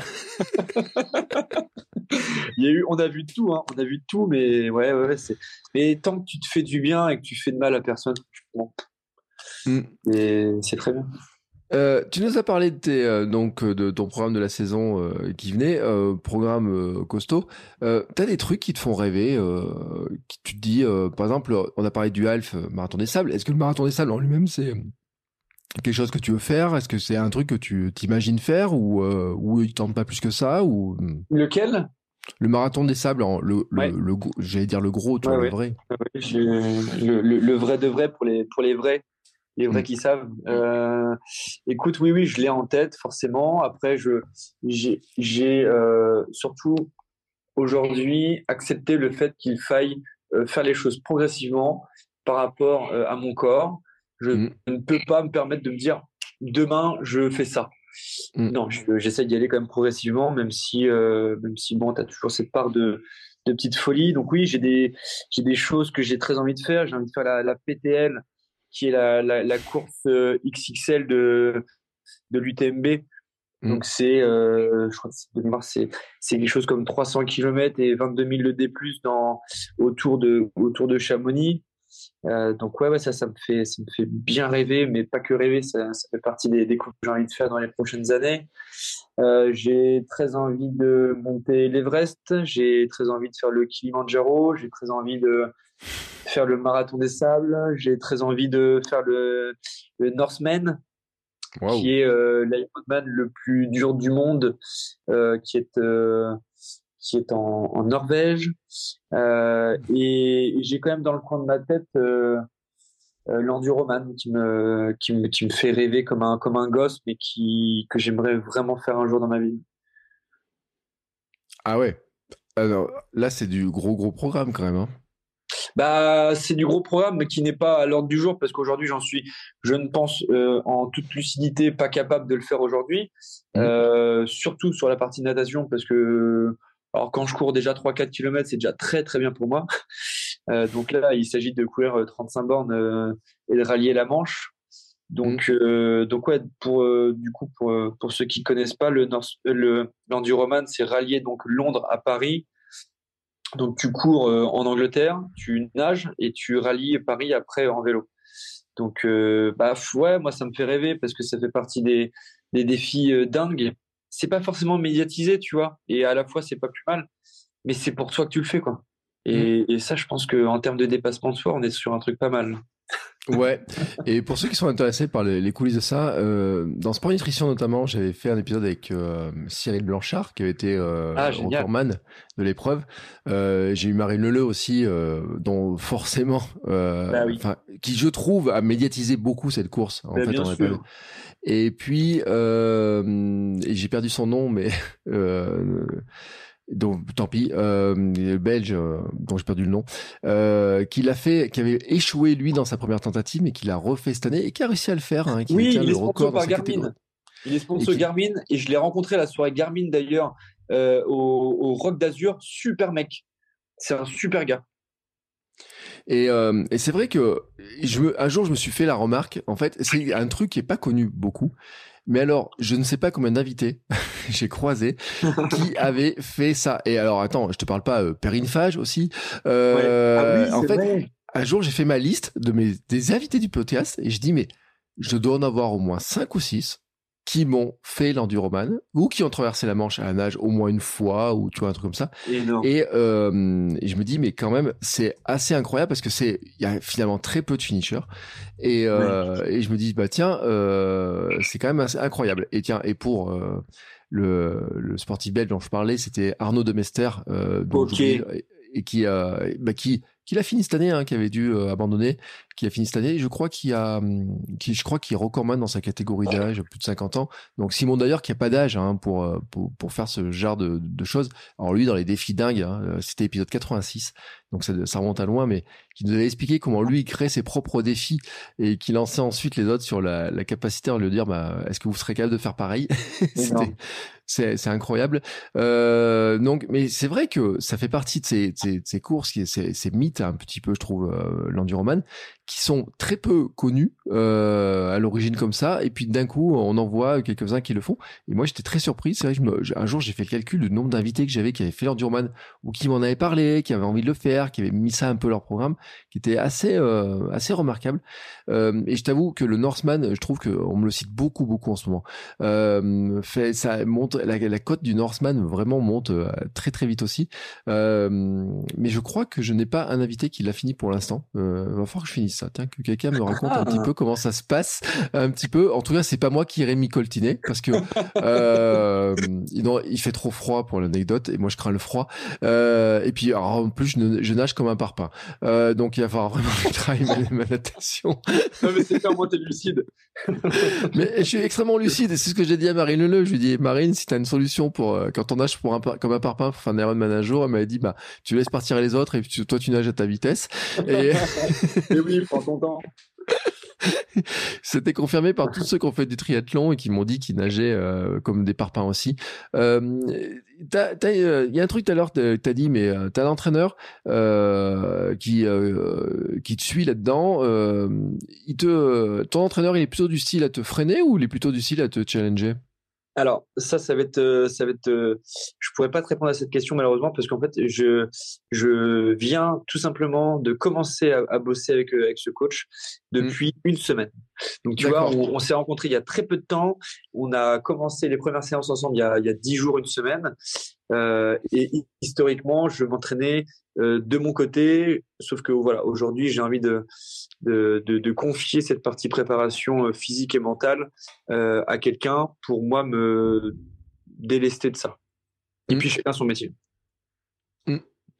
Il y a eu, on a vu de tout, hein. On a vu de tout, mais ouais, ouais, ouais, c'est. Mais tant que tu te fais du bien et que tu fais de mal à personne, franchement, Mmh. et c'est très bien. Euh, tu nous as parlé de, tes, euh, donc, euh, de ton programme de la saison euh, qui venait, euh, programme euh, costaud. Euh, t'as des trucs qui te font rêver, euh, qui tu te dis, euh, par exemple, on a parlé du Half euh, Marathon des Sables. Est-ce que le Marathon des Sables en lui-même, c'est euh, quelque chose que tu veux faire? Est-ce que c'est un truc que tu t'imagines faire ou, euh, ou il tente pas plus que ça ou Lequel? le Marathon des Sables, en- le, le, Ouais, le, gros- j'allais dire le gros, tu ouais, vois, le ouais. vrai. Ouais, ouais, je- le, le, le vrai de vrai pour les, pour les vrais, les vrais Mm. qui savent. Euh, écoute, oui, oui, je l'ai en tête, forcément. Après, je, j'ai, j'ai euh, surtout aujourd'hui accepté le fait qu'il faille euh, faire les choses progressivement par rapport euh, à mon corps. Je Mm. ne peux pas me permettre de me dire demain je fais ça. Mm. Non, je- j'essaie d'y aller quand même progressivement, même si, euh, même si bon, tu as toujours cette part de, de petite folie. Donc oui, j'ai des, j'ai des choses que j'ai très envie de faire. J'ai envie de faire la, la P T L, qui est la, la, la course euh, X X L de, de l'U T M B. Mm. Donc c'est, euh, je crois que c'est de mémoire, c'est c'est quelque chose comme trois cents kilomètres et vingt-deux mille le D plus dans autour de autour de Chamonix. Euh, donc ouais, ouais, ça, ça me fait ça me fait bien rêver, mais pas que rêver, ça, ça fait partie des des courses que j'ai envie de faire dans les prochaines années. Euh, j'ai très envie de monter l'Everest, j'ai très envie de faire le Kilimandjaro, j'ai très envie de faire le Marathon des Sables, j'ai très envie de faire le le Northman, Waouh. qui est euh, l'Ironman le plus dur du monde, euh, qui est euh, qui est en, en Norvège. Euh, et, et j'ai quand même dans le coin de ma tête euh, euh, l'enduroman qui me qui me qui me fait rêver comme un comme un gosse, mais qui que j'aimerais vraiment faire un jour dans ma vie. Ah ouais. Alors là, c'est du gros gros programme quand même, hein. Bah, c'est du gros programme, mais qui n'est pas à l'ordre du jour parce qu'aujourd'hui, j'en suis, je ne pense, euh, en toute lucidité, pas capable de le faire aujourd'hui. Mm. Euh, surtout sur la partie natation parce que, alors quand je cours déjà trois quatre kilomètres, c'est déjà très très bien pour moi. Euh, donc là, il s'agit de courir euh, trente-cinq bornes euh, et de rallier la Manche. Mm. Donc, euh, donc ouais, pour euh, du coup pour euh, pour ceux qui connaissent pas le North- euh, le l'enduroman, c'est rallier donc Londres à Paris. Donc tu cours euh, en Angleterre, tu nages et tu rallies Paris après en vélo. Donc euh, bah f- ouais, moi ça me fait rêver parce que ça fait partie des des défis euh, dingues. C'est pas forcément médiatisé, tu vois, et à la fois c'est pas plus mal, mais c'est pour toi que tu le fais quoi. Mm. Et, et ça, je pense que en termes de dépassement de soi, on est sur un truc pas mal. Ouais. Et pour ceux qui sont intéressés par les, les coulisses de ça, euh, dans Sport Nutrition notamment, j'avais fait un épisode avec euh, Cyril Blanchard, qui avait été euh, Ah, génial. recordman de l'épreuve. Euh, j'ai eu Marine Leleu aussi, euh, dont forcément, euh, Bah oui. enfin, qui je trouve a médiatisé beaucoup cette course. En Bah, fait, bien on a sûr. pas. Et puis, euh, et j'ai perdu son nom, mais euh, donc tant pis, euh, le Belge euh, dont j'ai perdu le nom, euh, qui l'a fait, qui avait échoué lui dans sa première tentative, mais qui l'a refait cette année et qui a réussi à le faire, hein, qui Oui, détient il le est record sponsor dans par sa catégorie. Garmin. Il est Et sponsor qui, Garmin et je l'ai rencontré à la soirée Garmin d'ailleurs euh, au, au Rock d'Azur. Super mec. C'est un super gars. et, euh, et c'est vrai que je me, un jour je me suis fait la remarque. En fait, c'est un truc qui est pas connu beaucoup. Mais alors, je ne sais pas combien d'invités j'ai croisé qui avaient fait ça. Et alors, attends, je te parle pas euh, Perrine Fage aussi. Ouais. Ah oui, Euh, en c'est fait, vrai. un jour, j'ai fait ma liste de mes des invités du podcast et je dis mais je dois en avoir au moins cinq ou six qui m'ont fait l'enduroman ou qui ont traversé la Manche à la nage au moins une fois ou tu vois un truc comme ça. Énorme. Et, euh, et je me dis mais quand même c'est assez incroyable parce que c'est il y a finalement très peu de finishers et, euh, Ouais. et je me dis bah tiens euh, c'est quand même assez incroyable. Et tiens et pour euh, le, le sportif belge dont je parlais, c'était Arnaud Demester, euh, dont Ok. j'oublie, et, et qui, euh, bah, qui, qui l'a fini cette année, hein, qui avait dû euh, abandonner, qui a fini cette année. Je crois qu'il a, hum, qui, je crois qu'il est recordman dans sa catégorie d'âge, plus de cinquante ans. Donc Simon d'ailleurs, qui a pas d'âge hein, pour, euh, pour pour faire ce genre de, de choses. Alors lui, dans les défis dingues, hein, euh, c'était épisode quatre-vingt-six, donc ça, ça remonte à loin, mais qui nous avait expliqué comment lui il crée ses propres défis et qui lançait ensuite les autres sur la, la capacité à lui dire, bah, est-ce que vous serez capable de faire pareil? C'était Énorme. c'est c'est incroyable. Euh, donc, mais c'est vrai que ça fait partie de ces, de ces, de ces courses, qui, ces, ces mythes un petit peu, je trouve, euh, l'enduroman, qui sont très peu connus euh, à l'origine comme ça. Et puis d'un coup, on en voit quelques-uns qui le font. Et moi, j'étais très surpris. C'est vrai que je me, un jour, j'ai fait le calcul du nombre d'invités que j'avais qui avaient fait l'enduroman ou qui m'en avaient parlé, qui avaient envie de le faire, qui avaient mis ça un peu leur programme, qui était assez euh, assez remarquable. Euh, et je t'avoue que le Norseman, je trouve qu'on me le cite beaucoup beaucoup en ce moment. Euh, fait ça monte la, la cote du Norseman vraiment monte euh, très très vite aussi. Euh, mais je crois que je n'ai pas un invité qui l'a fini pour l'instant. Euh, va falloir que je finisse ça. Tiens, que quelqu'un me raconte un petit Ah. peu comment ça se passe, un petit peu. En tout cas, c'est pas moi qui irai m'y coltiner parce que euh, non, il fait trop froid pour l'anecdote et moi je crains le froid. Euh, et puis alors, en plus je, ne, je nage comme un parpaing. Euh, donc il va falloir vraiment que je travaille ma, ma natation. Non, mais c'est clair, moi, t'es lucide. Mais je suis extrêmement lucide et c'est ce que j'ai dit à Marine Leleu. Je lui ai dit, Marine, si t'as une solution pour euh, quand on nage pour un, par- comme un parpaing pour faire un Ironman un jour, elle m'avait dit, bah tu laisses partir les autres et puis tu- toi tu nages à ta vitesse. Et Mais oui, prends ton temps. c'était confirmé par tous ceux qui ont fait du triathlon et qui m'ont dit qu'ils nageaient euh, comme des parpaings aussi. Euh, t'as, t'as, euh, y a un truc tout à l'heure, t'as, t'as dit, mais euh, t'as l'entraîneur euh, qui euh, qui te suit là-dedans. Euh, il te, ton entraîneur, il est plutôt du style à te freiner ou il est plutôt du style à te challenger? Alors, ça, ça va être, euh, ça va être, euh, je pourrais pas te répondre à cette question malheureusement parce qu'en fait, je, je viens tout simplement de commencer à, à bosser avec, euh, avec ce coach Hmm. depuis une semaine. Donc, tu vois, D'accord. on, on s'est rencontrés il y a très peu de temps. On a commencé les premières séances ensemble il y a, il y a dix jours, une semaine. Euh, et hi- historiquement, je m'entraînais euh, de mon côté, sauf que voilà, aujourd'hui, j'ai envie de, de, de, de confier cette partie préparation euh, physique et mentale euh, à quelqu'un pour moi me délester de ça. Et Hmm. puis chacun son métier. Hmm.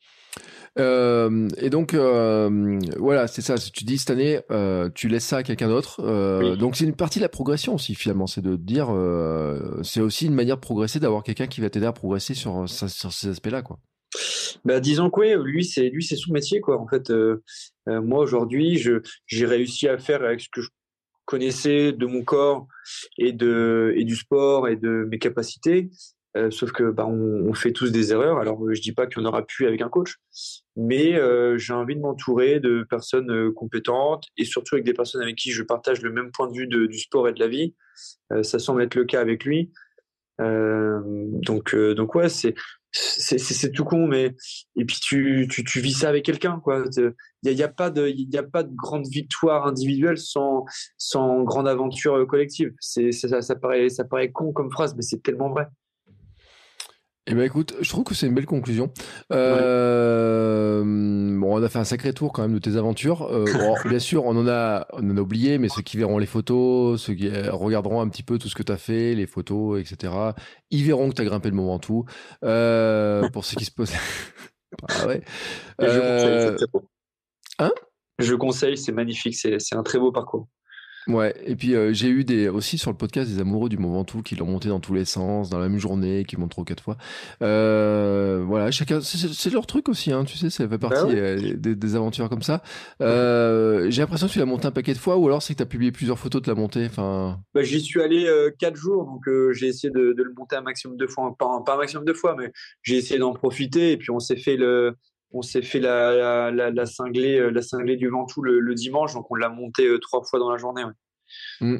Euh, et donc euh, voilà, c'est ça. Tu dis cette année, euh, tu laisses ça à quelqu'un d'autre. Euh, Oui. donc c'est une partie de la progression aussi finalement, c'est de te dire, euh, c'est aussi une manière de progresser, d'avoir quelqu'un qui va t'aider à progresser sur, sur ces aspects-là, quoi. Bah, disons que oui, lui c'est lui c'est son métier quoi. En fait, euh, euh, moi aujourd'hui, je j'ai réussi à faire avec ce que je connaissais de mon corps et de et du sport et de mes capacités. Euh, sauf que bah on, on fait tous des erreurs. Alors euh, je dis pas qu'il y en aura plus avec un coach, mais euh, j'ai envie de m'entourer de personnes euh, compétentes et surtout avec des personnes avec qui je partage le même point de vue de, du sport et de la vie. Euh, ça semble être le cas avec lui. Euh, donc euh, donc ouais c'est c'est c'est c'est tout con mais et puis tu tu tu vis ça avec quelqu'un quoi. Il y a, y a pas de il y a pas de grande victoire individuelle sans sans grande aventure collective. C'est c'est- ça ça paraît ça paraît con comme phrase mais c'est tellement vrai. Eh ben écoute, je trouve que c'est une belle conclusion. Ouais. Euh, bon, on a fait un sacré tour quand même de tes aventures. Euh, bon, bien sûr, on en a, on en a oublié, mais ceux qui verront les photos, ceux qui euh, regarderont un petit peu tout ce que tu as fait, les photos, et cetera, ils verront que tu as grimpé le Mont Ventoux. Euh, pour ceux qui se posent... ah ouais. Et je conseille, c'est Euh, très beau. hein Je conseille, c'est magnifique, c'est, c'est un très beau parcours. Ouais, et puis euh, j'ai eu des aussi sur le podcast des amoureux du Mont Ventoux qui l'ont monté dans tous les sens, dans la même journée, qui montent trois ou quatre fois. Euh, voilà, chacun, c'est, c'est c'est leur truc aussi, hein, tu sais, ça fait Bah partie ouais. euh, des, des aventures comme ça. Ouais. Euh, j'ai l'impression que tu l'as monté un paquet de fois, ou alors c'est que tu as publié plusieurs photos de la montée. Enfin, Bah, j'y suis allé euh, quatre jours, donc euh, j'ai essayé de, de le monter un maximum de fois, pas, un- pas un maximum de fois, mais j'ai essayé d'en profiter. Et puis on s'est fait le, on s'est fait la, la, la, la cinglée, euh, la cinglée du Ventoux le, le dimanche, donc on l'a monté euh, trois fois dans la journée. Ouais. hmm.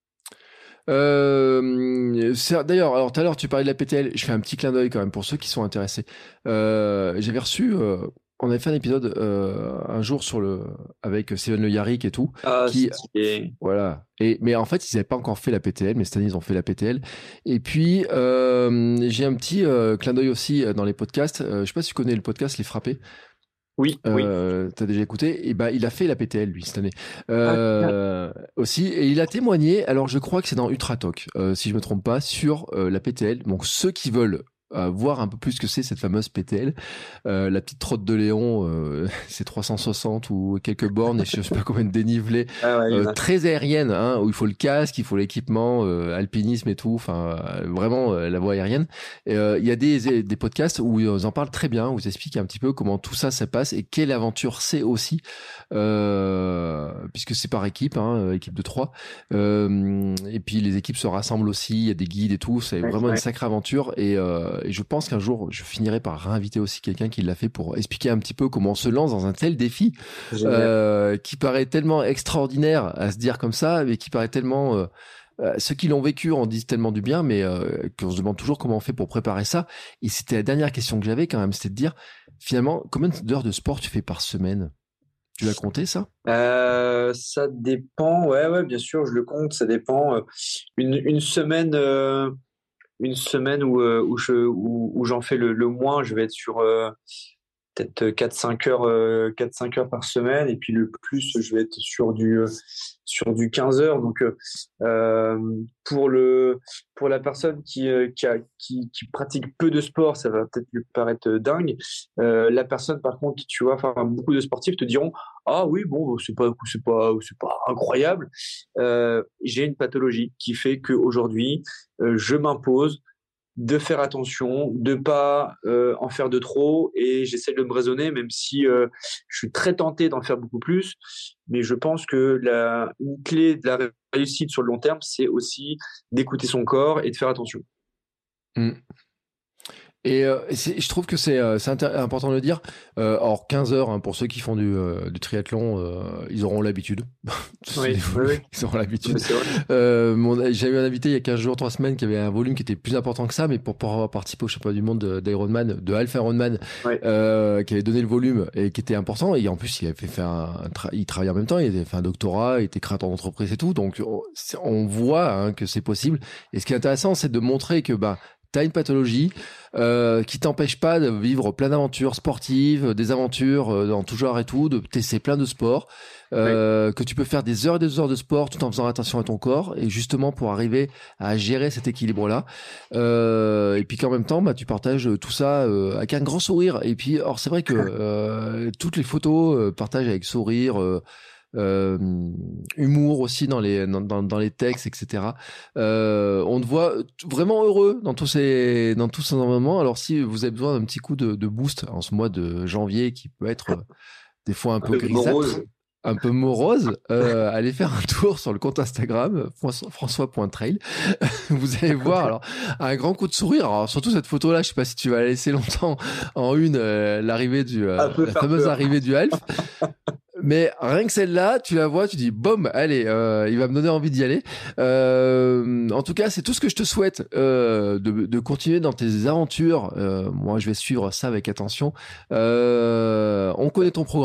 Euh, c'est- d'ailleurs, alors tout à l'heure tu parlais de la P T L, je fais un petit clin d'œil quand même pour ceux qui sont intéressés. Euh, j'avais reçu, euh, on avait fait un épisode euh, un jour sur le avec Steven Le Yarrick et tout, Ah, qui c'était. voilà. Et mais en fait ils n'avaient pas encore fait la P T L, mais cette année ils ont fait la P T L. Et puis euh, j'ai un petit euh, clin d'œil aussi euh, dans les podcasts. Euh, je sais pas si tu connais le podcast Les Frappés. Oui, oui. Euh, t'as déjà écouté? Et ben il a fait la P T L lui cette année Ah, génial. euh, aussi, et il a témoigné. Alors je crois que c'est dans Ultra Talk, euh, si je me trompe pas, sur euh, la P T L. Donc ceux qui veulent euh, voir un peu plus ce que c'est cette fameuse P T L, euh, la petite trotte de Léon, euh, c'est trois cent soixante ou quelques bornes et je sais pas combien de dénivelé, Ah ouais, il y euh, en a. très aérienne, hein, où il faut le casque, il faut l'équipement, euh, alpinisme et tout, enfin euh, vraiment euh, la voie aérienne. Et, euh, il y a des, des podcasts où ils en parlent très bien, où ils expliquent un petit peu comment tout ça se passe et quelle aventure c'est aussi, euh, puisque c'est par équipe, hein, équipe de trois. Euh, et puis les équipes se rassemblent aussi, il y a des guides et tout, c'est Ouais, vraiment une ouais. sacrée aventure. Et, euh, et je pense qu'un jour, je finirai par réinviter aussi quelqu'un qui l'a fait pour expliquer un petit peu comment on se lance dans un tel défi, Génial. euh, qui paraît tellement extraordinaire à se dire comme ça, mais qui paraît tellement... Euh, euh, ceux qui l'ont vécu en disent tellement du bien, mais euh, qu'on se demande toujours comment on fait pour préparer ça. Et c'était la dernière question que j'avais quand même, c'était de dire, finalement, combien d'heures de sport tu fais par semaine? Tu l'as compté ça? Euh, ça dépend, ouais, ouais, bien sûr, je le compte, ça dépend. euh, Une, une semaine, euh, une semaine où, euh, où je, où, où j'en fais le, le moins, je vais être sur euh, peut-être quatre cinq heures, euh, quatre cinq heures par semaine, et puis le plus, je vais être sur du, euh, sur du quinze heures. Donc, euh, euh, pour le, pour la personne qui, euh, qui, a, qui, qui pratique peu de sport, ça va peut-être lui paraître dingue. Euh, la personne, par contre, tu vois, enfin, beaucoup de sportifs te diront, ah oui, bon, c'est pas, c'est pas, c'est pas incroyable. Euh, j'ai une pathologie qui fait qu'aujourd'hui, euh, je m'impose de faire attention, de pas euh, en faire de trop, et j'essaie de me raisonner, même si euh, je suis très tenté d'en faire beaucoup plus. Mais je pense que la une clé de la réussite sur le long terme, c'est aussi d'écouter son corps et de faire attention. Hmm. Et euh, c'est- je trouve que c'est euh, c'est intér- important de le dire. Euh, or quinze heures, hein, pour ceux qui font du, euh, du triathlon, euh, ils auront l'habitude. C'est Oui, des oui, volumes, oui. ils auront Mais l'habitude. c'est vrai. Euh, mon- j'ai eu un invité il y a quinze jours, trois semaines, qui avait un volume qui était plus important que ça, mais pour pouvoir participer au championnat du monde de- d'Ironman, de Half Ironman, Ouais. euh, qui avait donné le volume et qui était important. Et en plus, il avait fait un, un tra- il travaillait en même temps, il avait fait un doctorat, il était créateur d'entreprise et tout. Donc, on, c'est- on voit hein, que c'est possible. Et ce qui est intéressant, c'est de montrer que bah t'as une pathologie euh, qui t'empêche pas de vivre plein d'aventures sportives, des aventures euh, dans tout genre et tout, de tester plein de sports, Ouais. euh, que tu peux faire des heures et des heures de sport tout en faisant attention à ton corps et justement pour arriver à gérer cet équilibre-là. Euh, et puis qu'en même temps, bah, tu partages tout ça euh, avec un grand sourire. Et puis, alors c'est vrai que euh, toutes les photos euh, partagent avec sourire. Euh, euh, humour aussi dans les dans, dans, dans les textes, et cetera. Euh, on te voit t- vraiment heureux dans tous ces dans tous ces moments. Alors si vous avez besoin d'un petit coup de, de boost en ce mois de janvier qui peut être euh, des fois un peu Un peu morose. grisâtre, un peu morose, euh, allez faire un tour sur le compte Instagram françois point trail. Vous allez voir alors un grand coup de sourire. Alors surtout cette photo là, je sais pas si tu vas la laisser longtemps en une euh, l'arrivée du euh, Un peu la faire fameuse peur. arrivée du Half. Mais rien que celle-là, tu la vois, tu dis, boum, allez, euh, il va me donner envie d'y aller. Euh, en tout cas, c'est tout ce que je te souhaite, euh, de, de continuer dans tes aventures. Euh, moi, je vais suivre ça avec attention. Euh, on connaît ton programme.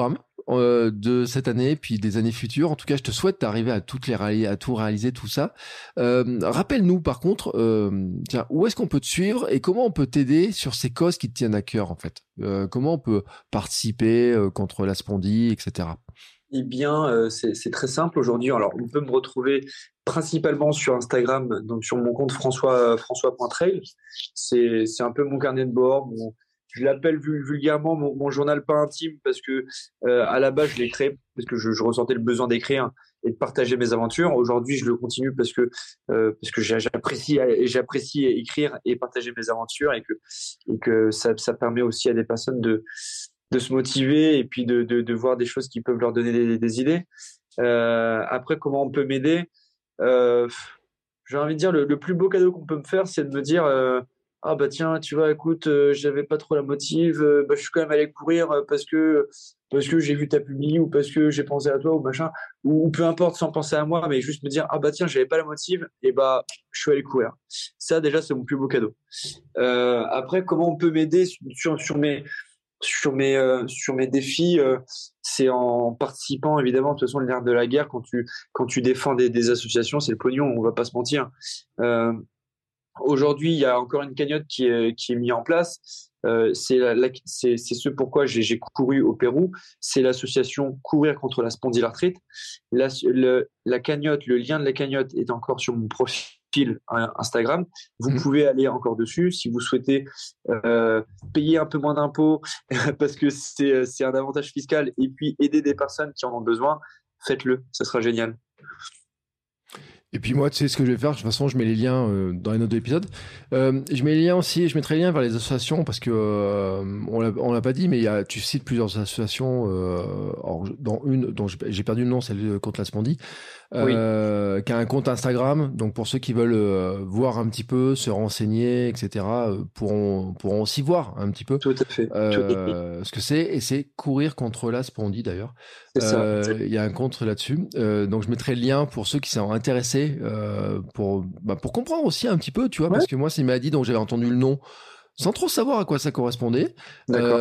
euh, de cette année, puis des années futures. En tout cas, je te souhaite d'arriver à toutes les réaliser, à tout réaliser, tout ça. Euh, rappelle-nous, par contre, euh, tiens, où est-ce qu'on peut te suivre et comment on peut t'aider sur ces causes qui te tiennent à cœur, en fait. Euh, comment on peut participer euh, contre la spondie, et cetera. Eh bien, euh, c'est, c'est très simple aujourd'hui. Alors, on peut me retrouver principalement sur Instagram, donc sur mon compte François François.trail. C'est, c'est un peu mon carnet de bord. Mon, je l'appelle vul- vulgairement mon, mon journal pas intime parce que euh, à la base, je l'ai créé parce que je, je ressentais le besoin d'écrire et de partager mes aventures. Aujourd'hui, je le continue parce que euh, parce que j'a- j'apprécie j'apprécie écrire et partager mes aventures et que et que ça, ça permet aussi à des personnes de de se motiver et puis de, de, de voir des choses qui peuvent leur donner des, des idées. Euh, après, comment on peut m'aider euh, J'ai envie de dire, le, le plus beau cadeau qu'on peut me faire, c'est de me dire euh, ah bah tiens, tu vois, écoute, euh, j'avais pas trop la motive, euh, bah, je suis quand même allé courir euh, parce que parce que j'ai vu ta publi ou parce que j'ai pensé à toi ou machin, ou, ou peu importe, sans penser à moi, mais juste me dire ah bah tiens, j'avais pas la motive, et bah je suis allé courir. Ça déjà, c'est mon plus beau cadeau. Euh, après, comment on peut m'aider sur, sur mes sur mes euh, sur mes défis, euh, c'est en participant évidemment. De toute façon, le nerf de la guerre quand tu quand tu défends des, des associations, c'est le pognon, on va pas se mentir. Euh, Aujourd'hui, il y a encore une cagnotte qui est qui est mise en place. Euh, c'est la, la- c'est c'est ce pourquoi j'ai j'ai couru au Pérou. C'est l'association Courir contre la spondylarthrite. La, le, la cagnotte, le lien de la cagnotte est encore sur mon profil euh, Instagram. Vous Mmh. pouvez aller encore dessus si vous souhaitez euh, payer un peu moins d'impôts parce que c'est c'est un avantage fiscal et puis aider des personnes qui en ont besoin. Faites-le, ça sera génial. Et puis moi, tu sais ce que je vais faire. De toute façon, je mets les liens euh, dans les notes de l'épisode. Euh, je mets les liens aussi. Je mettrai les liens vers les associations parce que euh, on l'a, on l'a pas dit, mais il y a, tu cites plusieurs associations. Euh, alors, dans une dont j'ai j'ai perdu le nom, celle contre la spondie, Oui, euh, qui a un compte Instagram. Donc pour ceux qui veulent euh, voir un petit peu, se renseigner, et cetera, euh, pourront pourront aussi voir un petit peu tout à fait. Tout- euh, ce que c'est. Et c'est courir contre la spondie d'ailleurs. C'est ça. Euh, Il y a un compte là-dessus. Euh, donc je mettrai le lien pour ceux qui sont intéressés, euh, pour bah, pour comprendre aussi un petit peu, tu vois, Ouais, parce que moi c'est une maladie dont j'avais entendu le nom sans trop savoir à quoi ça correspondait. d'accord.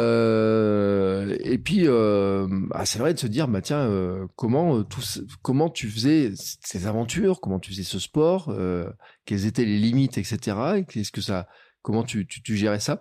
Euh, et puis euh, bah, c'est vrai de se dire bah tiens euh, comment euh, tout ce- comment tu faisais ces aventures, comment tu faisais ce sport, euh, quelles étaient les limites, et cetera. Et qu'est-ce que ça Comment tu, tu, tu gérais ça?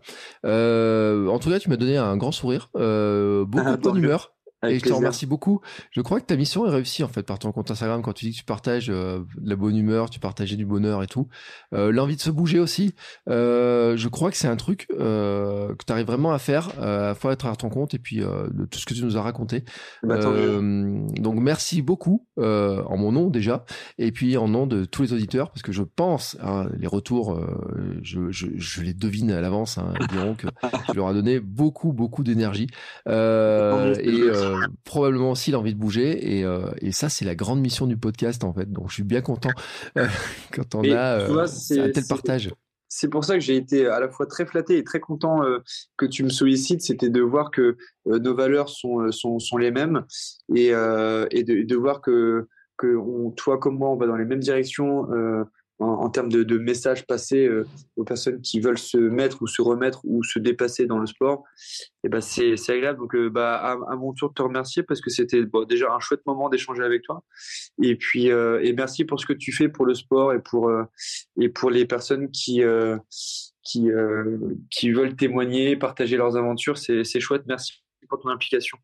Euh, en tout cas, tu m'as donné un grand sourire, euh, beaucoup de Tant bonne mieux. humeur. Et Avec je te plaisir. remercie beaucoup. Je crois que ta mission est réussie en fait par ton compte Instagram quand tu dis que tu partages euh, de la bonne humeur, tu partageais du bonheur et tout. Euh, l'envie de se bouger aussi. Euh, je crois que c'est un truc euh, que tu arrives vraiment à faire, euh, à la fois à travers ton compte et puis euh, de tout ce que tu nous as raconté. Bah, tant mieux. Euh, donc merci beaucoup euh, en mon nom déjà et puis en nom de tous les auditeurs parce que je pense hein, les retours, euh, je, je, je les devine à l'avance. Hein, ils diront que tu leur as donné beaucoup beaucoup d'énergie Tant mieux, euh, c'est et chouette. euh, probablement aussi l'envie de bouger et, euh, et ça c'est la grande mission du podcast en fait donc je suis bien content euh, quand on Mais a tu euh, vois, un c'est tel c'est partage. c'est pour ça que j'ai été à la fois très flatté et très content euh, que tu me sollicites. C'était de voir que euh, nos valeurs sont, euh, sont, sont les mêmes et, euh, et de, de voir que, que on, toi comme moi, on va dans les mêmes directions euh, en, en termes de, de messages passés euh, aux personnes qui veulent se mettre ou se remettre ou se dépasser dans le sport. Et ben c'est c'est agréable. Donc euh, bah à, à mon tour de te remercier parce que c'était bon, déjà un chouette moment d'échanger avec toi. Et puis euh, et merci pour ce que tu fais pour le sport et pour euh, et pour les personnes qui euh, qui euh, qui veulent témoigner, partager leurs aventures. C'est c'est chouette. Merci pour ton implication.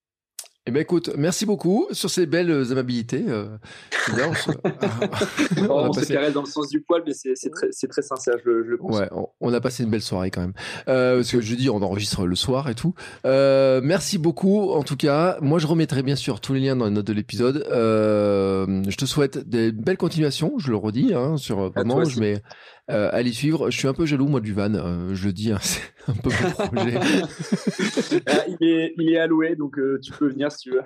Eh ben écoute, merci beaucoup sur ces belles amabilités. Euh, c'est bien, on, se- on a On se passé, caresse dans le sens du poil, mais c'est c'est très c'est très sincère. Je, le- je le pense. ouais, on, on a passé une belle soirée quand même. Euh, parce que je dis, on enregistre le soir et tout. Euh, merci beaucoup. En tout cas, moi je remettrai bien sûr tous les liens dans les notes de l'épisode. Euh, je te souhaite des belles continuations. Je le redis, hein, sur À toi vraiment, je aussi. mets euh, à les suivre. Je suis un peu jaloux moi du van. Euh, je le dis, hein, c'est un peu mon projet. Ah, il est il est alloué, donc euh, tu peux venir si tu veux.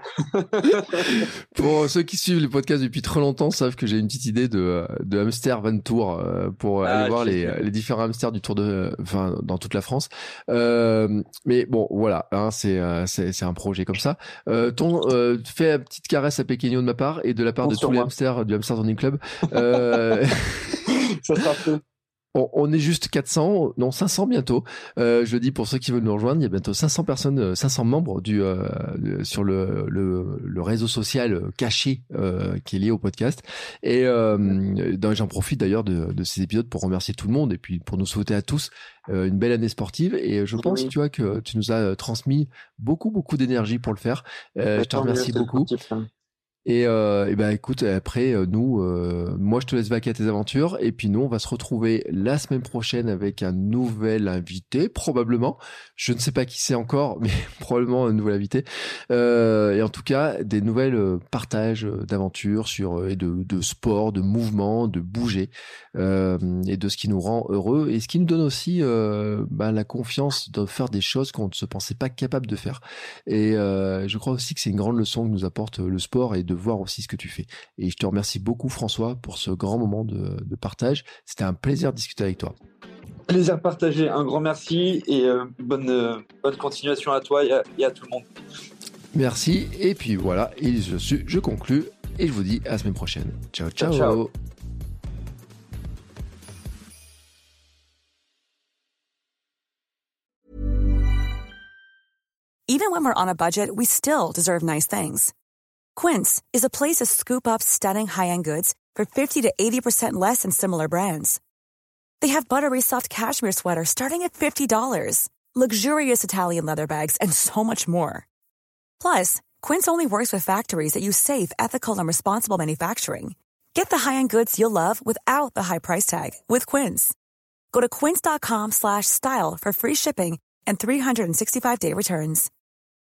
Pour ceux qui suivent le podcast depuis trop longtemps, savent que j'ai une petite idée de, de hamster van tour euh, pour Ah, aller voir les, génial. les différents hamsters du tour de, enfin, dans toute la France. Euh, mais bon, voilà, hein, c'est, euh, c'est, c'est un projet comme ça. Euh, ton, euh, fais une petite caresse à Pequeno de ma part et de la part Compte de sur tous les moi. hamsters du Hamster Running Club. Euh, Ça sera fait. On, on est juste quatre cents, non cinq cents bientôt. Euh, je le dis pour ceux qui veulent nous rejoindre, il y a bientôt cinq cents personnes, cinq cents membres du euh, sur le, le le réseau social caché euh, qui est lié au podcast. Et euh, j'en profite d'ailleurs de, de ces épisodes pour remercier tout le monde et puis pour nous souhaiter à tous euh, une belle année sportive. Et je pense, Oui. tu vois, que tu nous as transmis beaucoup beaucoup d'énergie pour le faire. Euh, je te remercie beaucoup. Et, euh, et ben écoute, après euh, nous, euh, moi je te laisse vaquer à tes aventures et puis nous on va se retrouver la semaine prochaine avec un nouvel invité, probablement. Je ne sais pas qui c'est encore, mais probablement un nouvel invité. Euh, et en tout cas, des nouvelles euh, partages d'aventures sur euh, et de, de sport, de mouvement, de bouger euh, et de ce qui nous rend heureux et ce qui nous donne aussi euh, bah, la confiance de faire des choses qu'on ne se pensait pas capable de faire. Et euh, je crois aussi que c'est une grande leçon que nous apporte le sport et de voir aussi ce que tu fais. Et je te remercie beaucoup François pour ce grand moment de, de partage. C'était un plaisir de discuter avec toi. Plaisir partagé, un grand merci et euh, bonne, euh, bonne continuation à toi et à, et à tout le monde. Merci et puis voilà, et je, suis, je conclus et je vous dis à la semaine prochaine. Ciao ciao, ciao, ciao. Even when we're on a budget, we still deserve nice things. Quince is a place to scoop up stunning high-end goods for fifty to eighty percent less than similar brands. They have buttery soft cashmere sweaters starting at fifty dollars, luxurious Italian leather bags, and so much more. Plus, Quince only works with factories that use safe, ethical, and responsible manufacturing. Get the high-end goods you'll love without the high price tag with Quince. Go to quince dot com slash style for free shipping and three sixty-five day returns.